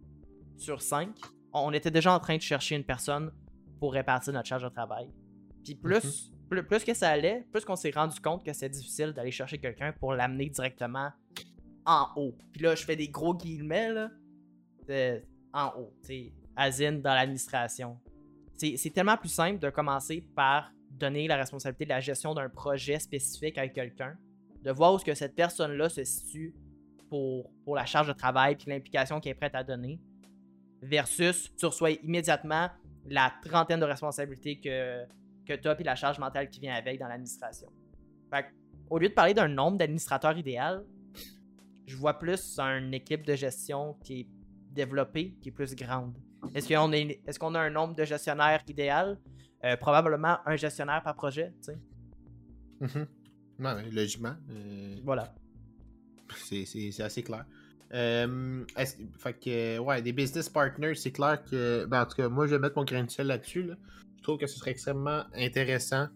S2: sur cinq, on était déjà en train de chercher une personne pour répartir notre charge de travail. Puis plus, mm-hmm. plus, plus que ça allait, plus qu'on s'est rendu compte que c'était difficile d'aller chercher quelqu'un pour l'amener directement en haut. Puis là, je fais des gros guillemets, là. Euh, en haut, tu sais, as in dans l'administration. C'est, c'est tellement plus simple de commencer par donner la responsabilité de la gestion d'un projet spécifique à quelqu'un, de voir où est-ce que cette personne-là se situe pour, pour la charge de travail puis l'implication qu'elle est prête à donner, versus tu reçois immédiatement la trentaine de responsabilités que, que tu as puis la charge mentale qui vient avec dans l'administration. Fait que, au lieu de parler d'un nombre d'administrateurs idéal, je vois plus une équipe de gestion qui est développée, qui est plus grande. Est-ce qu'on, est, est-ce qu'on a un nombre de gestionnaires idéal? Euh, probablement un gestionnaire par projet, tu sais.
S1: Mm-hmm. Ouais, logiquement. Euh...
S2: Voilà.
S1: C'est, c'est, c'est assez clair. Euh, fait que, ouais, des business partners, c'est clair que. Ben, en tout cas, moi, je vais mettre mon grain de sel là-dessus. Là. Je trouve que ce serait extrêmement intéressant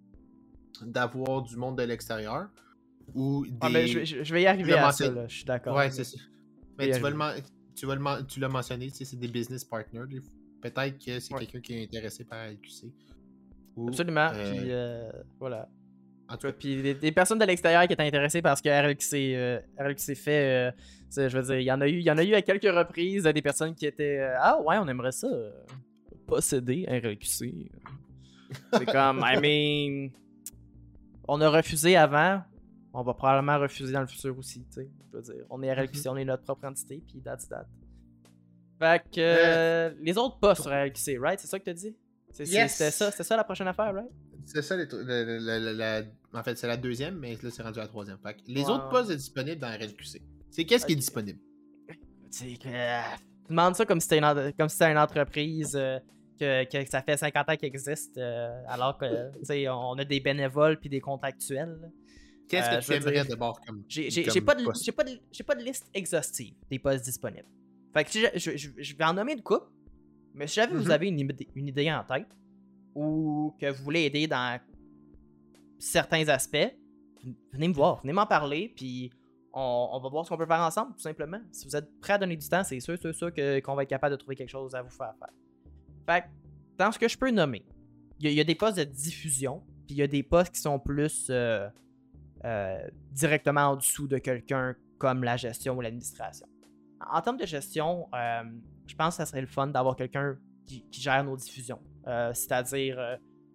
S1: d'avoir du monde de l'extérieur. Ou des...
S2: ah, mais je, je, je vais y arriver à ça, là. Je suis d'accord.
S1: Ouais, c'est ça. Mais tu vas, le, tu, vas le, tu l'as mentionné, c'est des business partners. Peut-être que c'est ouais. quelqu'un qui est intéressé par L Q C. Ou,
S2: absolument. Euh... Puis, euh, voilà. En tout cas, puis des, des personnes de l'extérieur qui étaient intéressées par ce que R L Q C, euh, R L Q C fait, euh, je veux dire, il y en a eu, il y en a eu à quelques reprises des personnes qui étaient euh, ah ouais, on aimerait ça euh, posséder R L Q C. C'est comme, I mean, on a refusé avant, on va probablement refuser dans le futur aussi, tu sais. Je veux dire, on est R L Q C, mm-hmm. on est notre propre entité, puis that's that. Fait que euh, les autres postes sur R L Q C, right? C'est ça que t'as dit? C'est, yes. C'était ça, c'était ça la prochaine affaire, right?
S1: C'est ça, les, la, la, la, la, en fait, c'est la deuxième, mais là, c'est rendu à la troisième. Fait que les wow. autres postes sont disponibles dans R L Q C. C'est qu'est-ce okay. qui est disponible?
S2: Tu que, euh, tu demandes ça comme si c'était une, comme si c'était une entreprise euh, que, que ça fait cinquante ans qu'elle existe, euh, alors que, tu sais, on a des bénévoles puis des contractuels.
S1: Qu'est-ce euh, que tu aimerais d'abord comme
S2: j'ai, j'ai,
S1: comme
S2: j'ai, pas de, j'ai, pas de, j'ai pas de liste exhaustive des postes disponibles. Fait que je, je, je, je vais en nommer une couple, mais si jamais mm-hmm. vous avez une, une idée en tête, ou que vous voulez aider dans certains aspects, venez me voir, venez m'en parler, puis on, on va voir ce qu'on peut faire ensemble, tout simplement. Si vous êtes prêts à donner du temps, c'est sûr, sûr, sûr que, qu'on va être capable de trouver quelque chose à vous faire faire. Fait que, dans ce que je peux nommer, il y, y a des postes de diffusion, puis il y a des postes qui sont plus euh, euh, directement en dessous de quelqu'un comme la gestion ou l'administration. En, en termes de gestion, euh, je pense que ça serait le fun d'avoir quelqu'un qui, qui gère nos diffusions. Euh, c'est-à-dire euh,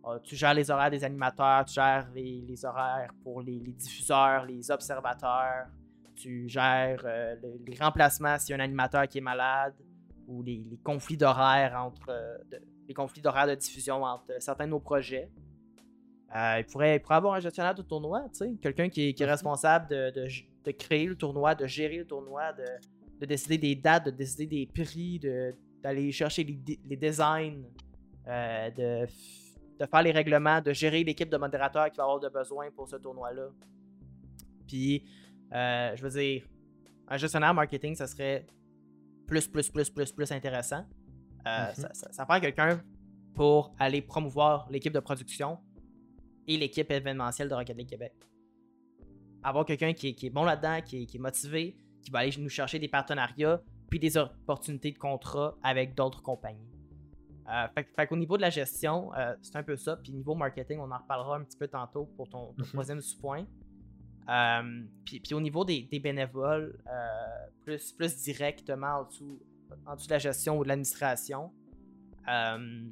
S2: euh, tu gères les horaires des animateurs, tu gères les, les horaires pour les, les diffuseurs, les observateurs, tu gères euh, le- les remplacements s'il y a un animateur qui est malade, ou les, les conflits d'horaires entre euh, de- les conflits d'horaires de diffusion entre euh, certains de nos projets. Euh, il, pourrait, il pourrait avoir un gestionnaire de tournoi, tu sais, quelqu'un qui, est- qui est responsable de, de, de créer le tournoi, de gérer le tournoi, de, de décider des dates, de décider des prix, de, d'aller chercher les, dé- les designs, euh, de, f- de faire les règlements, de gérer l'équipe de modérateurs qui va avoir de besoin pour ce tournoi-là. Puis, euh, je veux dire, un gestionnaire marketing, ça serait plus, plus, plus, plus, plus intéressant. Euh,
S1: Mhm.
S2: ça, ça, ça prend quelqu'un pour aller promouvoir l'équipe de production et l'équipe événementielle de Rocket League Québec. Avoir quelqu'un qui est, qui est bon là-dedans, qui est, qui est motivé, qui va aller nous chercher des partenariats, puis des opportunités de contrat avec d'autres compagnies. Euh, fait, fait qu'au niveau de la gestion, euh, c'est un peu ça. Puis niveau marketing, on en reparlera un petit peu tantôt pour ton, ton
S1: Mhm.
S2: troisième sous-point. Euh, puis, puis au niveau des, des bénévoles, euh, plus, plus directement en dessous, en dessous de la gestion ou de l'administration, euh,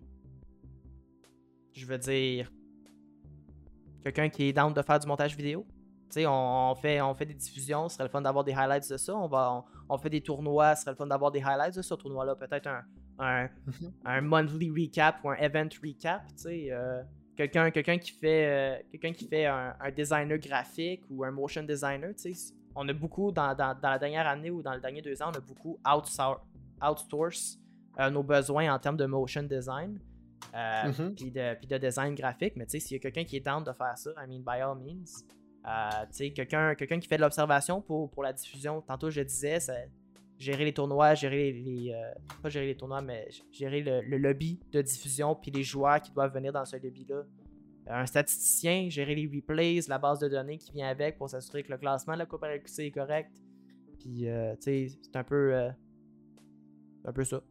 S2: je veux dire, quelqu'un qui est down de faire du montage vidéo. Tu sais, on, on fait, on fait des diffusions, ce serait le fun d'avoir des highlights de ça. On, va, on, on fait des tournois, ce serait le fun d'avoir des highlights de ce tournoi-là. Peut-être un, un,
S1: Mhm.
S2: un monthly recap ou un event recap. Tu sais, euh, quelqu'un, quelqu'un qui fait, euh, quelqu'un qui fait un, un designer graphique ou un motion designer. Tu sais, on a beaucoup, dans, dans, dans la dernière année ou dans les derniers deux ans, on a beaucoup outsour- outsource euh, nos besoins en termes de motion design. Euh,
S1: Mhm.
S2: puis de, puis de design graphique, mais tu sais, s'il y a quelqu'un qui est down de faire ça, I mean, by all means, euh, tu sais, quelqu'un, quelqu'un qui fait de l'observation pour, pour la diffusion, tantôt je disais, c'est gérer les tournois, gérer les, les euh, pas gérer les tournois, mais gérer le, le lobby de diffusion, puis les joueurs qui doivent venir dans ce lobby-là. Un statisticien, gérer les replays, la base de données qui vient avec pour s'assurer que le classement de la Coupe R Q C est correct. Puis, euh, tu sais, c'est un peu, euh, c'est un peu ça.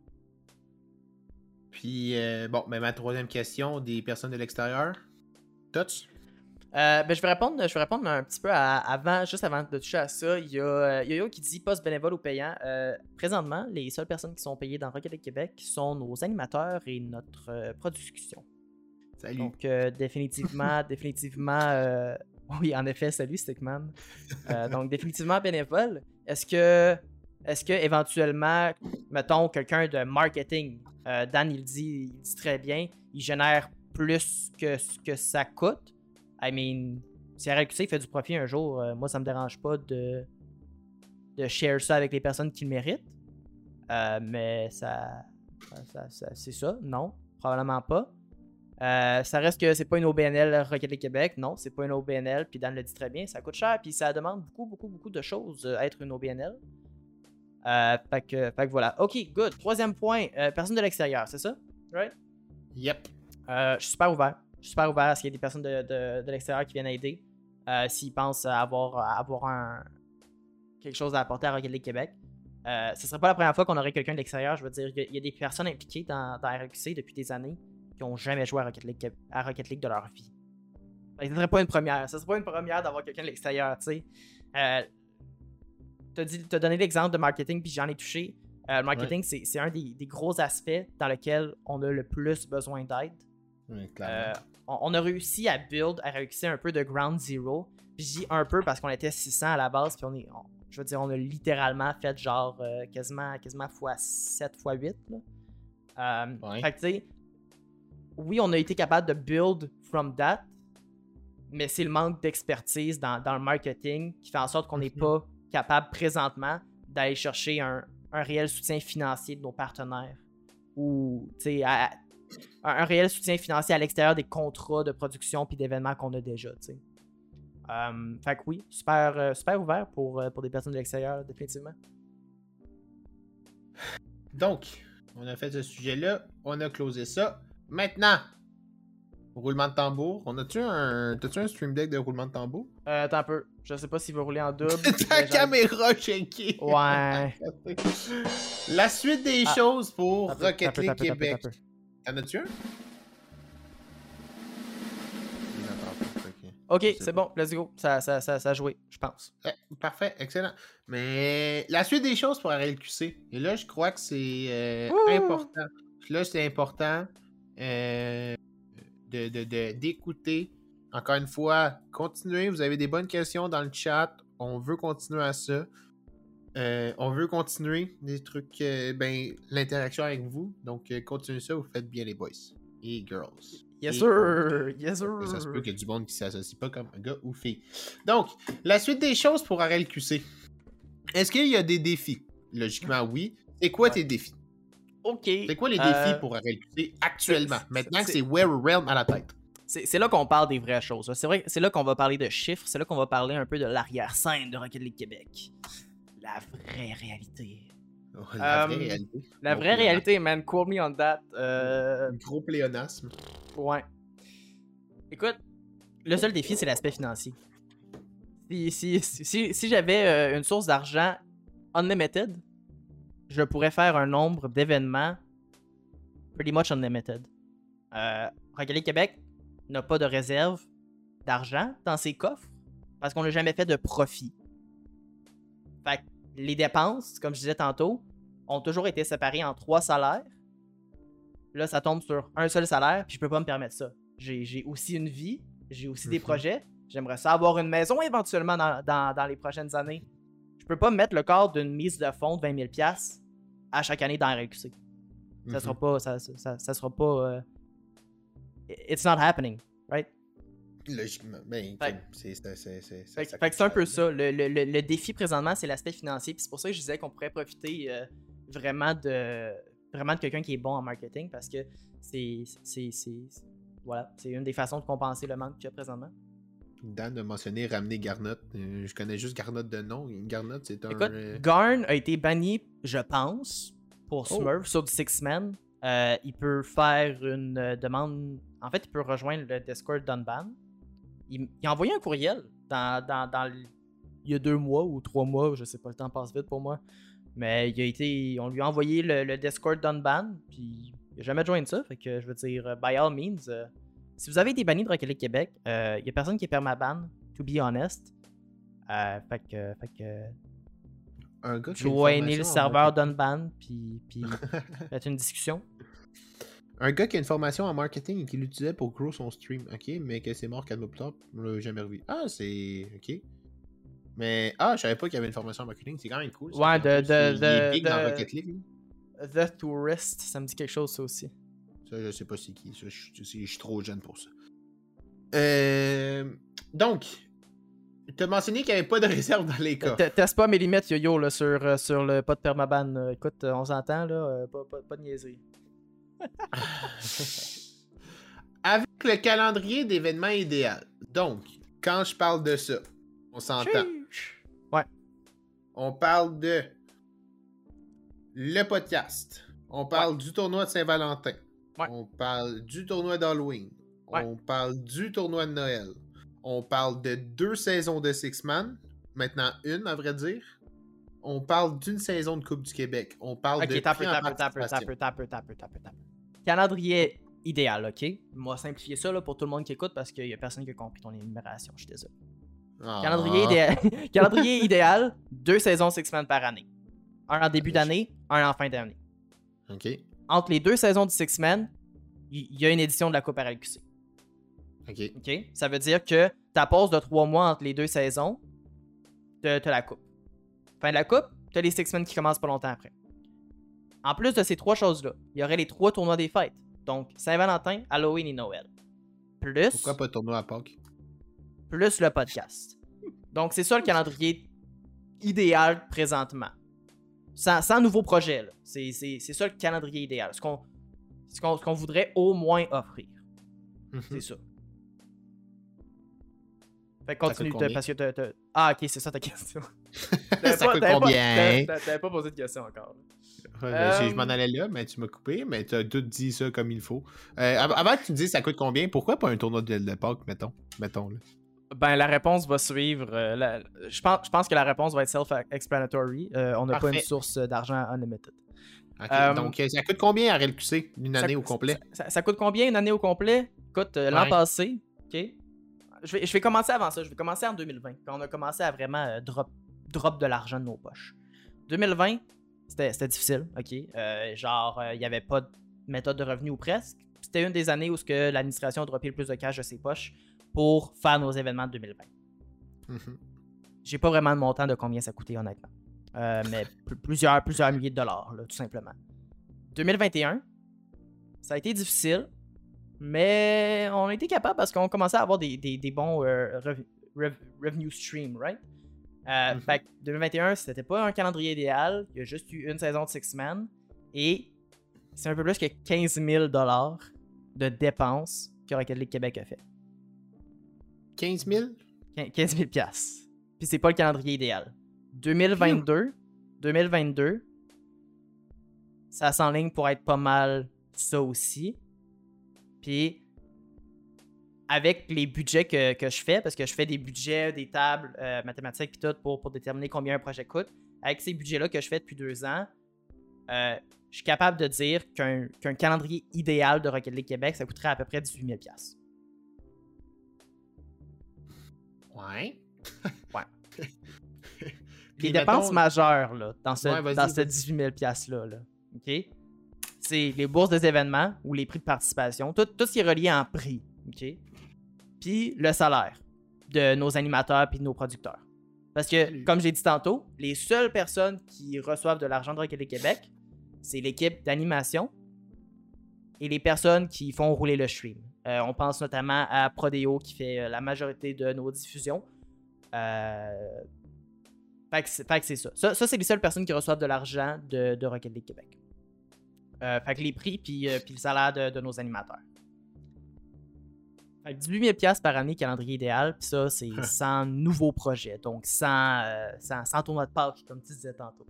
S1: Puis, euh, bon, ben, ma troisième question, des personnes de l'extérieur. Touch?
S2: Euh, ben, je vais répondre, je vais répondre un petit peu à- avant, juste avant de toucher à ça. Il y a euh, Yo-Yo qui dit poste bénévole ou payant. Euh, présentement, les seules personnes qui sont payées dans Rocket League Québec sont nos animateurs et notre euh, production.
S1: Salut.
S2: Donc, euh, définitivement, définitivement, euh, oui, en effet, salut Stickman. Euh, donc, définitivement bénévole. Est-ce que, est-ce que éventuellement, mettons, quelqu'un de marketing, euh, Dan, il dit, il dit très bien, il génère plus que ce que ça coûte. I mean, si R L Q C fait du profit un jour, euh, moi, ça me dérange pas de, de share ça avec les personnes qui le méritent. Euh, mais ça, ça, ça- ça- c'est ça, non, probablement pas. Euh, ça reste que c'est pas une O B N L Rocket League Québec, non, c'est pas une O B N L, puis Dan le dit très bien, ça coûte cher, puis ça demande beaucoup, beaucoup, beaucoup de choses euh, être une O B N L. Euh, fait, que, fait que voilà. Ok, good. Troisième point, euh, personne de l'extérieur, c'est ça? Right?
S1: Yep.
S2: Euh, je suis super ouvert. Je suis super ouvert à ce qu'il y ait des personnes de, de, de l'extérieur qui viennent aider euh, s'ils pensent avoir, avoir un, quelque chose à apporter à Rocket League Québec. Euh, ce serait pas la première fois qu'on aurait quelqu'un de l'extérieur. Je veux dire, il y, a- il y a des personnes impliquées dans, dans R L Q C depuis des années qui n'ont jamais joué à Rocket League, Qué- à Rocket League de leur vie. Fait que ce serait pas une première. Ce serait pas une première d'avoir quelqu'un de l'extérieur, tu sais. Euh, t'as dit- t'as donné l'exemple de marketing, puis j'en ai touché. Euh, le marketing, c'est c'est un des, des gros aspects dans lequel on a le plus besoin d'aide.
S1: Oui,
S2: Euh,
S1: clairement.
S2: on, on a réussi à build, à réussir un peu de ground zero. Puis je dis un peu parce qu'on était six cents à la base, puis on est, on- je veux dire, on a littéralement fait genre euh, quasiment, quasiment fois sept, fois huit. Là. Euh,
S1: Ouais.
S2: Fait que tu sais, oui, on a été capable de build from that, mais c'est le manque d'expertise dans, dans le marketing qui fait en sorte qu'on n'est
S1: Mhm.
S2: pas capable présentement d'aller chercher un, un réel soutien financier de nos partenaires. Ou, tu sais, à- un, un réel soutien financier à l'extérieur des contrats de production puis d'événements qu'on a déjà, tu sais. Euh, fait que oui, super, euh, super ouvert pour, euh, pour des personnes de l'extérieur, définitivement.
S1: Donc, on a fait ce sujet-là. On a closé ça. Maintenant, roulement de tambour. On a-tu un. T'as-tu un stream deck de roulement de tambour?
S2: Euh, attends un peu. Je sais pas s'il va rouler en double.
S1: Ta
S2: mais j'en-
S1: caméra shaky!
S2: Ouais.
S1: La suite des
S2: Ah,
S1: choses pour
S2: T'as peu,
S1: Rocket
S2: t'as peu,
S1: League
S2: t'as peu, t'as peu,
S1: Québec.
S2: t'as peu.
S1: T'en as-tu un?
S2: Ok,
S1: Je sais
S2: c'est
S1: pas.
S2: bon, let's go. Ça, ça, ça, ça a joué, je pense.
S1: Ouais, parfait, excellent. Mais la suite des choses pour R L Q C. Et là, je crois que c'est euh,
S2: Ouh!
S1: important. Là, c'est important euh, de, de, de, d'écouter. Encore une fois, continuez. Vous avez des bonnes questions dans le chat. On veut continuer à ça. Euh, on veut continuer des trucs, euh, ben, l'interaction avec vous. Donc, euh, continuez ça. Vous faites bien les boys et girls.
S2: Yes
S1: et
S2: sir! Yes sir!
S1: Ça se peut qu'il y ait du monde qui s'associe pas comme un gars ou fille. Donc, la suite des choses pour R L Q C. Est-ce qu'il y a des défis? Logiquement, oui. C'est quoi ouais. tes défis?
S2: OK.
S1: C'est quoi les défis euh... pour R L Q C actuellement? C'est, Maintenant c'est... que c'est Wear Realm à la tête.
S2: C'est, c'est là qu'on parle des vraies choses. C'est vrai, c'est là qu'on va parler de chiffres. C'est là qu'on va parler un peu de l'arrière-scène de Rocket League Québec. La vraie réalité.
S1: Oh, la vraie
S2: um,
S1: réalité.
S2: La vraie pléonasme. réalité, man. Quote me on that. Euh...
S1: Gros pléonasme.
S2: Ouais. Écoute, le seul défi, c'est l'aspect financier. Si, si, si, si, si j'avais euh, une source d'argent unlimited, je pourrais faire un nombre d'événements pretty much unlimited. Euh, Rocket League Québec n'a pas de réserve d'argent dans ses coffres parce qu'on n'a jamais fait de profit. Fait que les dépenses, comme je disais tantôt, ont toujours été séparées en trois salaires. Là, ça tombe sur un seul salaire, puis je peux pas me permettre ça. J'ai, j'ai aussi une vie, j'ai aussi mm-hmm. des projets. J'aimerais ça avoir une maison éventuellement dans, dans, dans les prochaines années. Je peux pas me mettre le corps d'une mise de fonds de vingt mille dollars à chaque année dans R L Q C. Mm-hmm. Ça sera pas... Ça, ça, ça sera pas... Uh... It's not happening, right?
S1: Logiquement. Ben,
S2: fait,
S1: c'est, c'est, c'est, c'est,
S2: fait,
S1: ça
S2: fait que c'est un peu ça. Le, le, le, le défi présentement, c'est l'aspect financier. Puis c'est pour ça que je disais qu'on pourrait profiter euh, vraiment de vraiment de quelqu'un qui est bon en marketing parce que c'est, c'est, c'est, c'est, voilà, c'est une des façons de compenser le manque qu'il y a présentement.
S1: Dan a mentionné ramener Garnot. Euh, je connais juste Garnot de nom. Garnot, c'est un...
S2: Écoute,
S1: euh...
S2: Garn a été banni, je pense, pour Smurf oh. sur du Six-Man. Euh, il peut faire une euh, demande... En fait, il peut rejoindre le Discord d'Unban. Il, il a envoyé un courriel dans, dans, dans le... il y a deux mois ou trois mois, je sais pas, le temps passe vite pour moi. Mais il a été, on lui a envoyé le, le Discord d'Unban, puis il n'a jamais joint ça. Fait que je veux dire, by all means, euh, si vous avez été banni de Rocket League Québec, il euh, n'y a personne qui est permaban, to be honest. Euh, fait que, fait que
S1: un gars
S2: joignez le serveur d'Unban, puis, puis faites une discussion.
S1: Un gars qui a une formation en marketing et qui l'utilisait pour grow son stream, ok, mais que c'est mort quatre mois plus tard, on l'a jamais revu. Ah, c'est. Ok. Mais. Ah, je savais pas qu'il y avait une formation en marketing, c'est quand même cool.
S2: Ouais, de. de,
S1: il est
S2: de,
S1: big
S2: de
S1: dans Rocket League.
S2: The Tourist, ça me dit quelque chose, ça aussi.
S1: Ça, je sais pas c'est qui. Ça, je, je, je suis trop jeune pour ça. Euh. Donc. T'as mentionné qu'il n'y avait pas de réserve dans les coffres.
S2: Teste pas mes limites, yo-yo, là, sur, euh, sur le pas de permaban. Écoute, on s'entend, là, euh, pas, pas, pas de niaiserie.
S1: Avec le calendrier d'événements idéal. Donc, quand je parle de ça, on s'entend.
S2: Ouais.
S1: On parle de le podcast. On parle ouais. du tournoi de Saint-Valentin.
S2: Ouais.
S1: On parle du tournoi d'Halloween. Ouais. On parle du tournoi de Noël. On parle de deux saisons de Six-Man. Maintenant une, à vrai dire. On parle d'une saison de Coupe du Québec. On parle
S2: okay,
S1: de
S2: tape, tape, tape, tape, tape, tape, tape, tape. Calendrier idéal, ok? Moi, simplifier ça là, pour tout le monde qui écoute parce qu'il n'y a personne qui a compris ton énumération, je suis désolé. Ah. Calendrier idéal, calendrier idéal, deux saisons Six-Man par année. Un en début d'année, un en fin d'année.
S1: Ok.
S2: Entre les deux saisons du Six-Man, il y, y a une édition de la Coupe R L Q C.
S1: Ok.
S2: Ok. Ça veut dire que ta pause de trois mois entre les deux saisons, t'as la Coupe. Fin de la Coupe, t'as les Six-Man qui commencent pas longtemps après. En plus de ces trois choses-là, il y aurait les trois tournois des fêtes. Donc, Saint-Valentin, Halloween et Noël. Plus...
S1: Pourquoi pas tournoi à Pâques?
S2: Plus le podcast. Donc, c'est ça le calendrier idéal présentement. Sans, sans nouveau projet, là. C'est, c'est, c'est ça le calendrier idéal. Ce qu'on, ce qu'on, ce qu'on voudrait au moins offrir. Mm-hmm. C'est ça. Fait que continue, de, parce que t'as, t'as... Ah, ok, c'est ça ta question.
S1: Ça
S2: pas,
S1: coûte combien?
S2: Pas, t'avais pas posé de question encore.
S1: Ouais, euh... Je m'en allais là, mais tu m'as coupé, mais tu as tout dit ça comme il faut. Euh, avant que tu me dises ça coûte combien, pourquoi pas un tournoi de, de Pâques, mettons? mettons là?
S2: Ben, la réponse va suivre. Euh, la... je, pense, je pense que la réponse va être self-explanatory. Euh, on n'a pas une source d'argent unlimited.
S1: Okay, euh, donc, ça coûte combien à R L Q C, une année
S2: ça,
S1: au complet?
S2: Ça, ça, ça coûte combien une année au complet? Écoute, euh, l'an ouais. passé, ok? Je vais, je vais commencer avant ça. Je vais commencer en deux mille vingt, quand on a commencé à vraiment euh, drop, drop de l'argent de nos poches. deux mille vingt, c'était, c'était difficile, ok? Euh, genre, il euh, n'y avait pas de méthode de revenu ou presque. c'était une des années où ce que l'administration a droppé le plus de cash de ses poches pour faire nos événements de deux mille vingt. Mm-hmm. J'ai pas vraiment de montant de combien ça coûtait, honnêtement. Euh, mais p- plusieurs, plusieurs milliers de dollars, là, tout simplement. deux mille vingt et un, ça a été difficile, mais on a été capable parce qu'on commençait à avoir des, des, des bons euh, rev- rev- revenue streams, right? Euh, mm-hmm. Fait que deux mille vingt et un, c'était pas un calendrier idéal. Il y a juste eu une saison de Six-Man. Et c'est un peu plus que quinze mille dollars de dépenses que Rocket League Québec a fait.
S1: quinze mille?
S2: quinze mille piastres. Puis c'est pas le calendrier idéal. deux mille vingt-deux, deux mille vingt-deux, ça s'enligne pour être pas mal ça aussi. Puis avec les budgets que, que je fais, parce que je fais des budgets, des tables euh, mathématiques puis tout pour, pour déterminer combien un projet coûte, avec ces budgets-là que je fais depuis deux ans, euh, je suis capable de dire qu'un, qu'un calendrier idéal de Rocket League Québec, ça coûterait à peu près dix-huit mille piastres.
S1: Ouais.
S2: Ouais. Les dépenses mettons... majeures là, dans ce, ouais, dans ce dix-huit mille piastres-là, là, OK? C'est les bourses des événements ou les prix de participation, tout, tout ce qui est relié en prix, OK? Puis le salaire de nos animateurs puis de nos producteurs. Parce que, comme j'ai dit tantôt, les seules personnes qui reçoivent de l'argent de Rocket League Québec, c'est l'équipe d'animation et les personnes qui font rouler le stream. Euh, on pense notamment à Prodeo qui fait euh, la majorité de nos diffusions. Euh... Fait, que c'est, fait que c'est ça. ça. Ça, c'est les seules personnes qui reçoivent de l'argent de, de Rocket League Québec. Euh, fait que les prix puis, euh, puis le salaire de, de nos animateurs. Fait que dix-huit mille piastres par année, calendrier idéal, puis ça, c'est sans nouveaux projets. Donc, sans, euh, sans, sans tournoi de Pâques, comme tu disais tantôt.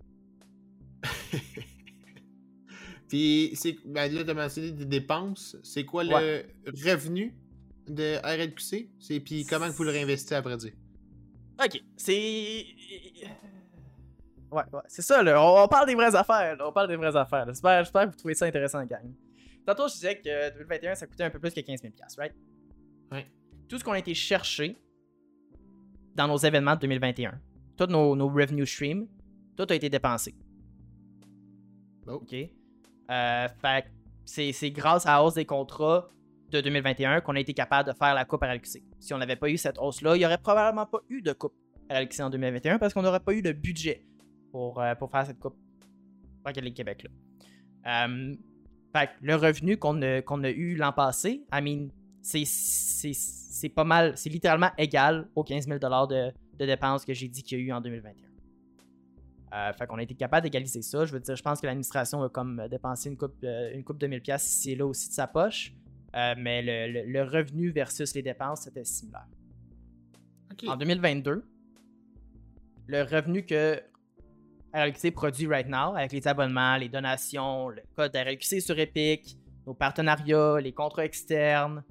S1: Puis, c'est, ben là, tu as mentionné des dépenses. C'est quoi le ouais. revenu de R L Q C? C'est, puis comment vous le réinvestissez, à vrai dire?
S2: OK. C'est... Ouais, ouais. C'est ça, là. On, on parle des vraies affaires. Là. On parle des vraies affaires. J'espère, j'espère que vous trouvez ça intéressant, gang. Tantôt, je disais que deux mille vingt et un, ça coûtait un peu plus que quinze mille piastres, right?
S1: Ouais.
S2: Tout ce qu'on a été chercher dans nos événements de deux mille vingt et un, tous nos, nos revenue streams, tout a été dépensé.
S1: Oh.
S2: OK? Euh, fait c'est, c'est grâce à la hausse des contrats de deux mille vingt et un qu'on a été capable de faire la Coupe R L Q C. Si on n'avait pas eu cette hausse-là, il n'y aurait probablement pas eu de Coupe R L Q C en deux mille vingt et un parce qu'on n'aurait pas eu de budget pour, euh, pour faire cette Coupe Rocket League Québec là. Euh, fait le revenu qu'on a, qu'on a eu l'an passé, I mean, c'est, c'est, c'est pas mal, c'est littéralement égal aux quinze mille dollars de, de dépenses que j'ai dit qu'il y a eu en deux mille vingt et un. Euh, fait qu'on a été capable d'égaliser ça. Je veux dire, je pense que l'administration a comme dépensé une coupe, euh, une coupe de mille piastres ici et là aussi de sa poche. Euh, mais le, le, le revenu versus les dépenses, c'était similaire. Okay. En deux mille vingt-deux, le revenu que R L Q C produit right now, avec les abonnements, les donations, le code R L Q C sur Epic, nos partenariats, les contrats externes,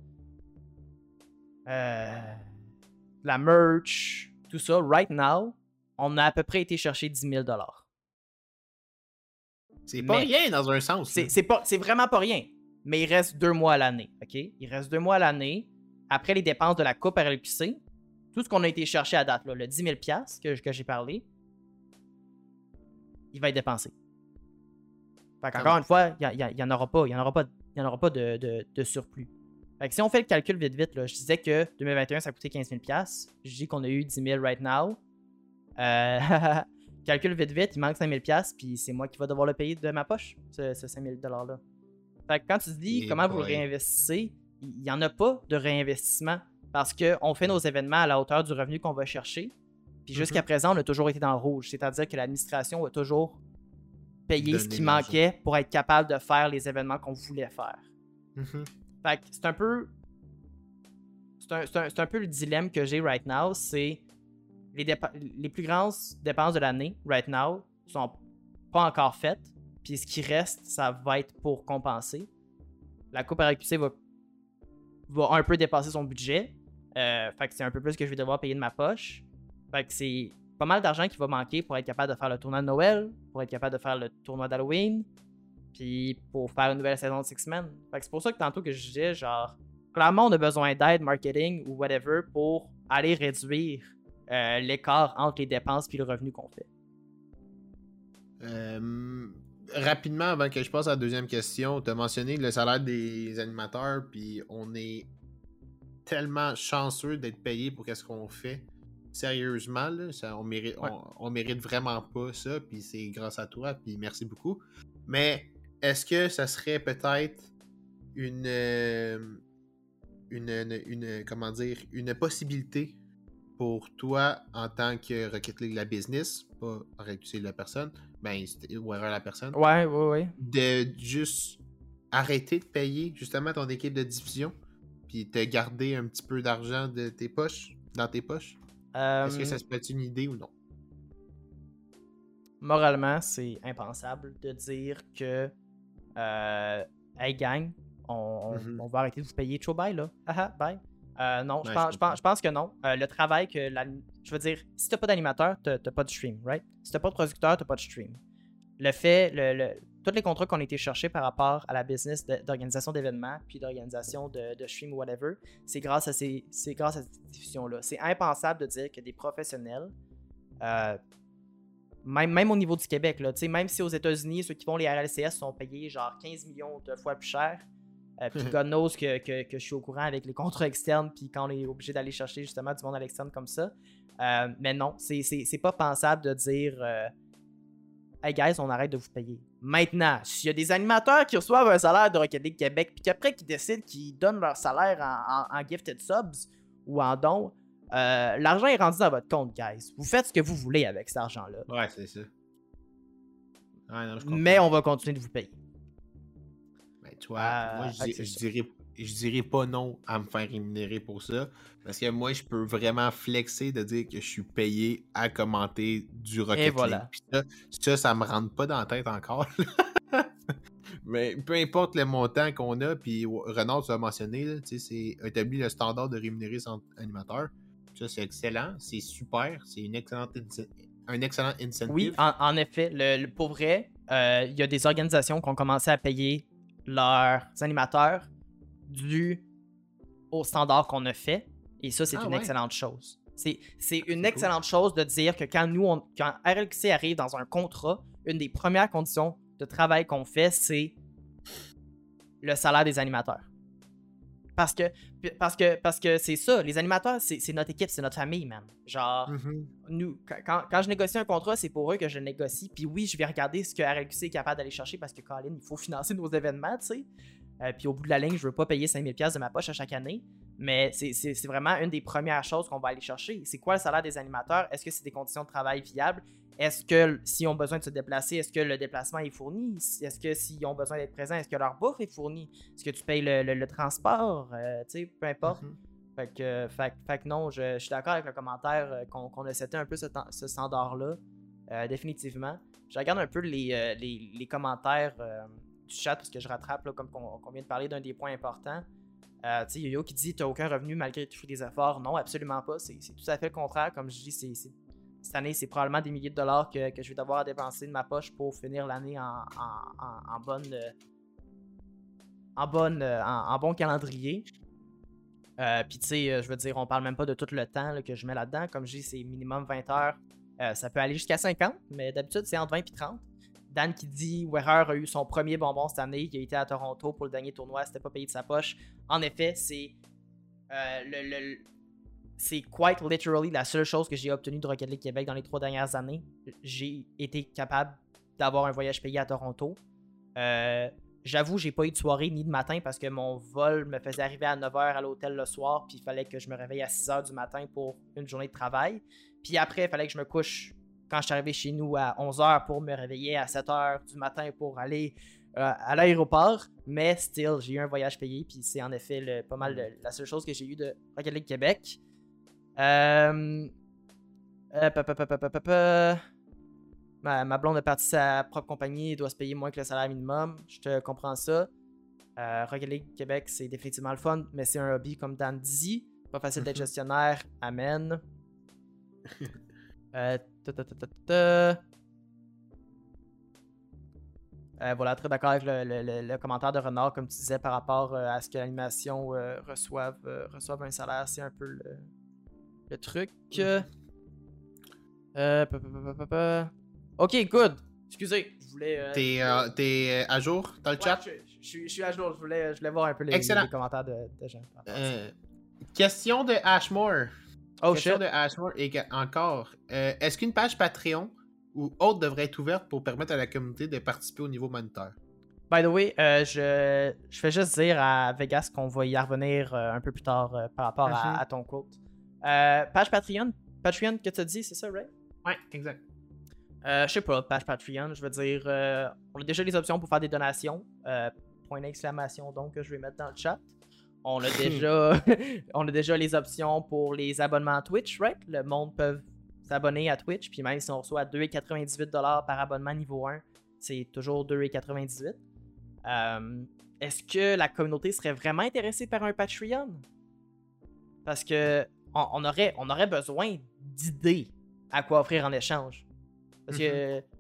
S2: euh, la merch, tout ça, right now, on a à peu près été chercher dix mille dollars.
S1: C'est pas mais rien dans un sens.
S2: C'est, c'est, pas, c'est vraiment pas rien. Mais il reste deux mois à l'année. OK? Il reste deux mois à l'année. Après les dépenses de la Coupe R L Q C, tout ce qu'on a été chercher à date, là, le dix mille piastres que, que j'ai parlé, il va être dépensé. Fait qu'encore une fois, il n'y en aura pas. Il n'y en aura pas, y en aura pas de, de, de surplus. Fait que si on fait le calcul vite vite, là, je disais que deux mille vingt et un, ça coûtait quinze mille piastres. Je dis qu'on a eu dix mille right now. Euh, calcul vite vite, il manque cinq mille piastres, puis c'est moi qui va devoir le payer de ma poche, ce, ce cinq mille dollars-là. Fait que quand tu te dis yeah comment boy. Vous le réinvestissez, il n'y en a pas de réinvestissement parce qu'on fait nos événements à la hauteur du revenu qu'on va chercher. Puis jusqu'à mm-hmm. présent, on a toujours été dans le rouge. C'est-à-dire que l'administration a toujours payé Donner ce qui manquait l'argent. Pour être capable de faire les événements qu'on voulait faire.
S1: Mm-hmm.
S2: Fait que c'est un peu... C'est un, c'est, un, c'est un peu le dilemme que j'ai right now, c'est les, dépa- les plus grandes dépenses de l'année, right now, sont pas encore faites. Puis ce qui reste, ça va être pour compenser. La Coupe R L Q C va, va un peu dépasser son budget. Euh, fait que c'est un peu plus que je vais devoir payer de ma poche. Fait que c'est pas mal d'argent qui va manquer pour être capable de faire le tournoi de Noël, pour être capable de faire le tournoi d'Halloween, puis pour faire une nouvelle saison de Six-Man. Fait que c'est pour ça que tantôt que je disais, genre, clairement, on a besoin d'aide, marketing ou whatever, pour aller réduire euh, l'écart entre les dépenses et le revenu qu'on fait.
S1: Euh, rapidement, avant que je passe à la deuxième question, tu as mentionné le salaire des animateurs, puis on est tellement chanceux d'être payé pour qu'est-ce qu'on fait. Sérieusement, là, ça, on, mérite,
S2: Ouais.
S1: on, on mérite vraiment pas ça, puis c'est grâce à toi, puis merci beaucoup. Mais est-ce que ça serait peut-être une, euh, une, une, une, comment dire, une possibilité pour toi en tant que Rocket League la business, pas recruter la personne, ben, ou la personne,
S2: Ouais, ouais, ouais.
S1: de juste arrêter de payer justement ton équipe de division, puis te garder un petit peu d'argent de tes poches, dans tes poches?
S2: Euh,
S1: Est-ce que ça se peut être une idée ou non?
S2: Moralement, c'est impensable de dire que euh, hey gang, on, on,
S1: Mhm.
S2: on va arrêter de vous payer. Ciao, bye là. Haha, bye. Euh, non, je
S1: Ouais,
S2: pense,
S1: je
S2: je pense, je pense que non. Euh, le travail que la, je veux dire, si t'as pas d'animateur, t'as t'as pas de stream, right? Si t'as pas de producteur, t'as pas de stream. Le fait, le, le- tous les contrats qu'on a été chercher par rapport à la business de- d'organisation d'événements puis d'organisation de, de stream ou whatever, c'est grâce à ces, c'est grâce à cette diffusion-là. C'est impensable de dire que des professionnels, euh, même, même au niveau du Québec, là, même si aux États-Unis, ceux qui font les R L C S sont payés genre quinze millions de fois plus cher, euh, puis God knows que, que, que je suis au courant avec les contrats externes, puis quand on est obligé d'aller chercher justement du monde à l'externe comme ça. Euh, mais non, c'est, c'est, c'est pas pensable de dire euh, hey guys, on arrête de vous payer. Maintenant, s'il y a des animateurs qui reçoivent un salaire de Rocket League Québec, puis qu'après qu'ils décident qu'ils donnent leur salaire en, en, en gifted subs ou en dons, euh, l'argent est rendu dans votre compte, guys. Vous faites ce que vous voulez avec cet argent-là.
S1: Ouais, c'est ça. Ouais, non, je comprends.
S2: Mais on va continuer de vous payer.
S1: Ben, tu vois,
S2: Euh,
S1: moi, je,
S2: fait
S1: dis-
S2: que c'est
S1: je
S2: ça.
S1: dirais, je dirais pas non à me faire rémunérer pour ça. Parce que moi, je peux vraiment flexer de dire que je suis payé à commenter du Rocket
S2: Et voilà.
S1: League. Puis ça, ça, ça me rentre pas dans la tête encore. Mais peu importe le montant qu'on a, puis Renard, tu as mentionné, là, tu sais, c'est établi le standard de rémunérer son animateur. Ça, c'est excellent, c'est super, c'est une excellente ince- un excellent incentive.
S2: Oui, en, en effet, le, le- pour vrai, euh, il y a des organisations qui ont commencé à payer leurs animateurs dû au standard qu'on a fait. Et ça, c'est
S1: Ah
S2: une
S1: ouais?
S2: excellente chose. C'est, c'est une
S1: C'est
S2: excellente chose de dire que quand nous, on, quand R L Q C arrive dans un contrat, une des premières conditions de travail qu'on fait, c'est le salaire des animateurs. Parce que, parce que, parce que c'est ça, les animateurs, c'est, c'est notre équipe, c'est notre famille, man. Genre,
S1: Mhm.
S2: nous, quand, quand je négocie un contrat, c'est pour eux que je le négocie. Puis oui, je vais regarder ce que R L Q C est capable d'aller chercher parce que, Colin, il faut financer nos événements, tu sais. Euh, puis au bout de la ligne, je veux pas payer cinq mille dollars de ma poche à chaque année. Mais c'est, c'est, c'est vraiment une des premières choses qu'on va aller chercher. C'est quoi le salaire des animateurs? Est-ce que c'est des conditions de travail viables? Est-ce que s'ils ont besoin de se déplacer, est-ce que le déplacement est fourni? Est-ce que s'ils ont besoin d'être présents, est-ce que leur bouffe est fournie? Est-ce que tu payes le, le, le transport? Euh, tu sais, peu importe.
S1: Mhm.
S2: Fait que, fait, fait que non, je, je suis d'accord avec le commentaire euh, qu'on, qu'on a seté un peu ce, temps- ce standard-là. Euh, définitivement. Je regarde un peu les, euh, les, les commentaires euh, du chat parce que je rattrape, là, comme qu'on, qu'on vient de parler d'un des points importants. Euh, tu sais, Yo-Yo qui dit t'as aucun revenu malgré tous des efforts. Non, absolument pas. C'est, c'est tout à fait le contraire. Comme je dis, c'est, c'est, cette année, c'est probablement des milliers de dollars que, que je vais devoir dépenser de ma poche pour finir l'année en, en, en, en bonne. Euh, en, bonne euh, en, en bon calendrier. Euh, Puis, tu sais, je veux dire, on parle même pas de tout le temps là, que je mets là-dedans. Comme je dis, c'est minimum vingt heures. Euh, ça peut aller jusqu'à cinquante, mais d'habitude, c'est entre vingt et trente. Dan qui dit Wearer a eu son premier bonbon cette année. Il a été à Toronto pour le dernier tournoi. C'était pas payé de sa poche. En effet, c'est. Euh, le, le, c'est quite literally la seule chose que j'ai obtenue de Rocket League Québec dans les trois dernières années. J'ai été capable d'avoir un voyage payé à Toronto. Euh, J'avoue, j'ai pas eu de soirée ni de matin parce que mon vol me faisait arriver à neuf heures à l'hôtel le soir, puis il fallait que je me réveille à six heures du matin pour une journée de travail. Puis après, il fallait que je me couche quand je suis arrivé chez nous à onze heures pour me réveiller à sept heures du matin pour aller euh, à l'aéroport. Mais still, j'ai eu un voyage payé, puis c'est en effet le, pas mal le, la seule chose que j'ai eu de Rocket League Québec. Euh... Euh, pa, pa, pa, pa, pa, pa, pa. Ma, ma blonde a parti sa propre compagnie et doit se payer moins que le salaire minimum. Je te comprends ça. Euh, Rocket League Québec, c'est définitivement le fun, mais c'est un hobby comme Dan dit. Pas facile d'être gestionnaire. Amen. euh, ta, ta, ta, ta, ta. Euh, voilà, très d'accord avec le, le, le, le commentaire de Renard, comme tu disais, par rapport euh, à ce que l'animation euh, reçoive, euh, reçoive un salaire. C'est un peu le, le truc. Euh, pa, pa, pa, pa, pa. Ok, good. Excusez, voulais. Euh,
S1: t'es, euh, t'es à jour dans le
S2: ouais,
S1: chat?
S2: Je, je, suis, je suis à jour. Je voulais, je voulais voir un peu les, les, les commentaires de, de gens.
S1: Euh, question de Ashmore.
S2: Oh
S1: question
S2: shit.
S1: de Ashmore et encore. Euh, est-ce qu'une page Patreon ou autre devrait être ouverte pour permettre à la communauté de participer au niveau monétaire?
S2: By the way, euh, je, je fais juste dire à Vegas qu'on va y revenir euh, un peu plus tard euh, par rapport mm-hmm. à, à ton quote. Euh, page Patreon, Patreon que tu as dit, c'est ça, Ray?
S1: Ouais, exact.
S2: Euh, je sais pas, page Patreon, je veux dire, euh, on a déjà les options pour faire des donations. Euh, point d'exclamation donc que je vais mettre dans le chat. On a déjà on a déjà les options pour les abonnements à Twitch, right? Le monde peut s'abonner à Twitch, puis même si on reçoit deux dollars quatre-vingt-dix-huit par abonnement niveau un, c'est toujours deux dollars quatre-vingt-dix-huit. Euh, est-ce que la communauté serait vraiment intéressée par un Patreon? Parce que on, on, aurait, on aurait besoin d'idées à quoi offrir en échange. Parce mm-hmm. que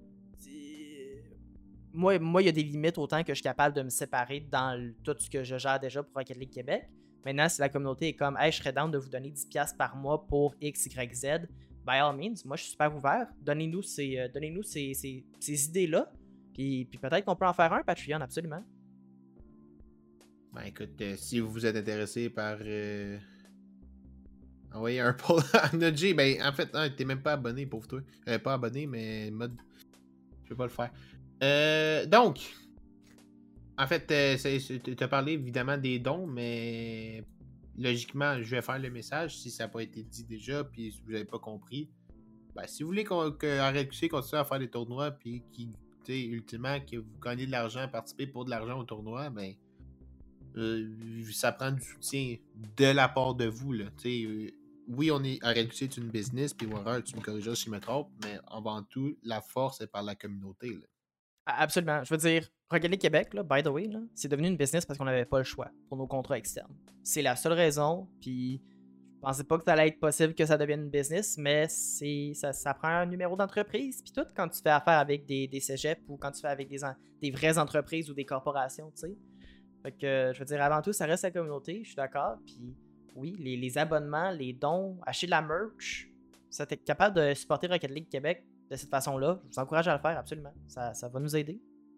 S2: moi, moi, il y a des limites autant que je suis capable de me séparer dans le, tout ce que je gère déjà pour Rocket League Québec. Maintenant, si la communauté est comme « Hey, je serais down de vous donner dix dollars par mois pour X, Y, Z », by all means, moi, je suis super ouvert. Donnez-nous ces, euh, donnez-nous ces, ces, ces idées-là. Puis, puis peut-être qu'on peut en faire un Patreon, absolument.
S1: Ben écoute, euh, si vous êtes intéressé par euh... envoyer un poll à Nodji, ben en fait, hein, t'es même pas abonné, pauvre toi. Euh, pas abonné, mais mode. Je peux pas le faire. Euh, donc, en fait, euh, tu as parlé évidemment des dons, mais logiquement, je vais faire le message si ça n'a pas été dit déjà, puis si vous n'avez pas compris. Ben, si vous voulez qu'on, que R L Q C continue à faire des tournois, puis qui, ultimement, que vous gagnez de l'argent à participer pour de l'argent au tournoi, ben, euh, ça prend du soutien de la part de vous, là. Euh, oui, on est R L Q C, c'est une business, puis Warrior, tu me corrigeras si je me trompe, mais avant tout, la force est par la communauté, là.
S2: Absolument. Je veux dire, Rocket League Québec, là, by the way, là, c'est devenu une business parce qu'on n'avait pas le choix pour nos contrats externes. C'est la seule raison, puis je pensais pas que ça allait être possible que ça devienne une business, mais c'est ça, ça prend un numéro d'entreprise, puis tout, quand tu fais affaire avec des, des cégeps ou quand tu fais avec des, des vraies entreprises ou des corporations, tu sais. Fait que, je veux dire, avant tout, ça reste la communauté, je suis d'accord, puis oui, les, les abonnements, les dons, acheter de la merch, ça t'es capable de supporter Rocket League Québec de cette façon-là, je vous encourage à le faire, absolument. Ça, ça va nous aider.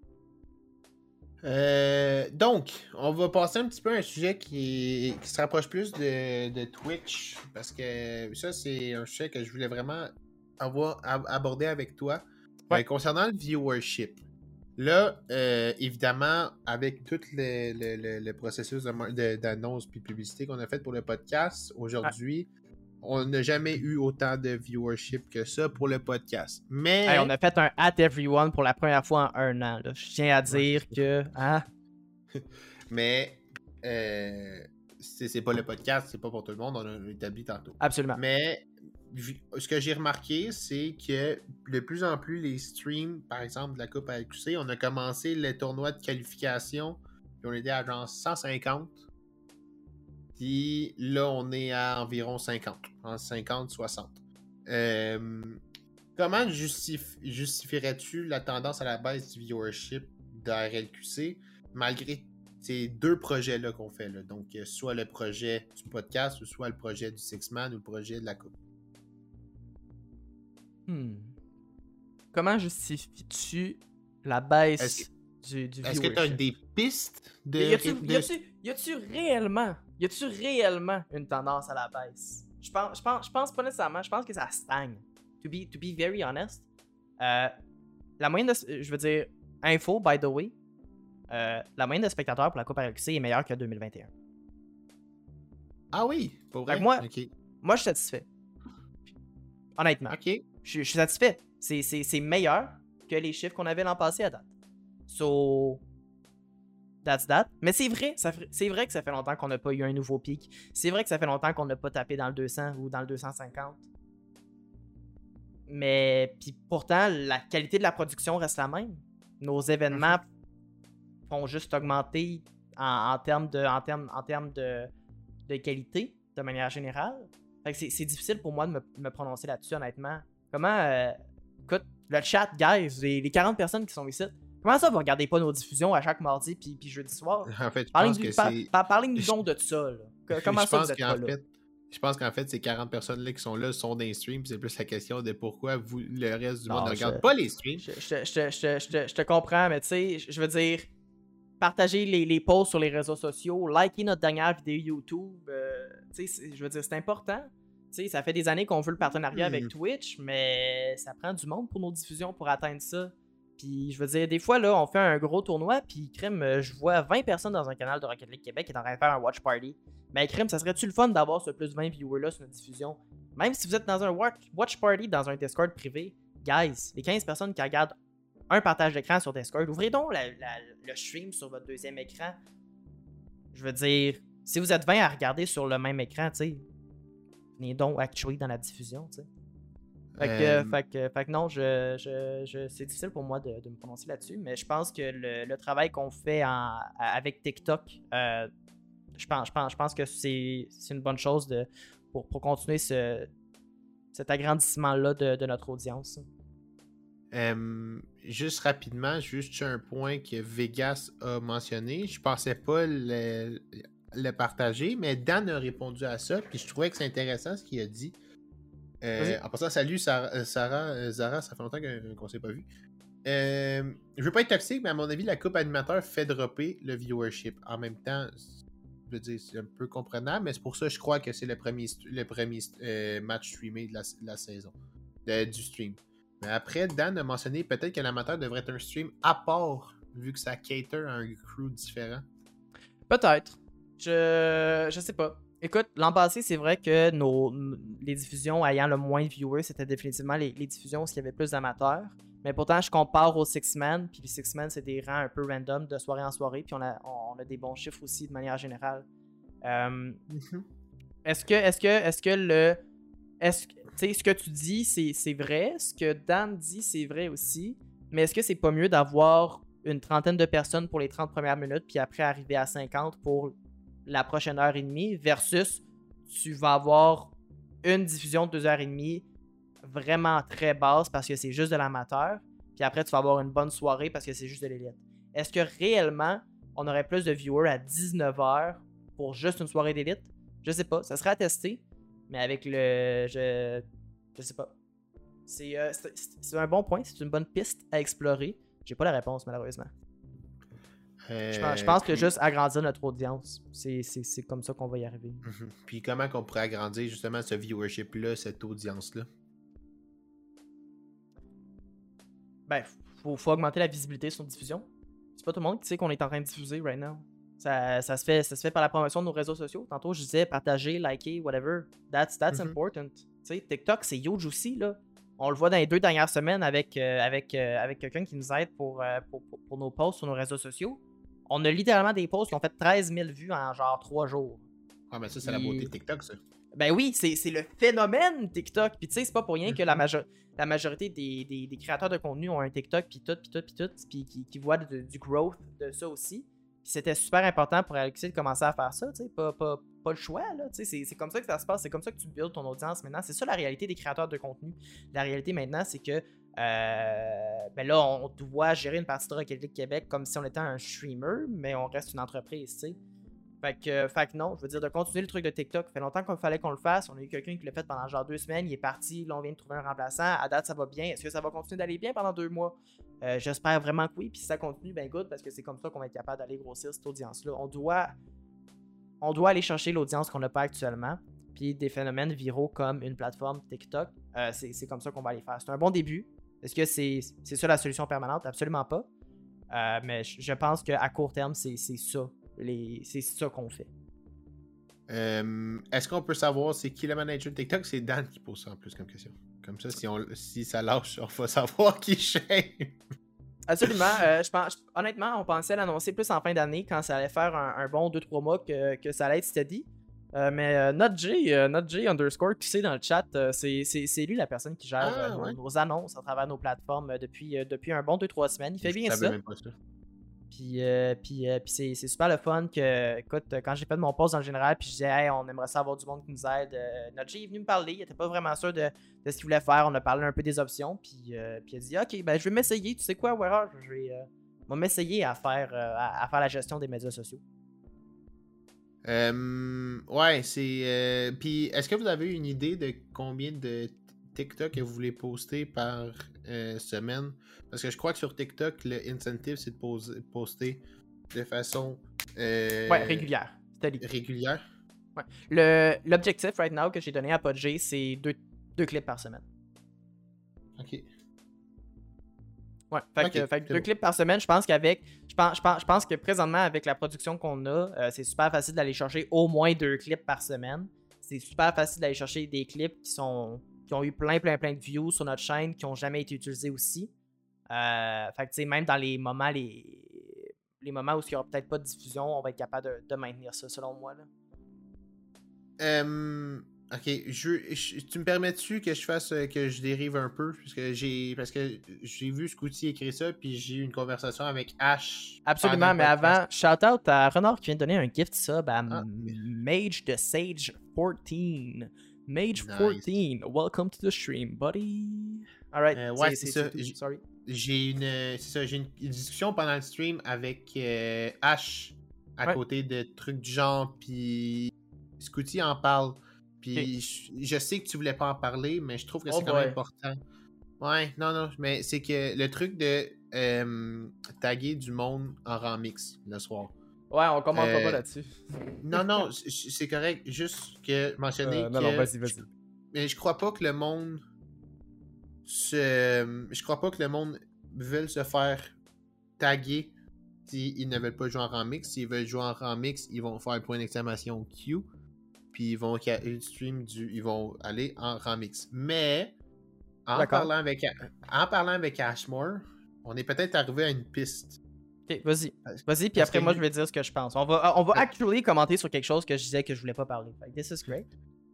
S1: Euh, donc, on va passer un petit peu à un sujet qui, est, qui se rapproche plus de, de Twitch, parce que ça, c'est un sujet que je voulais vraiment avoir abordé avec toi. Ouais. Euh, concernant le viewership. Là, euh, évidemment, avec tout le, le, le, le processus d'annonce et de publicité qu'on a fait pour le podcast, aujourd'hui, ouais. on n'a jamais eu autant de viewership que ça pour le podcast. Mais
S2: hey, on a fait un at everyone pour la première fois en un an. Là. Je tiens à dire ouais. que... Hein?
S1: Mais euh, c'est, c'est pas le podcast, c'est pas pour tout le monde, on l'a établi tantôt.
S2: Absolument.
S1: Mais ce que j'ai remarqué, c'est que de plus en plus les streams, par exemple de la Coupe R L Q C, on a commencé le tournoi de qualification, puis on était à genre cent cinquante. Puis là, on est à environ cinquante. En cinquante soixante. Euh, comment justif- justifierais-tu la tendance à la baisse du viewership de R L Q C malgré ces deux projets-là qu'on fait? Là? Donc, soit le projet du podcast, ou soit le projet du Six-Man, ou le projet de la Coupe.
S2: Hmm. Comment justifies-tu la baisse
S1: est-ce que,
S2: du, du
S1: Est-ce que tu as des pistes de...
S2: Y a-tu,
S1: de...
S2: y a-tu, y a-tu réellement... Y a-tu réellement une tendance à la baisse? Je pense, je pense, je pense pas nécessairement. Je pense que ça stagne. To be, to be very honest. Euh, la moyenne de... Je veux dire, info, by the way, euh, la moyenne de spectateurs pour la Coupe R L Q C est meilleure que deux mille vingt et un.
S1: Ah oui? Pour vrai?
S2: Moi,
S1: okay.
S2: moi, je suis satisfait. Honnêtement.
S1: OK.
S2: Je, je suis satisfait. C'est, c'est, c'est meilleur que les chiffres qu'on avait l'an passé à date. So... That's that. Mais c'est vrai, ça, c'est vrai que ça fait longtemps qu'on n'a pas eu un nouveau pic. C'est vrai que ça fait longtemps qu'on n'a pas tapé dans le deux cents ou dans le deux cent cinquante. Mais puis pourtant, la qualité de la production reste la même. Nos événements mm-hmm. font juste augmenter en, en termes de, en termes, en termes de, de qualité, de manière générale. Fait que c'est, c'est difficile pour moi de me, me prononcer là-dessus, honnêtement. Comment... Euh, écoute, le chat, guys, les, les quarante personnes qui sont ici... Comment ça, vous regardez pas nos diffusions à chaque mardi puis, puis jeudi soir?
S1: En fait, je
S2: parlez
S1: pense
S2: nous,
S1: que
S2: par,
S1: c'est...
S2: par, parlez-nous donc de ça, là. Comment
S1: je
S2: ça,
S1: pense
S2: vous êtes
S1: qu'en
S2: pas là?
S1: fait, Je pense qu'en fait, ces quarante personnes-là qui sont là sont dans les streams, puis c'est plus la question de pourquoi vous, le reste du
S2: Non,
S1: monde ne
S2: je-
S1: regarde pas les streams.
S2: Je, je, te- je, te- je, te- je, te- je te comprends, mais tu sais, je je veux dire, partager les, les posts sur les réseaux sociaux, liker notre dernière vidéo YouTube, euh, tu sais, c'est- je veux dire, c'est important. Tu sais, ça fait des années qu'on veut le partenariat
S1: Hmm.
S2: avec Twitch, mais ça prend du monde pour nos diffusions pour atteindre ça. Puis je veux dire, des fois, là, on fait un gros tournoi, puis crime, euh, je vois vingt personnes dans un canal de Rocket League Québec qui est en train de faire un watch party. Mais crime, ça serait-tu le fun d'avoir ce plus vingt viewers-là sur notre diffusion? Même si vous êtes dans un watch, watch party, dans un Discord privé, guys, les quinze personnes qui regardent un partage d'écran sur Discord, ouvrez donc la- la- le stream sur votre deuxième écran. Je veux dire, si vous êtes vingt à regarder sur le même écran, tu sais, venez donc actually dans la diffusion, tu sais. Fait que,
S1: Euh,
S2: fait que, fait que non, je, je, je- c'est difficile pour moi de, de me prononcer là-dessus, mais je pense que le, le travail qu'on fait en, avec TikTok, euh, je pense, je pense, je pense que c'est, c'est une bonne chose de, pour, pour continuer ce, cet agrandissement-là de, de notre audience.
S1: euh, juste rapidement, juste un point que Vegas a mentionné. Je pensais pas le, le partager, mais Dan a répondu à ça, puis je trouvais que c'est intéressant ce qu'il a dit. Euh, en passant, salut Sarah, Sarah, euh, Zara, ça fait longtemps qu'on qu'on s'est pas vu. Euh, je veux pas être toxique, mais à mon avis, la coupe animateur fait dropper le viewership. En même temps, je veux dire, c'est un peu comprenable, mais c'est pour ça que je crois que c'est le premier, le premier euh, match streamé de la, de la saison, de- du stream. Mais après, Dan a mentionné peut-être que l'amateur devrait être un stream à part, vu que ça cater à un crew différent.
S2: Peut-être. Je, je sais pas. Écoute, l'an passé, c'est vrai que nos, les diffusions ayant le moins de viewers, c'était définitivement les, les diffusions où il y avait plus d'amateurs. Mais pourtant, je compare aux Six-Man, puis les Six-Man, c'est des rangs un peu random de soirée en soirée, puis on a, on a des bons chiffres aussi de manière générale. Euh, est-ce que, est-ce que, est-ce que le, est-ce que, tu sais, ce que tu dis, c'est, c'est vrai, ce que Dan dit, c'est vrai aussi, mais est-ce que c'est pas mieux d'avoir une trentaine de personnes pour les trente premières minutes, puis après arriver à cinquante pour la prochaine heure et demie, versus tu vas avoir une diffusion de deux heures et demie vraiment très basse parce que c'est juste de l'amateur, puis après tu vas avoir une bonne soirée parce que c'est juste de l'élite. Est-ce que réellement on aurait plus de viewers à dix-neuf heures pour juste une soirée d'élite? Je sais pas, ça serait à tester, mais avec le... Je, je sais pas. C'est, euh, c'est, c'est un bon point, c'est une bonne piste à explorer. J'ai pas la réponse malheureusement.
S1: Euh,
S2: Je pense, je pense que
S1: puis-
S2: juste agrandir notre audience, c'est, c'est, c'est comme ça qu'on va y arriver.
S1: Mhm. Puis comment qu'on pourrait agrandir justement ce viewership-là, cette audience-là?
S2: Ben, faut, faut augmenter la visibilité sur diffusion. C'est pas tout le monde qui sait qu'on est en train de diffuser right now. Ça, ça, se fait, ça se fait par la promotion de nos réseaux sociaux. Tantôt, je disais partager, liker, whatever. That's, that's
S1: Mhm.
S2: important. Tu sais, TikTok, c'est huge aussi, là. On le voit dans les deux dernières semaines avec, euh, avec, euh, avec quelqu'un qui nous aide pour, euh, pour, pour, pour nos posts sur nos réseaux sociaux. On a littéralement des posts qui ont fait treize mille vues en genre trois jours.
S1: Ah, mais ça, c'est la
S2: Puis-
S1: beauté de TikTok, ça.
S2: Ben oui, c'est c'est le phénomène TikTok. Puis tu sais, c'est pas pour rien que la,
S1: Mhm.
S2: majo- la majorité des, des, des créateurs de contenu ont un TikTok, puis tout, puis tout, puis tout, puis qui, qui voient de- du growth de ça aussi. Puis c'était super important pour Alexis de commencer à faire ça, tu sais, pas, pas, pas le choix, là, tu sais, c'est- c'est comme ça que ça se passe, c'est comme ça que tu builds ton audience maintenant. C'est ça la réalité des créateurs de contenu. La réalité maintenant, c'est que, euh, ben là, on doit gérer une partie de Rocket League Québec comme si on était un streamer, mais on reste une entreprise, tu sais. Fait que, euh, fait que non, je veux dire, de continuer le truc de TikTok. Ça fait longtemps qu'il fallait qu'on le fasse. On a eu quelqu'un qui l'a fait pendant genre deux semaines. Il est parti. Là, on vient de trouver un remplaçant. À date, ça va bien. Est-ce que ça va continuer d'aller bien pendant deux mois? Euh, J'espère vraiment que oui. Puis si ça continue, ben good, parce que c'est comme ça qu'on va être capable d'aller grossir cette audience-là. On doit, on doit aller chercher l'audience qu'on n'a pas actuellement. Puis des phénomènes viraux comme une plateforme TikTok, euh, c'est c'est comme ça qu'on va aller faire. C'est un bon début. Est-ce que c'est c'est ça la solution permanente? Absolument pas. Euh, mais je je pense qu'à court terme, c'est c'est ça. Les- C'est ça qu'on fait.
S1: Euh, Est-ce qu'on peut savoir c'est qui le manager de TikTok? C'est Dan qui pose ça en plus comme question. Comme ça, si, on, si ça lâche, on va savoir qui shame.
S2: Absolument. euh, je pense, honnêtement, on pensait l'annoncer plus en fin d'année quand ça allait faire un, un bon deux trois mois que, que ça allait être steady. Euh, mais euh, notre J, euh, notre J underscore Q C dans le chat, euh, c'est c'est- c'est lui la personne qui gère
S1: Ah,
S2: euh, nos,
S1: ouais.
S2: nos annonces à travers nos plateformes euh, depuis, euh, depuis un bon deux trois semaines. Il fait bien
S1: Je savais
S2: ça.
S1: même pas ça.
S2: Puis, euh, puis, euh, puis c'est, c'est super le fun que, écoute, quand j'ai fait mon post dans le général, puis je disais, hey, on aimerait ça avoir du monde qui nous aide. Euh, notre G est venu me parler, il était pas vraiment sûr de, de ce qu'il voulait faire. On a parlé un peu des options, puis, euh, puis il a dit, ok, ben je vais m'essayer. Tu sais quoi, Wera, je vais euh, moi, m'essayer à faire, euh, à, à faire la gestion des médias sociaux.
S1: Euh, ouais, c'est. Euh, Puis, est-ce que vous avez une idée de combien de TikTok que vous voulez poster par euh, semaine? Parce que je crois que sur TikTok, le incentive, c'est de poser, poster de façon euh,
S2: Ouais, régulière. Steady.
S1: régulière.
S2: Ouais. Le, l'objectif, right now, que j'ai donné à Podgé, c'est deux, deux clips par semaine.
S1: Ok.
S2: Ouais, fait
S1: okay,
S2: que, fait que deux bon. clips par semaine, je pense qu'avec. Je pense, je, pense, je pense que présentement, avec la production qu'on a, euh, c'est super facile d'aller chercher au moins deux clips par semaine. C'est super facile d'aller chercher des clips qui sont. Qui ont eu plein, plein, plein de views sur notre chaîne, qui n'ont jamais été utilisés aussi. Euh, fait que, tu sais, même dans les moments, les, les moments où il n'y aura peut-être pas de diffusion, on va être capable de, de maintenir ça, selon moi. Là.
S1: Um, ok, je, je, tu me permets-tu que je fasse que je dérive un peu parce que j'ai parce que j'ai vu Scooty écrire ça puis j'ai eu une conversation avec Ash.
S2: Absolument, mais avant, shout out à Renard qui vient de donner un gift sub à ah. Mage de Sage quatorze. Mage quatorze, nice. Welcome to the stream, buddy. Alright,
S1: euh, ouais, c'est, c'est ça. Sorry. J'ai une, c'est ça, j'ai une discussion pendant le stream avec euh, Ash à ouais. côté de trucs du genre, puis Scooty en parle. Puis okay. je, je sais que tu voulais pas en parler, mais je trouve que oh c'est boy. quand même important. Ouais, non, non, mais c'est que le truc de euh, taguer du monde en rang mix le soir.
S2: Ouais, on commente euh, pas là-dessus.
S1: non, non, c'est correct. Juste que mentionner euh, non, que...
S2: Non, vas-y, vas-y.
S1: Je, mais je crois pas que le monde... Se, je crois pas que le monde veut se faire taguer s'ils ne veulent pas jouer en rang mix. S'ils veulent jouer en rang mix, ils vont faire un point d'exclamation Q. Puis ils vont stream du, ils vont aller en rang mix. Mais en parlant avec en parlant avec Ashmore, on est peut-être arrivé à une piste.
S2: Ok, vas-y. Vas-y, puis après, moi, je vais dire ce que je pense. On va, on va actually commenter sur quelque chose que je disais que je voulais pas parler. Like, this is great.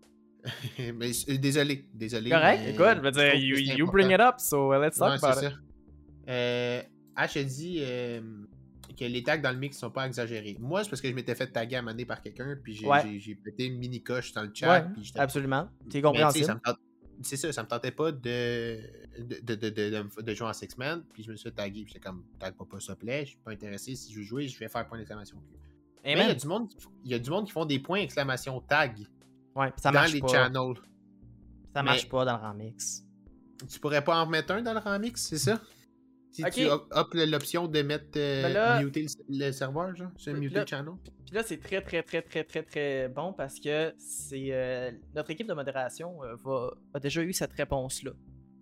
S1: mais désolé, désolé.
S2: Correct, écoute, je veux dire, you, you bring it up, so let's talk
S1: ouais,
S2: about it.
S1: Ça. Euh, Ash a dit euh, que les tags dans le mix sont pas exagérés. Moi, c'est parce que je m'étais fait taguer à maner par quelqu'un, puis j'ai,
S2: ouais.
S1: j'ai, j'ai pété une mini coche dans le chat.
S2: Ouais,
S1: puis
S2: absolument. C'est compréhensible.
S1: C'est ça, ça me tentait pas de, de, de, de, de, de jouer en six-man, puis je me suis fait taguer, puis j'étais comme, tag pas pas, ça plaît, je suis pas intéressé, si je veux jouer, je vais faire point d'exclamation. Mais il y a du monde, il y a du monde qui font des points d'exclamation tag.
S2: Ouais, ça
S1: dans
S2: marche
S1: les
S2: pas.
S1: channels.
S2: Ça marche mais pas dans le rang mix.
S1: Tu pourrais pas en remettre un dans le rang mix, c'est ça? Si okay. tu up l'option de mettre euh, là, muter le, le serveur, genre, c'est muter
S2: là,
S1: le channel.
S2: Puis là, c'est très, très, très, très, très, très bon parce que c'est euh, notre équipe de modération euh, va, a déjà eu cette réponse-là.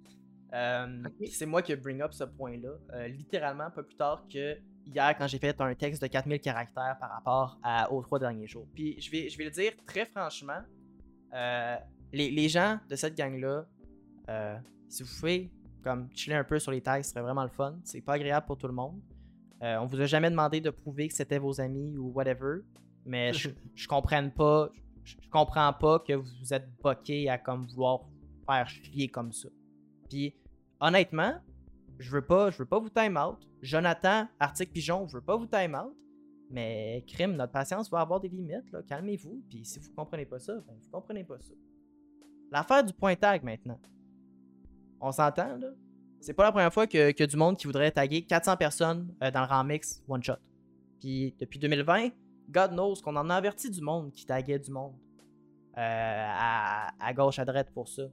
S2: Euh, okay. C'est moi qui ai bring up ce point-là. Euh, littéralement, pas plus tard que hier, quand j'ai fait un texte de quatre mille caractères par rapport à, aux trois derniers jours. Puis je vais, je vais le dire très franchement, euh, les, les gens de cette gang-là, euh, si vous pouvez comme chiller un peu sur les tags, ce serait vraiment le fun. C'est pas agréable pour tout le monde. Euh, on vous a jamais demandé de prouver que c'était vos amis ou whatever, mais je, je comprends pas, je, je comprends pas que vous êtes boqué à comme vouloir faire chier comme ça. Puis honnêtement, je veux pas, je veux pas vous time out. Jonathan, Arctic Pigeon, je veux pas vous time out. Mais crime, notre patience va avoir des limites, là. Calmez-vous. Puis si vous comprenez pas ça, ben vous comprenez pas ça. L'affaire du point tag maintenant. On s'entend, là? C'est pas la première fois que, que du monde qui voudrait taguer quatre cents personnes euh, dans le rang mix one shot. Puis depuis deux mille vingt, God knows qu'on en a averti du monde qui taguait du monde. Euh, à, à gauche, à droite pour ça.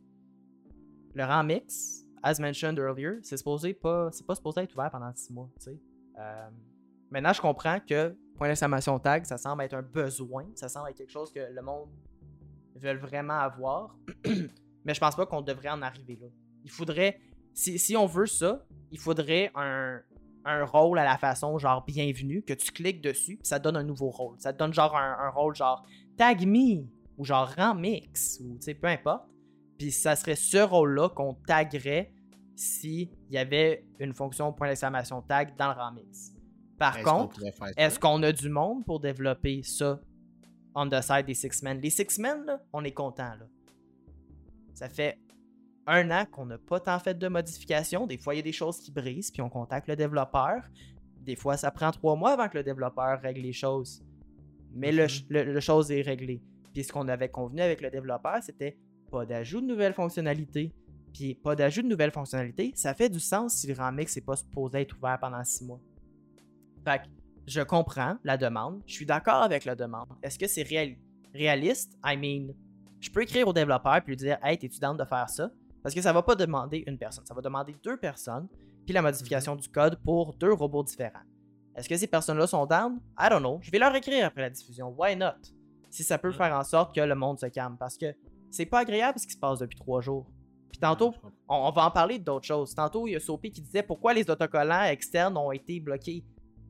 S2: Le rang mix, as mentioned earlier, c'est supposé pas, c'est pas supposé être ouvert pendant six mois, tu sais. Euh, maintenant, je comprends que point d'exclamation tag, ça semble être un besoin, ça semble être quelque chose que le monde veut vraiment avoir. Mais je pense pas qu'on devrait en arriver là. Il faudrait, si, si on veut ça, il faudrait un, un rôle à la façon genre bienvenue, que tu cliques dessus, puis ça donne un nouveau rôle. Ça te donne genre un, un rôle genre tag me, ou genre rang mix, ou tu sais, peu importe. Puis ça serait ce rôle-là qu'on taguerait s'il y avait une fonction point d'exclamation tag dans le rang mix. Par est-ce contre, est-ce qu'on a du monde pour développer ça on the side des six-men? Les six-men, là, on est content, là. Ça fait un an qu'on n'a pas tant fait de modifications. Des fois, il y a des choses qui brisent, puis on contacte le développeur. Des fois, ça prend trois mois avant que le développeur règle les choses. Mais mm-hmm. le, le, le chose est réglée. Puis ce qu'on avait convenu avec le développeur, c'était pas d'ajout de nouvelles fonctionnalités. Puis pas d'ajout de nouvelles fonctionnalités, ça fait du sens si le rang mix n'est pas supposé être ouvert pendant six mois. Fait que je comprends la demande. Je suis d'accord avec la demande. Est-ce que c'est réal- réaliste? I mean, je peux écrire au développeur puis lui dire « Hey, t'es-tu down de faire ça? » Parce que ça va pas demander une personne. Ça va demander deux personnes puis la modification mm-hmm. du code pour deux robots différents. Est-ce que ces personnes-là sont down? I don't know. Je vais leur écrire après la diffusion. Why not? Si ça peut mm-hmm. faire en sorte que le monde se calme. Parce que c'est pas agréable ce qui se passe depuis trois jours. Puis tantôt, on, on va en parler d'autres choses. Tantôt, il y a Sophie qui disait pourquoi les autocollants externes ont été bloqués.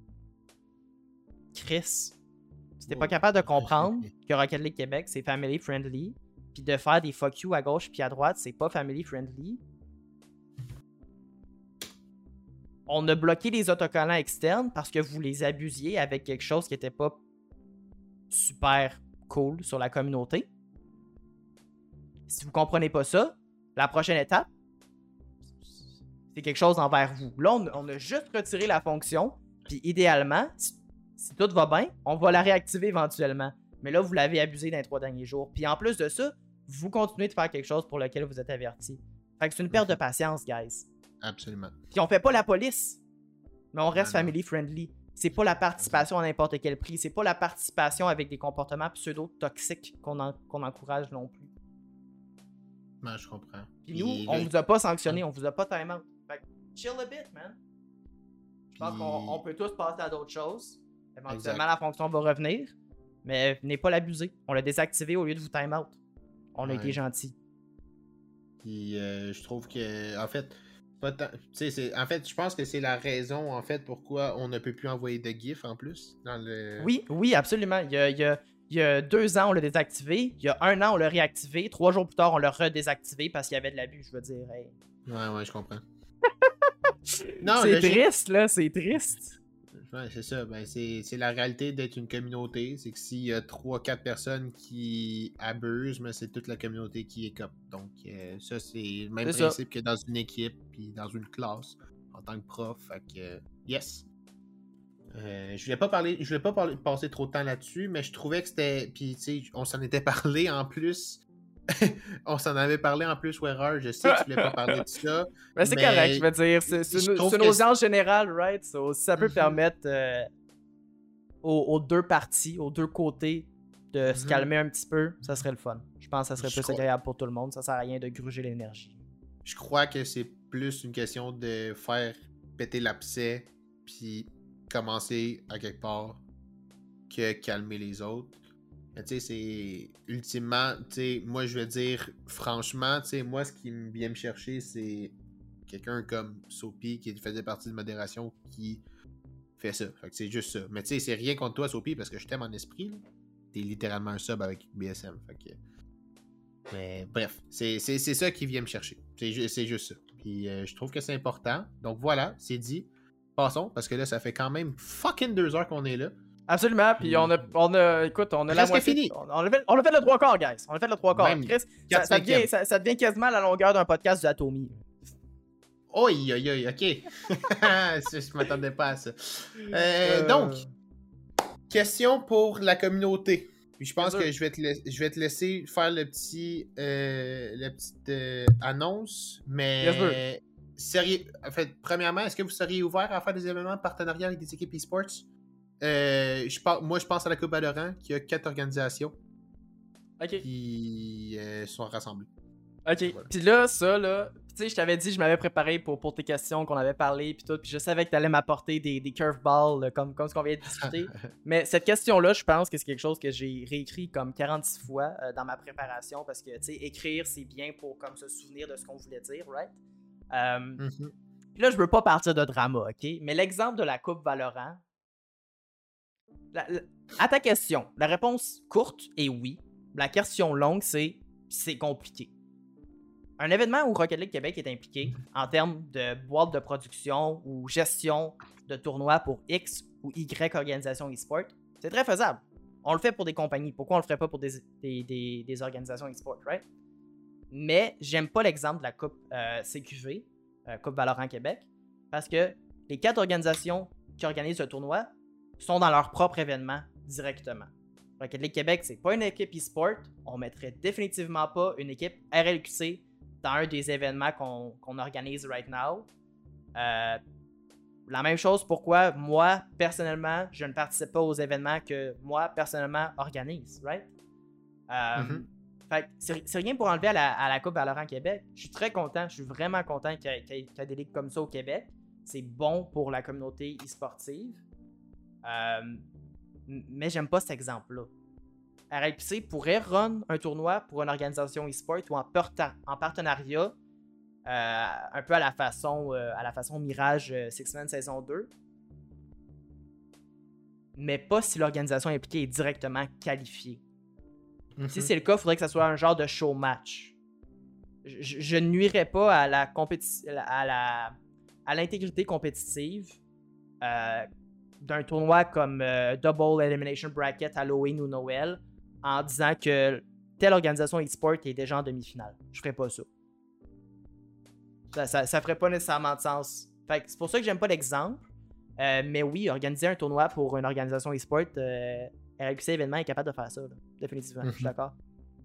S2: Chris, si t'es oh. pas capable de comprendre que Rocket League Québec, c'est family friendly, puis de faire des fuck you à gauche puis à droite, c'est pas family friendly. On a bloqué les autocollants externes parce que vous les abusiez avec quelque chose qui était pas super cool sur la communauté. Si vous comprenez pas ça, la prochaine étape, c'est quelque chose envers vous. Là, on, on a juste retiré la fonction, puis idéalement, si, si tout va bien, on va la réactiver éventuellement. Mais là, vous l'avez abusé dans les trois derniers jours. Puis en plus de ça, vous continuez de faire quelque chose pour lequel vous êtes averti. Fait que c'est une perte de patience, guys.
S1: Absolument.
S2: Puis on fait pas la police, mais on reste ah, family friendly. C'est pas la participation à n'importe quel prix. C'est pas la participation avec des comportements pseudo-toxiques qu'on, en, qu'on encourage non plus.
S1: Ben, je comprends.
S2: Puis nous, on là... vous a pas sanctionné, on vous a pas time out. Fait que chill a bit, man. Je pense Puis... qu'on on peut tous passer à d'autres choses. Éventuellement, exact. La fonction va revenir, mais venez pas l'abuser. On l'a désactivé au lieu de vous time out. On ouais. a été gentils.
S1: Puis euh, je trouve que, en fait, pas tant... c'est... en fait, je pense que c'est la raison, en fait, pourquoi on ne peut plus envoyer de GIF en plus dans le.
S2: Oui, oui, absolument. Il y a, il y a... Il y a deux ans, on l'a désactivé. Il y a un an, on l'a réactivé. Trois jours plus tard, on l'a redésactivé parce qu'il y avait de l'abus, je veux dire. Hey.
S1: Ouais, ouais, je comprends.
S2: non, c'est triste, là, c'est triste.
S1: Ouais, c'est ça. Ben, c'est, c'est la réalité d'être une communauté. C'est que s'il y a trois quatre personnes qui abusent, mais c'est toute la communauté qui écope. Donc, euh, ça, c'est le même c'est principe ça. Que dans une équipe puis dans une classe en tant que prof. Fait que, euh, yes. Euh, je voulais pas parler, je voulais pas parler, passer trop de temps là-dessus, mais je trouvais que c'était, puis tu sais, on s'en était parlé en plus, on s'en avait parlé en plus, Werreur, je sais que tu voulais pas parler de ça.
S2: Mais c'est mais correct, je veux dire, c'est, c'est, c'est une audience générale, right? So, ça peut mm-hmm. permettre euh, aux, aux deux parties, aux deux côtés, de mm-hmm. se calmer un petit peu, ça serait le fun. Je pense que ça serait je plus crois... agréable pour tout le monde, ça sert à rien de gruger l'énergie.
S1: Je crois que c'est plus une question de faire péter l'abcès, puis commencer à quelque part que calmer les autres. Mais tu sais, c'est ultimement, tu sais, moi je veux dire, franchement, tu sais, moi ce qui vient me chercher, c'est quelqu'un comme Sophie qui faisait partie de modération qui fait ça. Fait que c'est juste ça. Mais tu sais, c'est rien contre toi, Sophie, parce que je t'aime en esprit. Là. T'es littéralement un sub avec B S M. Fait que. Mais bref, c'est, c'est, c'est ça qui vient me chercher. C'est, c'est juste ça. Puis euh, je trouve que c'est important. Donc voilà, c'est dit. Passons, parce que là, ça fait quand même fucking deux heures qu'on est là.
S2: Absolument, puis on a, on a, écoute, on a la moitié.
S1: Fini.
S2: On, on, a fait, on a fait le trois quarts, guys. On a fait le trois quarts. Même Chris, ça, ça, devient, ça, ça devient quasiment la longueur d'un podcast du Atomy.
S1: Oi, oi, oi, ok. Je m'attendais pas à ça. Euh, euh... Donc, question pour la communauté. Puis je pense que je vais, te la- je vais te laisser faire le petit, euh, la petite euh, annonce, mais sérieux, en fait, premièrement, est-ce que vous seriez ouvert à faire des événements de partenariat avec des équipes e-sports? Euh, je par- moi, je pense à la Coupe Valorant, qui a quatre organisations
S2: okay.
S1: qui euh, sont rassemblées.
S2: Ok, voilà. Puis là, ça, là, tu sais, je t'avais dit, je m'avais préparé pour, pour tes questions, qu'on avait parlé, puis tout, puis je savais que t'allais m'apporter des, des curveballs, là, comme, comme ce qu'on vient de discuter. Mais cette question-là, je pense que c'est quelque chose que j'ai réécrit comme quarante-six fois euh, dans ma préparation, parce que, tu sais, écrire, c'est bien pour comme se souvenir de ce qu'on voulait dire, right? Euh, mm-hmm. Puis là, je veux pas partir de drama, ok? Mais l'exemple de la Coupe Valorant, la, la, à ta question, la réponse courte est oui. La question longue, c'est c'est compliqué. Un événement où Rocket League Québec est impliqué en termes de boîte de production ou gestion de tournois pour X ou Y organisation e-sport, c'est très faisable. On le fait pour des compagnies. Pourquoi on le ferait pas pour des, des, des, des organisations e-sport, right? Mais j'aime pas l'exemple de la Coupe euh, C Q V, euh, Coupe Valorant Québec, parce que les quatre organisations qui organisent le tournoi sont dans leur propre événement directement. Rocket League Québec, c'est pas une équipe e-sport. On mettrait définitivement pas une équipe R L Q C dans un des événements qu'on, qu'on organise right now. Euh, La même chose pourquoi moi, personnellement, je ne participe pas aux événements que moi, personnellement, organise, right? Euh,
S1: Mm-hmm.
S2: Fait que c'est, c'est rien pour enlever à la, à la Coupe Valorant Québec. Je suis très content, je suis vraiment content qu'il y ait, qu'il y ait- qu'il y ait des ligues comme ça au Québec. C'est bon pour la communauté e-sportive. Euh, m- mais j'aime pas cet exemple-là. R L Q C pourrait run un tournoi pour une organisation e-sport ou en, parta- en partenariat, euh, un peu à la façon, euh, à la façon Mirage euh, Six-Man saison deux. Mais pas si l'organisation impliquée est directement qualifiée.
S1: Mm-hmm.
S2: Si c'est le cas, il faudrait que ça soit un genre de show match. Je, je ne nuirais pas à la compéti- à la à l'intégrité compétitive euh, d'un tournoi comme euh, Double Elimination Bracket Halloween ou Noël en disant que telle organisation e-sport est déjà en demi-finale. Je ferais pas ça. Ça, ça, ça ferait pas nécessairement de sens. Fait que c'est pour ça que j'aime pas l'exemple. Euh, mais oui, organiser un tournoi pour une organisation e-sport, euh, R L Q C événement est capable de faire ça. Là. Définitivement,
S1: Mm-hmm.
S2: je suis d'accord.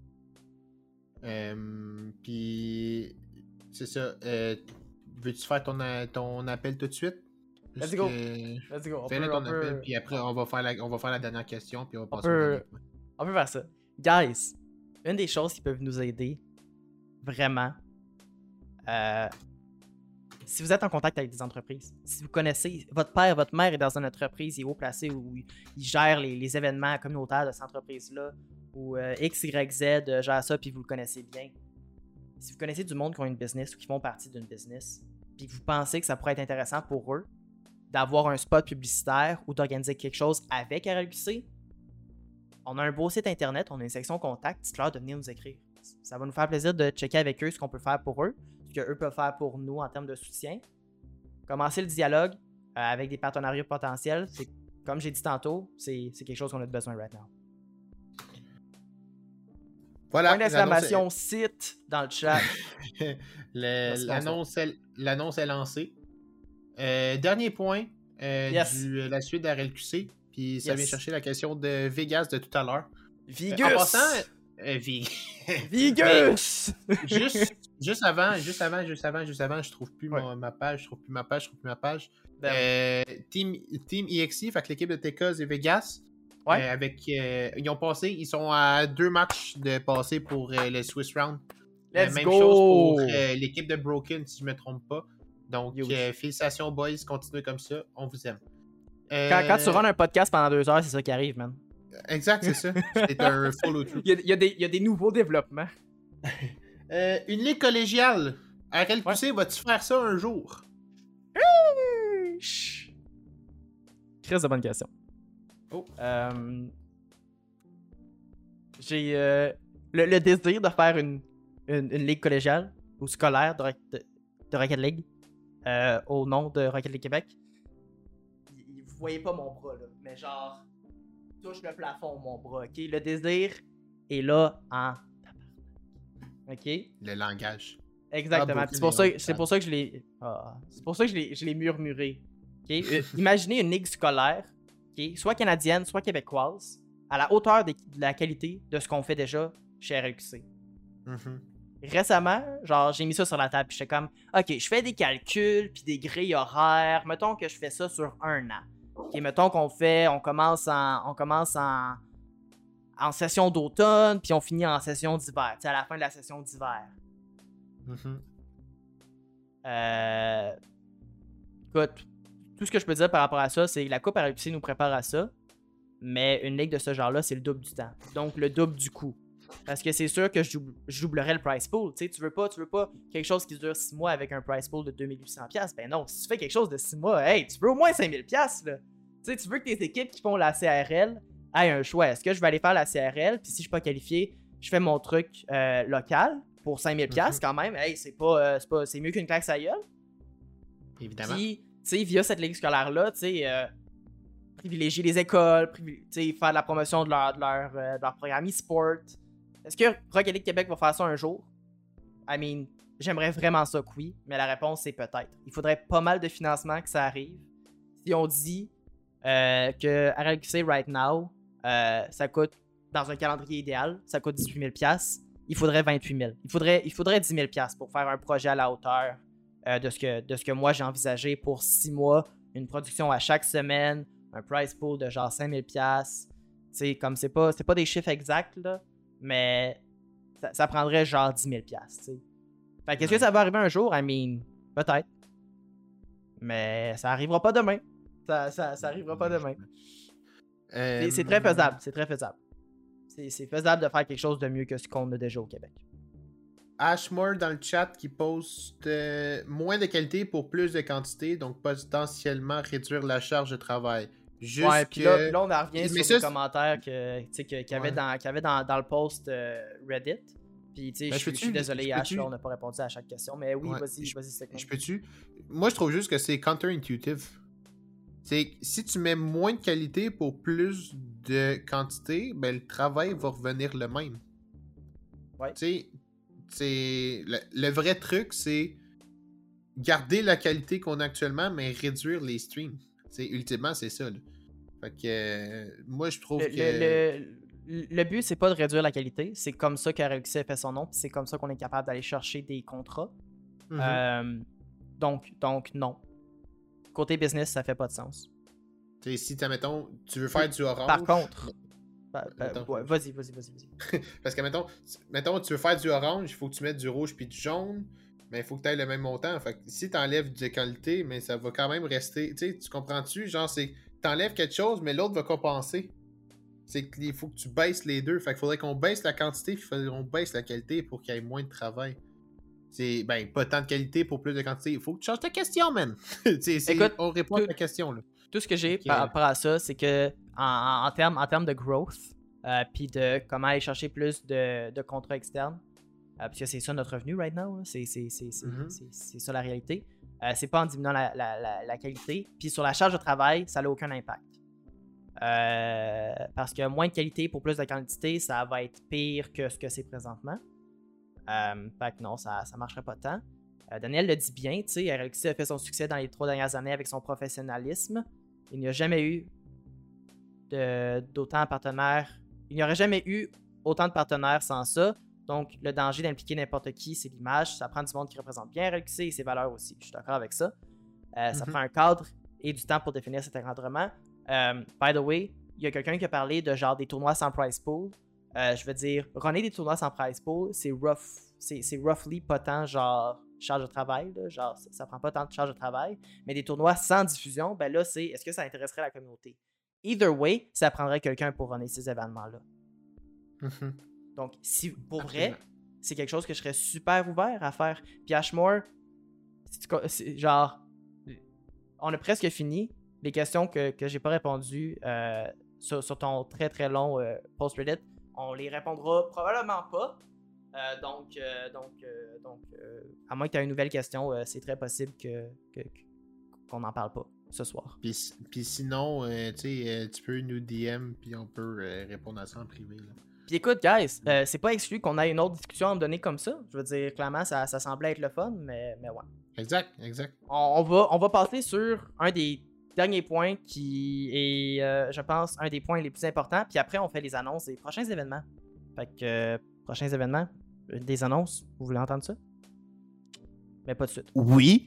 S1: Euh, Puis, c'est ça. Euh, veux-tu faire ton, ton appel tout de suite?
S2: Let's go.
S1: Que...
S2: Let's go. On
S1: Fais-le
S2: peut,
S1: ton
S2: on
S1: appel,
S2: peut...
S1: puis après, on va, faire la, on va faire la dernière question, puis on va
S2: On
S1: passer
S2: peut...
S1: au dernier point.
S2: On peut faire ça. Guys, une des choses qui peuvent nous aider, vraiment, euh, si vous êtes en contact avec des entreprises, si vous connaissez, votre père, votre mère est dans une entreprise, il est haut placé où il gère les, les événements communautaires de cette entreprise-là, ou euh, X, Y, Z euh, gère ça, puis vous le connaissez bien. Si vous connaissez du monde qui ont une business ou qui font partie d'une business, puis que vous pensez que ça pourrait être intéressant pour eux d'avoir un spot publicitaire ou d'organiser quelque chose avec R L Q C, on a un beau site internet, on a une section contact, dites-leur de venir nous écrire. Ça va nous faire plaisir de checker avec eux ce qu'on peut faire pour eux, ce qu'eux peuvent faire pour nous en termes de soutien. Commencer le dialogue euh, avec des partenariats potentiels, c'est, comme j'ai dit tantôt, c'est, c'est quelque chose qu'on a besoin right now.
S1: Voilà.
S2: Point d'exclamation est... site dans le chat.
S1: le,
S2: Merci,
S1: l'annonce, est, l'annonce est lancée. Euh, dernier point, euh,
S2: yes.
S1: du, la suite de R L Q C. Puis ça
S2: yes.
S1: vient chercher la question de Vegas de tout à l'heure.
S2: Vigus!
S1: Euh, en passant, euh, Vig...
S2: Vigus!
S1: juste, juste avant, juste avant, juste avant, juste avant, je trouve plus
S2: ouais.
S1: ma, ma page, je trouve plus ma page, je trouve plus ma page. Euh, Team, Team E X E, fait que l'équipe de Tekaz et Vegas,
S2: ouais.
S1: euh, avec, euh, ils ont passé, ils sont à deux matchs de passer pour euh, le Swiss Round.
S2: Let's
S1: euh, même
S2: go!
S1: chose pour euh, l'équipe de Broken, si je me trompe pas. Donc, euh, félicitations, boys, continuez comme ça, on vous aime.
S2: Euh... Quand, quand tu runs un podcast pendant deux heures, c'est ça qui arrive, man.
S1: Exact, c'est ça. C'est un follow-through.
S2: Il y, a, il, y a des nouveaux développements.
S1: euh, une ligue collégiale. R L Q C, ouais. Vas-tu faire ça un jour?
S2: Très de bonne question.
S1: Oh.
S2: Euh, j'ai euh, le, le désir de faire une, une, une ligue collégiale ou scolaire de, de, de Rocket League euh, au nom de Rocket League Québec. Vous voyez pas mon bras, là, mais genre, touche le plafond, mon bras, ok? Le désir est là en... Ok?
S1: Le langage.
S2: Exactement. Ah, c'est, pour ça, c'est pour ça que je l'ai... Ah, c'est pour ça que je l'ai, je l'ai murmuré. Okay? euh, imaginez une ligue scolaire, okay? Soit canadienne, soit québécoise, à la hauteur de, de la qualité de ce qu'on fait déjà chez R L Q C.
S1: Mm-hmm.
S2: Récemment, genre, j'ai mis ça sur la table, puis j'étais comme, ok, je fais des calculs, puis des grilles horaires, mettons que je fais ça sur un an. Ok, mettons qu'on fait, on commence en, on commence en, en session d'automne, puis on finit en session d'hiver, tu sais, à la fin de la session d'hiver.
S1: Mm-hmm.
S2: Euh... Écoute, tout ce que je peux dire par rapport à ça, c'est que la Coupe R L Q C nous prépare à ça, mais une ligue de ce genre-là, c'est le double du temps. Donc, le double du coût. Parce que c'est sûr que je, doub- je doublerais le price pool. Tu sais, tu veux pas, tu veux pas quelque chose qui dure six mois avec un price pool de deux mille huit cents dollars. Ben non, si tu fais quelque chose de six mois, hey, tu veux au moins cinq mille dollars, là. Tu sais, tu veux que tes équipes qui font la C R L aient un choix. Est-ce que je vais aller faire la C R L, puis si je suis pas qualifié, je fais mon truc euh, local pour cinq mille dollars mm-hmm. quand même. Hey, c'est pas, euh, c'est pas, c'est mieux qu'une claque à gueule.
S1: Évidemment.
S2: Puis, tu sais, via cette ligue scolaire-là, tu sais, euh, privilégier les écoles, privil- faire de la promotion de leur, de leur, euh, de leur programme e-sport. Est-ce que Rocket League Québec va faire ça un jour? I mean, j'aimerais vraiment ça que oui, mais la réponse c'est peut-être. Il faudrait pas mal de financement que ça arrive. Si on dit euh, que R L Q C right now, euh, ça coûte, dans un calendrier idéal, ça coûte dix-huit mille dollars, il faudrait vingt-huit mille. Il faudrait, il faudrait dix mille dollars pour faire un projet à la hauteur euh, de, ce que, de ce que moi j'ai envisagé pour six mois une production à chaque semaine, un price pool de genre cinq mille dollars. Tu sais, comme c'est pas, c'est pas des chiffres exacts, là, mais ça, ça prendrait genre dix mille dollars, tu sais. Fait qu'est-ce que ça va arriver un jour? I mean, peut-être. Mais ça arrivera pas demain. Ça, ça, ça arrivera pas demain.
S1: Euh,
S2: C'est, c'est très faisable, c'est très faisable. C'est, c'est faisable de faire quelque chose de mieux que ce qu'on a déjà au Québec.
S1: Ashmore dans le chat qui poste euh, moins de qualité pour plus de quantité, donc potentiellement réduire la charge de travail. Juste
S2: ouais, puis
S1: que...
S2: là, puis là, on en revient
S1: Mais
S2: sur
S1: ça,
S2: les
S1: c'est-
S2: commentaires que, tu sais, que- qu'il y avait,
S1: Ouais.
S2: dans, qu'il y avait dans, dans le post euh, Reddit. Puis, tu sais,
S1: Ben,
S2: je
S1: je peux-tu-
S2: suis- je suis désolé,
S1: je
S2: Ash,
S1: peux-tu-
S2: là, on n'a pas répondu à chaque question. Mais oui,
S1: Ouais,
S2: vas-y,
S1: je-
S2: vas-y, c'est
S1: Je peux-tu? Moi, je trouve juste que c'est counter-intuitive. C'est que si tu mets moins de qualité pour plus de quantité, ben le travail va revenir le même.
S2: Ouais.
S1: Tu sais, c'est... Le, le vrai truc, c'est garder la qualité qu'on a actuellement, mais réduire les streams. C'est ultimement, c'est ça. Là. Fait que euh, moi, je trouve
S2: Le,
S1: que...
S2: le, le, le but, c'est pas de réduire la qualité. C'est comme ça qu'Arexi a fait son nom. Puis c'est comme ça qu'on est capable d'aller chercher des contrats.
S1: Mhm.
S2: Euh, donc, donc, non. Côté business, ça fait pas de sens.
S1: Tu sais, si, t'as, mettons, tu veux faire du orange...
S2: Par contre, pa- pa-
S1: Attends,
S2: ouais, vas-y, vas-y, vas-y, vas-y.
S1: Parce que, mettons, mettons, tu veux faire du orange, il faut que tu mettes du rouge puis du jaune, mais il faut que tu aies le même montant. Fait que si tu enlèves de qualité, mais ça va quand même rester. Tu sais, tu comprends-tu? Genre, c'est t'enlèves quelque chose, mais l'autre va compenser. C'est qu'il faut que tu baisses les deux. Fait qu'il faudrait qu'on baisse la quantité puis qu'on baisse la qualité pour qu'il y ait moins de travail. C'est, ben, pas tant de qualité pour plus de quantité. Il faut que tu changes ta question, man. c'est, c'est,
S2: Écoute,
S1: on répond
S2: tout-
S1: à ta question, là.
S2: Tout ce que j'ai
S1: Ok.
S2: par rapport à ça, c'est que en, en, en termes en termes de growth, euh, puis de comment aller chercher plus de, de contrats externes, euh, parce que c'est ça notre revenu right now, là, c'est, c'est, c'est, c'est,
S1: Mhm.
S2: c'est, c'est ça la réalité. Euh, c'est pas en diminuant la, la, la, la qualité. Puis sur la charge de travail, ça n'a aucun impact. Euh, parce que moins de qualité pour plus de quantité, ça va être pire que ce que c'est présentement. Euh, fait que non, ça ne marcherait pas tant. Euh, Daniel le dit bien, tu sais, Alexis a fait son succès dans les trois dernières années avec son professionnalisme. Il n'y a jamais eu de, d'autant de partenaires. Il n'y aurait jamais eu autant de partenaires sans ça. Donc, le danger d'impliquer n'importe qui, c'est l'image. Ça prend du monde qui représente bien Alexis et ses valeurs aussi. Je suis d'accord avec ça. Euh, ça
S1: Mhm.
S2: prend un cadre et du temps pour définir cet encadrement. Euh, by the way, il y a quelqu'un qui a parlé de genre des tournois sans prize pool. Euh, je veux dire, runner des tournois sans prize pool, c'est rough. C'est, c'est roughly pas tant genre charge de travail, là, genre ça, ça prend pas tant de charge de travail, mais des tournois sans diffusion, ben là c'est est-ce que ça intéresserait la communauté? Either way, ça prendrait quelqu'un pour runner ces événements-là.
S1: Mhm.
S2: Donc, si pour
S1: Absolument.
S2: vrai, c'est quelque chose que je serais super ouvert à faire. Puis Ashmore, c'est, c'est, genre, on a presque fini. Les questions que, que j'ai pas répondues euh, sur, sur ton très très long euh, post Reddit, on les répondra probablement pas. Euh, donc, euh, donc, euh, donc euh, à moins que tu aies une nouvelle question, euh, c'est très possible que, que, qu'on n'en parle pas ce soir.
S1: Puis, puis sinon, euh, tu sais, euh, tu peux nous D M, puis on peut euh, répondre à ça en privé. Là.
S2: Puis écoute, guys, euh, c'est pas exclu qu'on ait une autre discussion à me donner comme ça. Je veux dire, clairement, ça, ça semblait être le fun, mais, mais ouais.
S1: Exact, exact.
S2: On, on, va, on va passer sur un des derniers points qui est, euh, je pense, un des points les plus importants. Puis après, on fait les annonces des prochains événements. Fait que, euh, prochains événements, des annonces, vous voulez entendre ça? Mais pas de suite.
S1: Oui.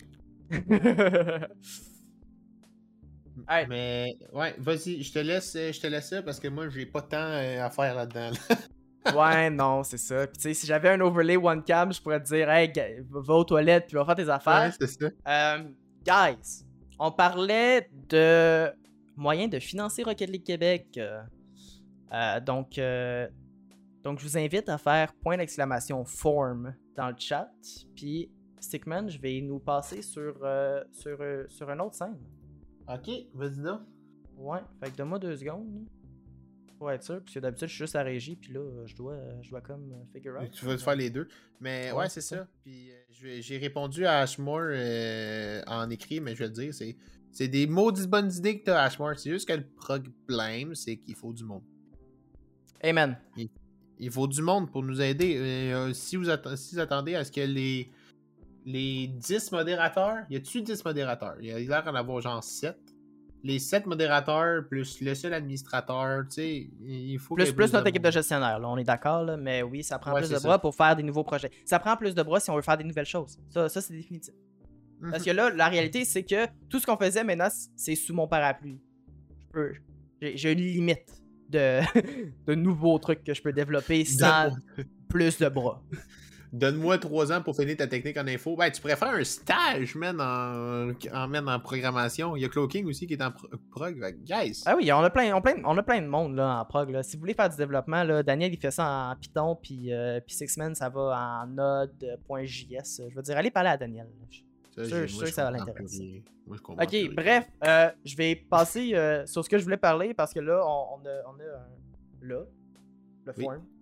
S2: Hey.
S1: Mais ouais, vas-y, je te laisse, je te laisse ça parce que moi j'ai pas de temps euh, à faire là-dedans. Là.
S2: Ouais, non, c'est ça. Puis tu sais, si j'avais un overlay one cam, je pourrais te dire, hey, va aux toilettes puis va faire tes affaires.
S1: Ouais, c'est ça.
S2: Euh, guys, on parlait de moyens de financer Rocket League Québec. Euh, euh, donc, euh, donc, je vous invite à faire point d'exclamation form dans le chat. Puis, Stickman, je vais nous passer sur, euh, sur, euh, sur une autre scène.
S1: Ok, vas-y donc.
S2: Ouais, fait que donne-moi deux secondes. Là, pour être sûr, parce que d'habitude, je suis juste à régie, puis là, je dois, je dois comme figure out.
S1: Tu vas faire les deux. Mais ouais,
S2: Ouais,
S1: c'est
S2: c'est
S1: ça. Puis euh, je- j'ai répondu à Ashmore euh, en écrit, mais je vais le dire, c'est, c'est des maudites bonnes idées que t'as, Ashmore. C'est juste que le problème, c'est qu'il faut du monde.
S2: Amen.
S1: Il faut du monde pour nous aider. Euh, si, vous att- si vous attendez à ce que les, les dix modérateurs, y a-tu dix modérateurs? Il y a l'air d'en avoir genre sept. Les sept modérateurs plus le seul administrateur, tu sais, il faut
S2: Plus,
S1: qu'il y ait
S2: plus notre
S1: de
S2: équipe de gestionnaire, là, on est d'accord, là, mais oui, ça prend
S1: Ouais,
S2: plus
S1: c'est
S2: de
S1: ça.
S2: bras pour faire des nouveaux projets. Ça prend plus de bras si on veut faire des nouvelles choses. Ça, ça c'est définitif. Parce que là, la réalité, c'est que tout ce qu'on faisait maintenant, c'est sous mon parapluie. Je peux... J'ai, j'ai une limite de... de nouveaux trucs que je peux développer sans plus de bras.
S1: Donne-moi trois ans pour finir ta technique en info. Ben, tu pourrais faire un stage, man, en, en, man, en programmation. Il y a Cloaking aussi qui est en pro prog. Guys!
S2: Ah oui, on a plein, on plein, on a plein de monde là, en prog. Là. Si vous voulez faire du développement, là, Daniel il fait ça en Python, puis euh, Sixman ça va en Node.js. Je veux dire, allez parler à Daniel. Je suis sûr, sûr que ça va l'intéresser. Moi, je comprends. Ok, bref, euh, je vais passer euh, sur ce que je voulais parler parce que là, on, on a, on a un, là, le
S1: oui.
S2: form.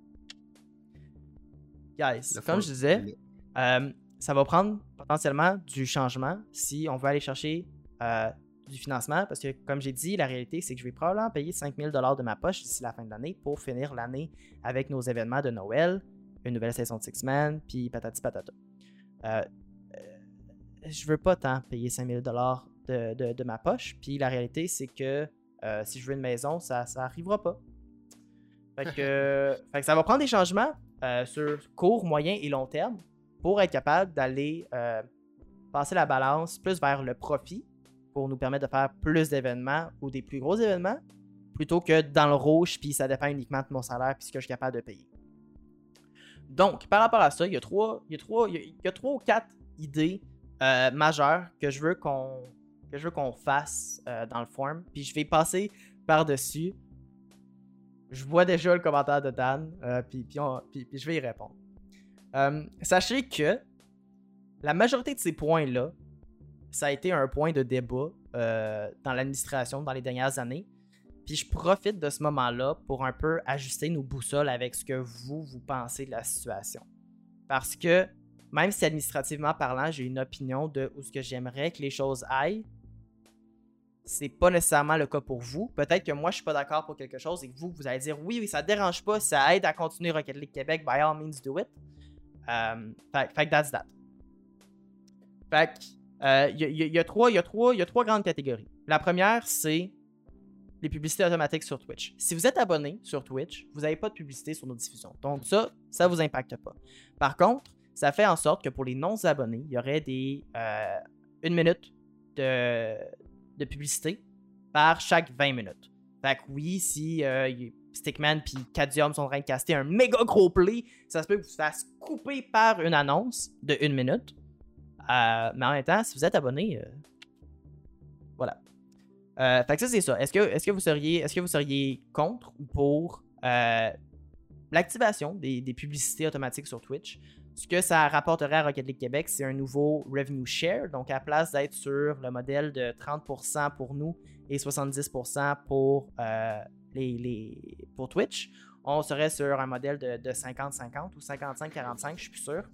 S2: Guys,
S1: le
S2: comme
S1: form.
S2: je disais, euh, ça va prendre potentiellement du changement si on veut aller chercher euh, du financement parce que, comme j'ai dit, la réalité, c'est que je vais probablement payer cinq mille dollars de ma poche d'ici la fin de l'année pour finir l'année avec nos événements de Noël, une nouvelle session de Six-Man, puis patati patata. Euh, je veux pas tant payer cinq mille dollars de, de, de ma poche. Puis la réalité, c'est que euh, si je veux une maison, ça, ça arrivera pas. Fait que, euh, fait que ça va prendre des changements euh, sur court, moyen et long terme pour être capable d'aller euh, passer la balance plus vers le profit pour nous permettre de faire plus d'événements ou des plus gros événements plutôt que dans le rouge puis ça dépend uniquement de mon salaire puis ce que je suis capable de payer. Donc, par rapport à ça, il y a trois, il y a trois, il y a, il y a trois ou quatre idées Euh, majeur que je veux qu'on que je veux qu'on fasse euh, dans le forum. Puis je vais passer par-dessus. Je vois déjà le commentaire de Dan. Euh, puis, puis, on, puis, puis je vais y répondre. Euh, sachez que la majorité de ces points-là, ça a été un point de débat euh, dans l'administration dans les dernières années. Puis je profite de ce moment-là pour un peu ajuster nos boussoles avec ce que vous, vous pensez de la situation. Parce que même si administrativement parlant, j'ai une opinion de où ce que j'aimerais que les choses aillent, c'est pas nécessairement le cas pour vous. Peut-être que moi, je suis pas d'accord pour quelque chose et que vous, vous allez dire oui, oui, ça dérange pas, ça aide à continuer Rocket League Québec, by all means do it. Um, fait, fait que that's that. Fait que, il euh, y, y, y, a trois, y, a trois, y a trois grandes catégories. La première, c'est les publicités automatiques sur Twitch. Si vous êtes abonné sur Twitch, vous n'avez pas de publicité sur nos diffusions. Donc ça, ça vous impacte pas. Par contre, ça fait en sorte que pour les non-abonnés, il y aurait des euh, une minute de, de publicité par chaque vingt minutes. Fait que oui, si euh, Stickman et Cadium sont en train de caster un méga gros play, ça se peut que vous se fasse couper par une annonce de une minute. Euh, mais en même temps, si vous êtes abonné, euh, voilà. Euh, fait que ça, c'est ça. Est-ce que, est-ce que vous seriez, est-ce que vous seriez contre ou pour euh, l'activation des, des publicités automatiques sur Twitch? Ce que ça rapporterait à Rocket League Québec, c'est un nouveau revenue share. Donc, à la place d'être sur le modèle de trente pour cent pour nous et soixante-dix pour cent pour, euh, les, les, pour Twitch, on serait sur un modèle de, de cinquante cinquante ou cinquante-cinq quarante-cinq, je suis plus sûr.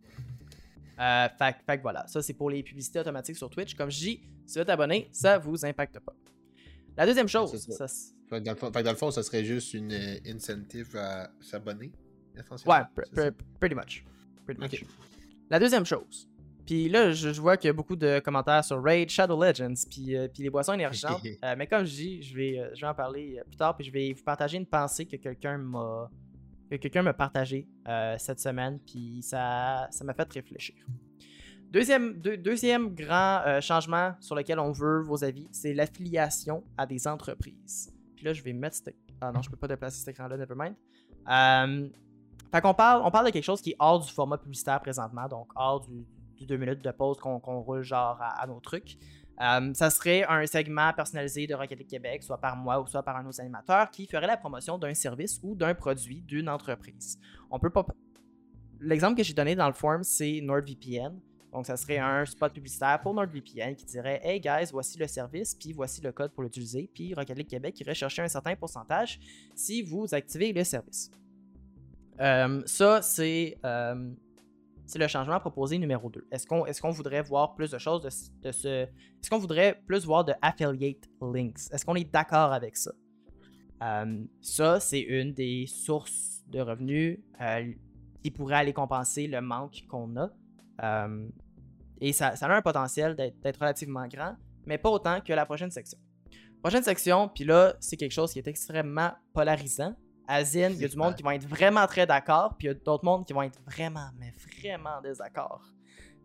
S2: Euh, fait, fait que voilà, ça c'est pour les publicités automatiques sur Twitch. Comme je dis, si vous êtes abonné, ça vous impacte pas. La deuxième chose,
S1: ça,
S2: ça,
S1: fait, dans le fond, fait dans le fond, ça serait juste une euh, incentive à s'abonner.
S2: Ouais, pr- pr- pretty much. Pretty much. Okay. La deuxième chose, puis là, je, je vois qu'il y a beaucoup de commentaires sur Raid, Shadow Legends, puis euh, les boissons énergisantes. euh, mais comme je dis, je vais, euh, je vais en parler euh, plus tard, puis je vais vous partager une pensée que quelqu'un m'a, que quelqu'un m'a partagée euh, cette semaine, puis ça, ça m'a fait réfléchir. Deuxième, deux, deuxième grand euh, changement sur lequel on veut vos avis, c'est l'affiliation à des entreprises. Puis là, je vais mettre cette... Ah non, je peux pas déplacer cet écran-là, nevermind. Euh... Fait qu'on parle, on parle de quelque chose qui est hors du format publicitaire présentement, donc hors du, du deux minutes de pause qu'on, qu'on roule genre à, à nos trucs. Euh, ça serait un segment personnalisé de Rocket League Québec, soit par moi ou soit par un de nos animateurs, qui ferait la promotion d'un service ou d'un produit d'une entreprise. On peut pas... L'exemple que j'ai donné dans le forum, c'est NordVPN. Donc, ça serait un spot publicitaire pour NordVPN qui dirait « Hey guys, voici le service, puis voici le code pour l'utiliser. » Puis Rocket League Québec irait chercher un certain pourcentage si vous activez le service. Euh, ça, c'est, euh, c'est le changement proposé numéro deux. Est-ce qu'on, est-ce qu'on voudrait voir plus de choses de, de ce... Est-ce qu'on voudrait plus voir de affiliate links? Est-ce qu'on est d'accord avec ça? Euh, ça, c'est une des sources de revenus euh, qui pourrait aller compenser le manque qu'on a. Euh, et ça, ça a un potentiel d'être, d'être relativement grand, mais pas autant que la prochaine section. Prochaine section, puis là, c'est quelque chose qui est extrêmement polarisant. Azine, il y a du monde qui vont être vraiment très d'accord, puis il y a d'autres mondes qui vont être vraiment, mais vraiment en désaccord.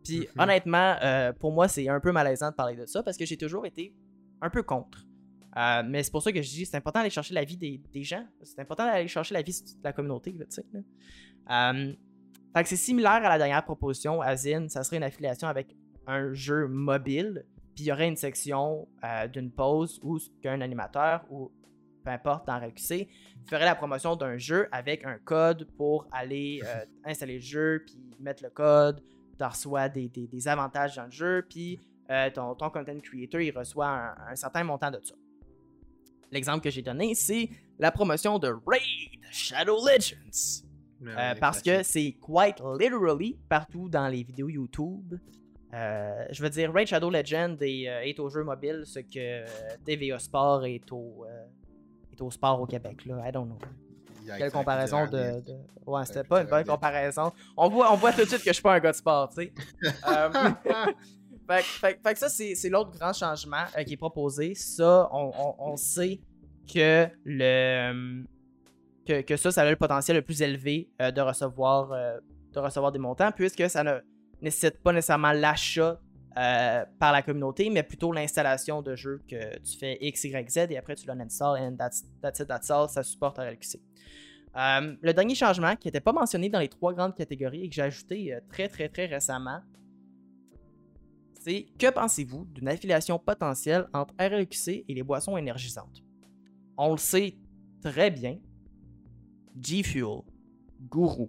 S2: Puis
S1: Mm-hmm.
S2: honnêtement, euh, pour moi, c'est un peu malaisant de parler de ça parce que j'ai toujours été un peu contre. Euh, mais c'est pour ça que je dis c'est important d'aller chercher l'avis des, des gens. C'est important d'aller chercher l'avis de la communauté. Là, tu sais, là. Euh, fait que c'est similaire à la dernière proposition, Azin. Ça serait une affiliation avec un jeu mobile. Puis il y aurait une section euh, d'une pause où qu'un animateur ou peu importe dans R L Q C ferait la promotion d'un jeu avec un code pour aller euh, installer le jeu puis mettre le code. Tu reçois des, des, des avantages dans le jeu puis euh, ton, ton content creator il reçoit un, un certain montant de ça. L'exemple que j'ai donné, c'est la promotion de Raid Shadow Legends. Euh, parce que c'est quite literally partout dans les vidéos YouTube. Euh, je veux dire, Raid Shadow Legends est, euh, est au jeu mobile ce que euh, T V A Sport est au, euh, est au sport au Québec. Là. I don't know. Quelle comparaison de, de... Ouais, c'était pas une bonne comparaison. On voit, on voit tout de suite que je suis pas un gars de sport, tu sais. euh... fait, fait, fait que ça, c'est, c'est l'autre grand changement euh, qui est proposé. Ça, on, on, on sait que le... Que, que ça, ça a le potentiel le plus élevé euh, de, recevoir, euh, de recevoir des montants, puisque ça ne nécessite pas nécessairement l'achat euh, par la communauté, mais plutôt l'installation de jeux que tu fais X, Y, Z, et après tu l'installes, and that's, that's it, that's all, ça supporte R L Q C. Euh, le dernier changement, qui n'était pas mentionné dans les trois grandes catégories et que j'ai ajouté euh, très, très, très récemment, c'est que pensez-vous d'une affiliation potentielle entre R L Q C et les boissons énergisantes? On le sait très bien, G Fuel, Guru.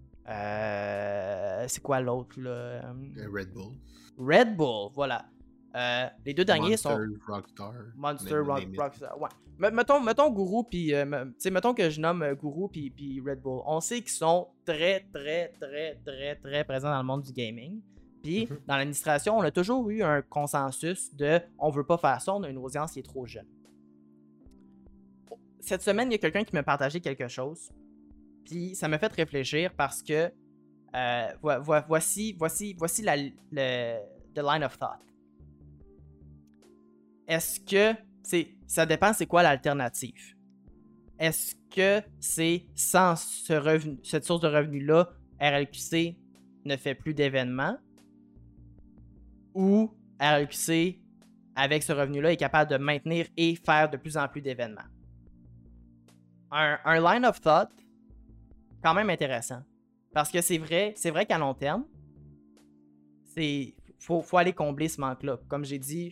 S2: Euh, c'est quoi l'autre là?
S1: Red Bull.
S2: Red Bull, voilà. Euh, les deux derniers
S1: Monster,
S2: sont.
S1: Rockstar.
S2: Monster, Rock, Rockstar. Ouais. M- mettons, mettons Guru, puis. Euh, m- mettons que je nomme euh, Guru, puis, puis Red Bull. On sait qu'ils sont très, très, très, très, très présents dans le monde du gaming. Puis, mm-hmm. dans l'administration, on a toujours eu un consensus de on veut pas faire ça, on a une audience qui est trop jeune. Cette semaine, il y a quelqu'un qui m'a partagé quelque chose. Puis ça m'a fait réfléchir parce que euh, vo- vo- voici, voici, voici la, le the line of thought. Est-ce que c'est, ça dépend c'est quoi l'alternative? Est-ce que c'est sans ce revenu, cette source de revenus-là, R L Q C ne fait plus d'événements? Ou R L Q C, avec ce revenu-là, est capable de maintenir et faire de plus en plus d'événements? Un, un line of thought quand même intéressant. Parce que c'est vrai, c'est vrai qu'à long terme, c'est faut, faut aller combler ce manque-là. Comme j'ai dit,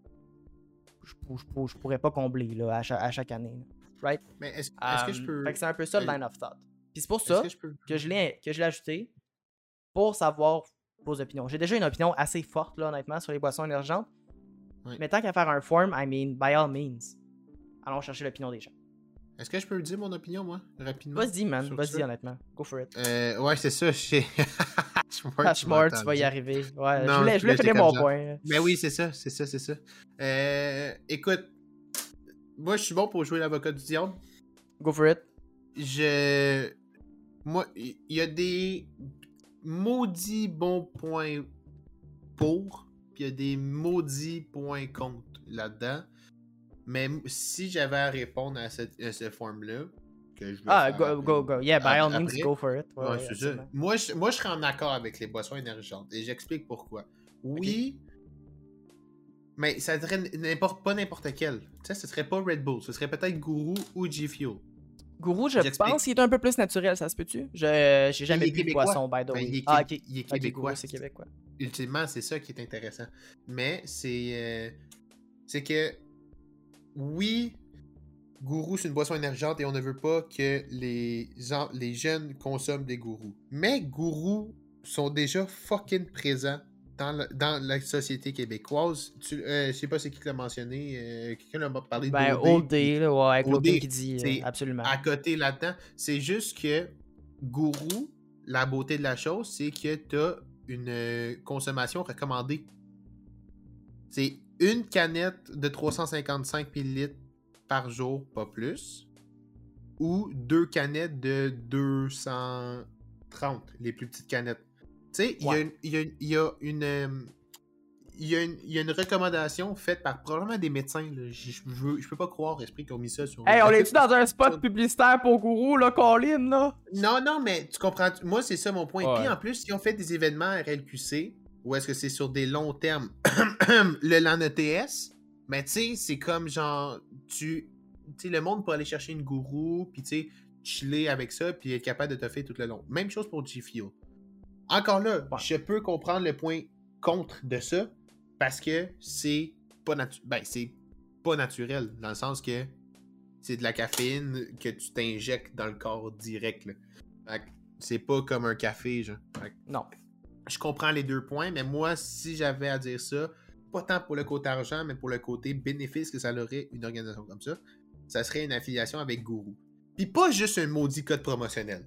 S2: je, je, je pourrais pas combler là, à, chaque, à chaque année. Là. Right?
S1: Mais est-ce,
S2: um,
S1: est-ce que je peux...
S2: Fait que c'est un peu ça le line of thought. Puis c'est pour ça que, je peux... que je l'ai, que je l'ai ajouté pour savoir vos opinions. J'ai déjà une opinion assez forte, là, honnêtement, sur les boissons énergentes. Oui. Mais tant qu'à faire un form, I mean, by all means, allons chercher l'opinion des gens.
S1: Est-ce que je peux dire mon opinion, moi, rapidement?
S2: Vas-y, man. Vas-y, ça? Honnêtement. Go for it.
S1: Euh, ouais, c'est ça. Je
S2: Ashmore, tu vas y arriver. Ouais, non, je voulais, je voulais finir mon point.
S1: Mais oui, c'est ça, c'est ça, c'est ça. Euh, écoute, moi, je suis bon pour jouer l'avocat du diable.
S2: Go for it.
S1: Je... Moi, il y a des maudits bons points pour, puis il y a des maudits points contre là-dedans. Mais si j'avais à répondre à, cette, à ce form-là, que je veux
S2: Ah,
S1: faire
S2: go,
S1: après,
S2: go, go. Yeah, by all
S1: après,
S2: means, go for it.
S1: Ouais, ouais, c'est ça. Moi, je, moi, je serais en accord avec les boissons énergisantes. Et j'explique pourquoi. Oui, okay. Mais ça serait n'importe, pas n'importe quel. Tu sais, ce serait pas Red Bull. Ce serait peut-être Guru ou G Fuel.
S2: Guru, je j'explique. pense qu'il est un peu plus naturel, ça se peut-tu? Je J'ai jamais bu de boisson, by the way. Ben,
S1: il, est,
S2: ah, okay.
S1: il est québécois.
S2: Okay, Guru, c'est québécois.
S1: Ultimement, c'est ça qui est intéressant. Mais c'est... Euh, c'est que... Oui, Guru, c'est une boisson énergisante et on ne veut pas que les, gens, les jeunes consomment des gourous. Mais Guru sont déjà fucking présents dans, le, dans la société québécoise. Tu, euh, je sais pas c'est qui l'a mentionné. Euh, quelqu'un l'a parlé de
S2: ben, O D, là, ouais, avec l'O D qui dit
S1: euh,
S2: absolument.
S1: À côté là-dedans, c'est juste que Guru, la beauté de la chose, c'est que tu as une euh, consommation recommandée. C'est une canette de trois cent cinquante-cinq millilitres par jour, pas plus. Ou deux canettes de deux cent trente, les plus petites canettes. Tu sais, il y, y, y a une... Euh, il y, y a une recommandation faite par probablement des médecins. Je, je, je, je peux pas croire, Esprit, qu'ils ont mis ça sur...
S2: Hey, on est-tu dans un spot publicitaire pour Guru, là, Colin, là?
S1: Non, non, mais tu comprends. Moi, c'est ça mon point.
S2: Ouais.
S1: Puis en plus, si on fait des événements R L Q C, ou est-ce que c'est sur des longs termes? Le LAN E T S, mais tu sais, c'est comme genre, tu sais, le monde peut aller chercher une gourou, puis tu sais, chiller avec ça, puis être capable de te faire tout le long. Même chose pour G Fuel. Encore là, ouais. je peux comprendre le point contre de ça, parce que c'est pas naturel. Ben, c'est pas naturel, dans le sens que c'est de la caféine que tu t'injectes dans le corps direct, là. Fait que c'est pas comme un café, genre. Fait que
S2: non.
S1: Je comprends les deux points, mais moi, si j'avais à dire ça, pas tant pour le côté argent, mais pour le côté bénéfice que ça aurait une organisation comme ça, ça serait une affiliation avec Guru. Puis pas juste un maudit code promotionnel.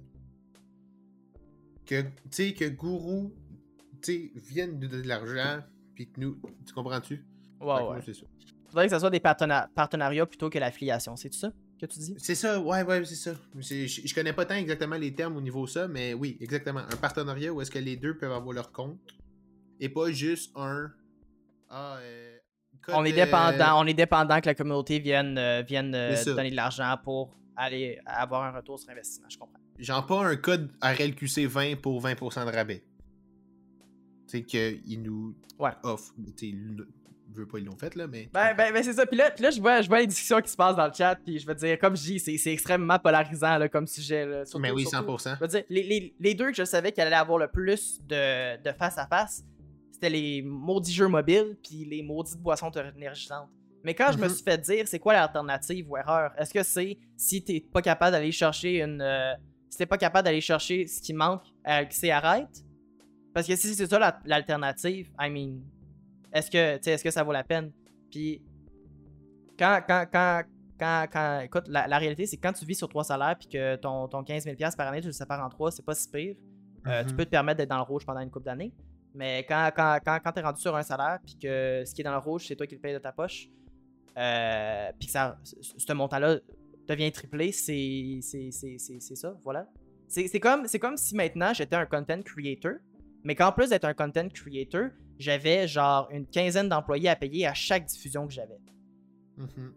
S1: Que, tu sais, que Guru, tu sais, vienne nous donner de l'argent, puis que nous, tu comprends-tu?
S2: Ouais, ouais. Moi, c'est ça. Faudrait que ce soit des partenari- partenariats plutôt que l'affiliation, c'est tout ça que tu dis?
S1: C'est ça, ouais, ouais, c'est ça. C'est, je, je connais pas tant exactement les termes au niveau de ça, mais oui, exactement. Un partenariat où est-ce que les deux peuvent avoir leur compte, et pas juste un... Ah, euh,
S2: code, on est dépendant, euh... on est dépendant que la communauté vienne, euh, vienne euh, donner de l'argent pour aller avoir un retour sur investissement, je comprends.
S1: Genre pas un code R L Q C vingt pour vingt pour cent de rabais. Tu sais, qu'ils nous
S2: ouais.
S1: offrent. Tu sais, je veux pas, ils l'ont fait, là, mais...
S2: Ben, ben, ben c'est ça. Puis là, puis là je, vois, je vois les discussions qui se passent dans le chat, puis je veux dire, comme je dis, c'est, c'est extrêmement polarisant, là, comme sujet. Là, surtout,
S1: mais oui,
S2: surtout,
S1: cent pour cent.
S2: Je veux dire, les, les, les deux que je savais qu'ils allaient avoir le plus de, de face-à-face, c'était les maudits jeux mobiles, puis les maudites boissons énergisantes. Mais quand mm-hmm. je me suis fait dire, c'est quoi l'alternative ou erreur? Est-ce que c'est si t'es pas capable d'aller chercher une... Euh, si t'es pas capable d'aller chercher ce qui manque, euh, c'est arrête? Parce que si c'est ça la, l'alternative, I mean, est-ce que, est-ce que ça vaut la peine? Puis, quand, quand, quand, quand, quand écoute, la, la réalité, c'est que quand tu vis sur trois salaires puis que ton, ton quinze mille dollars par année, tu le sépares en trois, c'est pas si pire. Euh, mm-hmm. Tu peux te permettre d'être dans le rouge pendant une couple d'années. Mais quand, quand, quand, quand t'es rendu sur un salaire puis que ce qui est dans le rouge, c'est toi qui le payes de ta poche, euh, puis que ça, ce montant-là devient triplé, c'est, c'est, c'est, c'est, c'est ça, voilà. C'est, c'est, comme, c'est comme si maintenant j'étais un content creator, mais qu'en plus d'être un content creator, j'avais genre une quinzaine d'employés à payer à chaque diffusion que j'avais.
S1: Mm-hmm.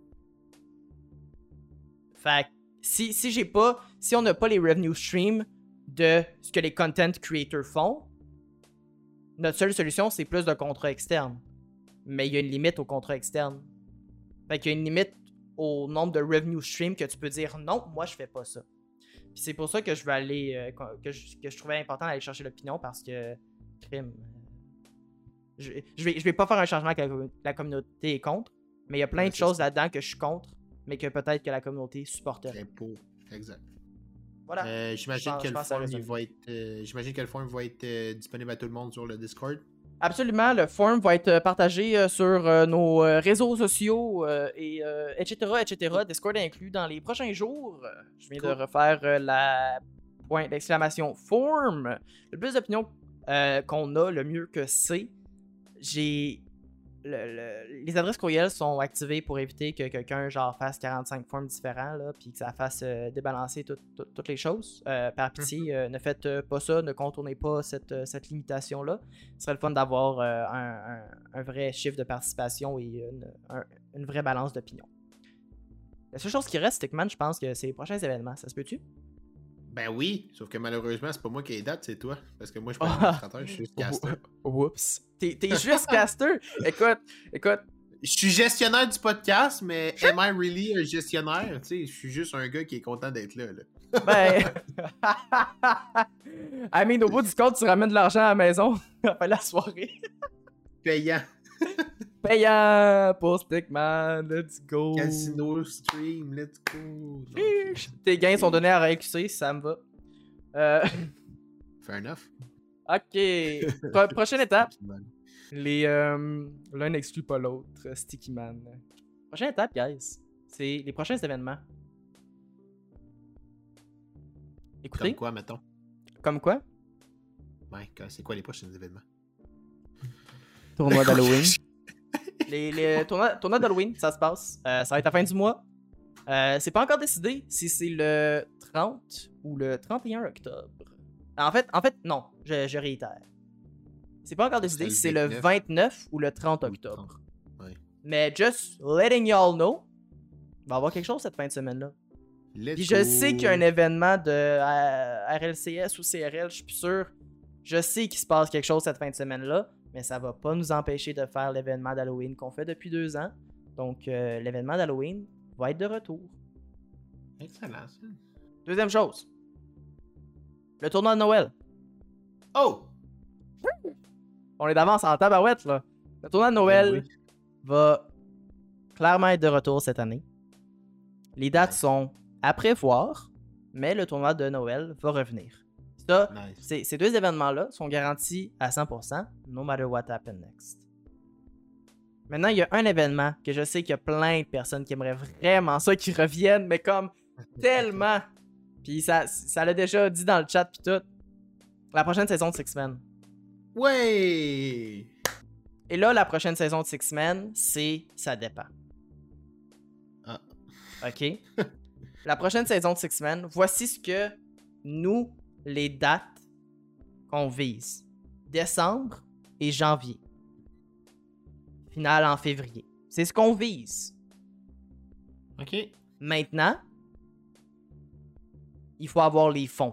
S2: Fait que si, si j'ai pas, si on n'a pas les revenue streams de ce que les content creators font, notre seule solution, c'est plus de contrats externes. Mais il y a une limite aux contrats externes. Fait qu'il y a une limite au nombre de revenue streams que tu peux dire non, moi je fais pas ça. Puis c'est pour ça que je veux aller, euh, que, je, que je trouvais important d'aller chercher l'opinion parce que, crime, je, je, vais, je vais pas faire un changement que la, la communauté est contre, mais il y a plein ouais, de choses ça. Là-dedans que je suis contre, mais que peut-être que la communauté supporterait.
S1: Pour. Exact.
S2: Voilà.
S1: Euh, j'imagine, pense, que le form, il va être, euh, j'imagine que le form va être euh, disponible à tout le monde sur le Discord.
S2: Absolument, le forum va être partagé euh, sur euh, nos euh, réseaux sociaux, euh, et euh, et cetera, et cetera. Discord est inclus dans les prochains jours. Je viens cool. de refaire euh, la point d'exclamation forum. Le plus d'opinions euh, qu'on a, le mieux que c'est. J'ai... Le, le... Les adresses courriels sont activées pour éviter que quelqu'un genre fasse quarante-cinq forums différents, là, puis que ça fasse euh, débalancer tout, tout, toutes les choses. Euh, par pitié, mm-hmm. euh, ne faites euh, pas ça, ne contournez pas cette, euh, cette limitation-là. Ce serait le fun d'avoir euh, un, un, un vrai chiffre de participation et une, un, une vraie balance d'opinion. La seule chose qui reste, Stickman, je pense que c'est les prochains événements. Ça se peut-tu?
S1: Ben oui, sauf que malheureusement, c'est pas moi qui ai les dates, c'est toi. Parce que moi, je suis pas administrateur, je suis juste caster.
S2: Oups. T'es, t'es juste caster? Écoute, écoute.
S1: Je suis gestionnaire du podcast, mais am I really un gestionnaire? Tu sais, je suis juste un gars qui est content d'être là, là.
S2: Ben... I mean, au bout du compte, tu ramènes de l'argent à la maison après la soirée.
S1: Payant.
S2: Payant pour Stickman, let's go.
S1: Casino stream, let's go. Non.
S2: Tes gains sont donnés à R L Q C, ça me va. Euh...
S1: Fair enough.
S2: Ok. Pro- prochaine étape. Les, euh, l'un n'exclut pas l'autre, Sticky Man. Prochaine étape, guys. C'est les prochains événements. Écoutez.
S1: Comme quoi, mettons?
S2: Comme quoi?
S1: Ouais, c'est quoi les prochains événements?
S2: Tournoi d'Halloween. Les, les tournois, tournois d'Halloween, ça se passe. Euh, ça va être à la fin du mois. Euh, c'est pas encore décidé si c'est le trente ou le trente et un octobre. En fait, en fait non, je, je réitère. C'est pas encore décidé si c'est le vingt-neuf ou le trente octobre.
S1: Ouais.
S2: Mais just letting y'all know, il va y avoir quelque chose cette fin de semaine-là.
S1: Let's
S2: Puis je
S1: go.
S2: sais qu'il y a un événement de euh, R L C S ou C R L, je suis plus sûr. Je sais qu'il se passe quelque chose cette fin de semaine-là. mais ça va pas nous empêcher de faire l'événement d'Halloween qu'on fait depuis deux ans. Donc, euh, l'événement d'Halloween va être de retour.
S1: Excellent, ça.
S2: Deuxième chose. Le tournoi de Noël.
S1: Oh!
S2: On est d'avance en tabarouette, là. Le tournoi de Noël
S1: Oui.
S2: va clairement être de retour cette année. Les dates sont à prévoir, mais le tournoi de Noël va revenir. Ça,
S1: Nice.
S2: c'est- ces deux événements-là sont garantis à cent pour cent, no matter what happens next. Maintenant, il y a un événement que je sais qu'il y a plein de personnes qui aimeraient vraiment ça, qui reviennent, mais comme tellement. Puis ça, ça l'a déjà dit dans le chat puis tout. La prochaine saison de Six-Men.
S1: Ouais!
S2: Et là, la prochaine saison de Six-Men, c'est ça dépend.
S1: Ah.
S2: OK? La prochaine saison de Six-Men, voici ce que nous, les dates qu'on vise. Décembre et janvier. Finale en février. C'est ce qu'on vise.
S1: OK.
S2: Maintenant, il faut avoir les fonds.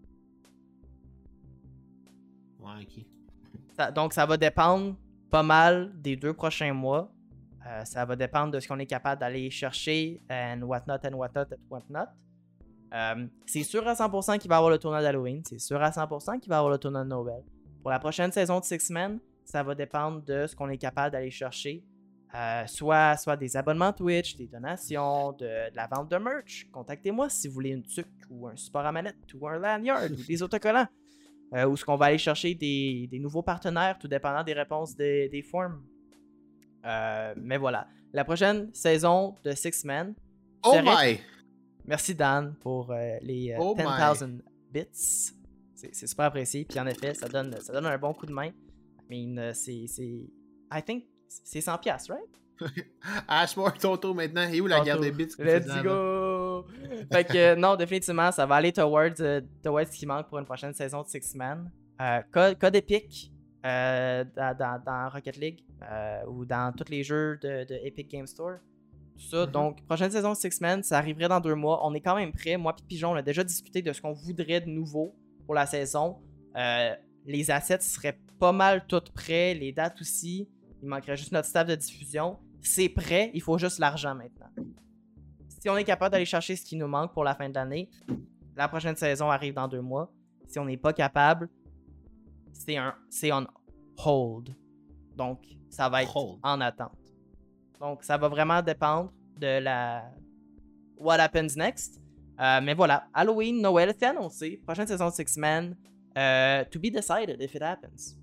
S1: Ouais, OK.
S2: Ça- donc, ça va dépendre pas mal des deux prochains mois. Euh, ça va dépendre de ce qu'on est capable d'aller chercher and whatnot and whatnot and whatnot. Euh, c'est sûr à cent pour cent qu'il va y avoir le tournoi d'Halloween. C'est sûr à cent pour cent qu'il va y avoir le tournoi de Noël. Pour la prochaine saison de Six-Men, ça va dépendre de ce qu'on est capable d'aller chercher. Euh, soit, soit des abonnements Twitch, des donations, de, de la vente de merch. Contactez-moi si vous voulez une tuque ou un support à manette ou un lanyard ou des autocollants. Euh, ou est-ce qu'on va aller chercher des, des nouveaux partenaires, tout dépendant des réponses des, des forums. Euh, mais voilà. La prochaine saison de Six-Men.
S1: Oh
S2: serait-
S1: my!
S2: Merci Dan pour euh, les euh,
S1: Oh
S2: ten
S1: my.
S2: mille bits. C'est c'est super apprécié. Puis en effet, ça donne, ça donne un bon coup de main. I mean, euh, c'est. c'est- I think c'est cent piastres, right?
S1: Ashmore Toto maintenant. Et où la
S2: Toto.
S1: garde des bits? qu'on
S2: Let's
S1: faisait avant?
S2: go! Fait que euh, non, définitivement, ça va aller towards, euh, towards ce qui manque pour une prochaine saison de Six-Man. Euh, code, code Epic euh, dans, dans, dans Rocket League euh, ou dans tous les jeux de, de Epic Game Store. Tout ça.
S1: Mhm.
S2: Donc, prochaine saison de Six-Man, ça arriverait dans deux mois. On est quand même prêt. Moi et Pigeon, on a déjà discuté de ce qu'on voudrait de nouveau pour la saison. Euh, les assets seraient pas mal tous prêts. Les dates aussi. Il manquerait juste notre staff de diffusion. C'est prêt. Il faut juste l'argent maintenant. Si on est capable d'aller chercher ce qui nous manque pour la fin de l'année, la prochaine saison arrive dans deux mois. Si on n'est pas capable, c'est un, c'est on hold. Donc, ça va être
S1: Hold.
S2: en attente. Donc, ça va vraiment dépendre de la what happens next. Euh, mais voilà, Halloween, Noël, c'est annoncé. Prochaine saison de Six-Men. Euh, to be decided if it happens.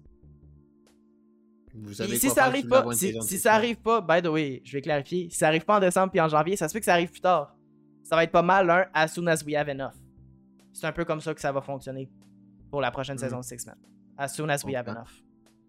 S1: Vous
S2: Et
S1: savez
S2: si
S1: quoi
S2: ça
S1: faire
S2: arrive
S1: si vous
S2: pas,
S1: voulez avoir une
S2: si,
S1: saison de
S2: si
S1: Six-Men.
S2: ça arrive pas, by the way, je vais clarifier. Si ça arrive pas en décembre puis en janvier, ça se peut que ça arrive plus tard. Ça va être pas mal un as soon as we have enough. C'est un peu comme ça que ça va fonctionner pour la prochaine
S1: Mm.
S2: saison de Six-Men. As soon as we have
S1: Comprends.
S2: enough.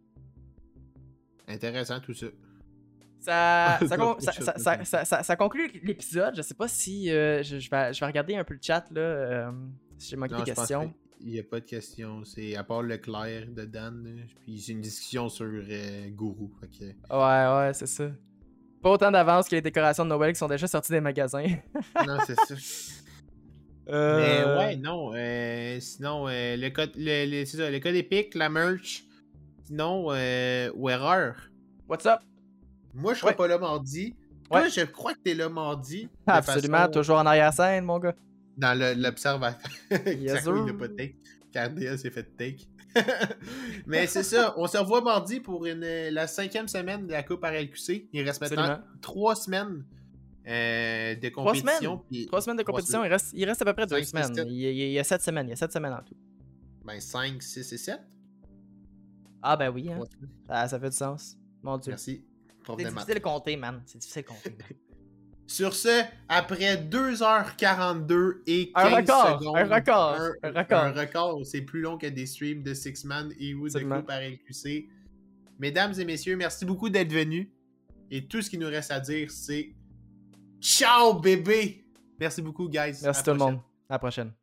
S1: Intéressant tout ça.
S2: Ça, ça, con-
S1: Pas
S2: ça,
S1: de
S2: ça,
S1: shot,
S2: ça,
S1: pas
S2: ça- ça- ça conclut l'épisode. Je sais pas si euh, je, je vais, je vais regarder un peu le chat là. euh, si j'ai manqué
S1: Non,
S2: des
S1: je pense
S2: questions.
S1: qu'il n'y a pas de questions. C'est à part Leclerc de Dan. là, Puis c'est une discussion sur euh, Gourou. Fait que...
S2: Ouais, ouais, c'est ça. Pas autant d'avance que les décorations de Noël qui sont déjà sorties des magasins.
S1: Non, c'est ça. Mais
S2: Euh,
S1: ouais, non. euh, sinon, euh, le code le, le- c'est ça, le code Epic, la merch. Sinon, euh, ou erreur.
S2: What's up?
S1: Moi, je serai
S2: Ouais.
S1: pas là mardi.
S2: Ouais.
S1: Toi, je crois que t'es là mardi. de
S2: Absolument,
S1: façon-
S2: toujours en arrière-scène, mon gars.
S1: Dans le- l'observatoire.
S2: Yes,
S1: Ça, il
S2: sir.
S1: n'a pas de take. Car D A s'est fait take. Mais c'est ça. On se revoit mardi pour une, la cinquième semaine de la Coupe R L Q C. Il reste maintenant
S2: Absolument.
S1: trois semaines euh, de
S2: Trois
S1: compétition.
S2: semaines?
S1: puis-
S2: Trois semaines de
S1: trois
S2: compétition, il reste, il reste à peu près deux
S1: Cinq, six,
S2: semaines.
S1: sept.
S2: Il y, a, il y a sept semaines, il y a sept semaines en tout.
S1: Ben, cinq, six et sept.
S2: Ah ben oui, hein.
S1: Trois semaines.
S2: Ça, ça fait du sens. Mon dieu.
S1: Merci. Prof
S2: C'est
S1: de maths.
S2: difficile de compter, man. C'est difficile de compter.
S1: Sur ce, après deux heures quarante-deux et
S2: Un
S1: quinze
S2: record,
S1: secondes...
S2: un record,
S1: Un,
S2: un record.
S1: un record. C'est plus long que des streams de Six Man et ou de
S2: Absolument.
S1: Coupe R L Q C. Mesdames et messieurs, merci beaucoup d'être venus. Et tout ce qu'il nous reste à dire, c'est... Ciao, bébé! Merci beaucoup, guys. À
S2: Merci
S1: la
S2: tout le
S1: prochaine.
S2: monde. À la prochaine.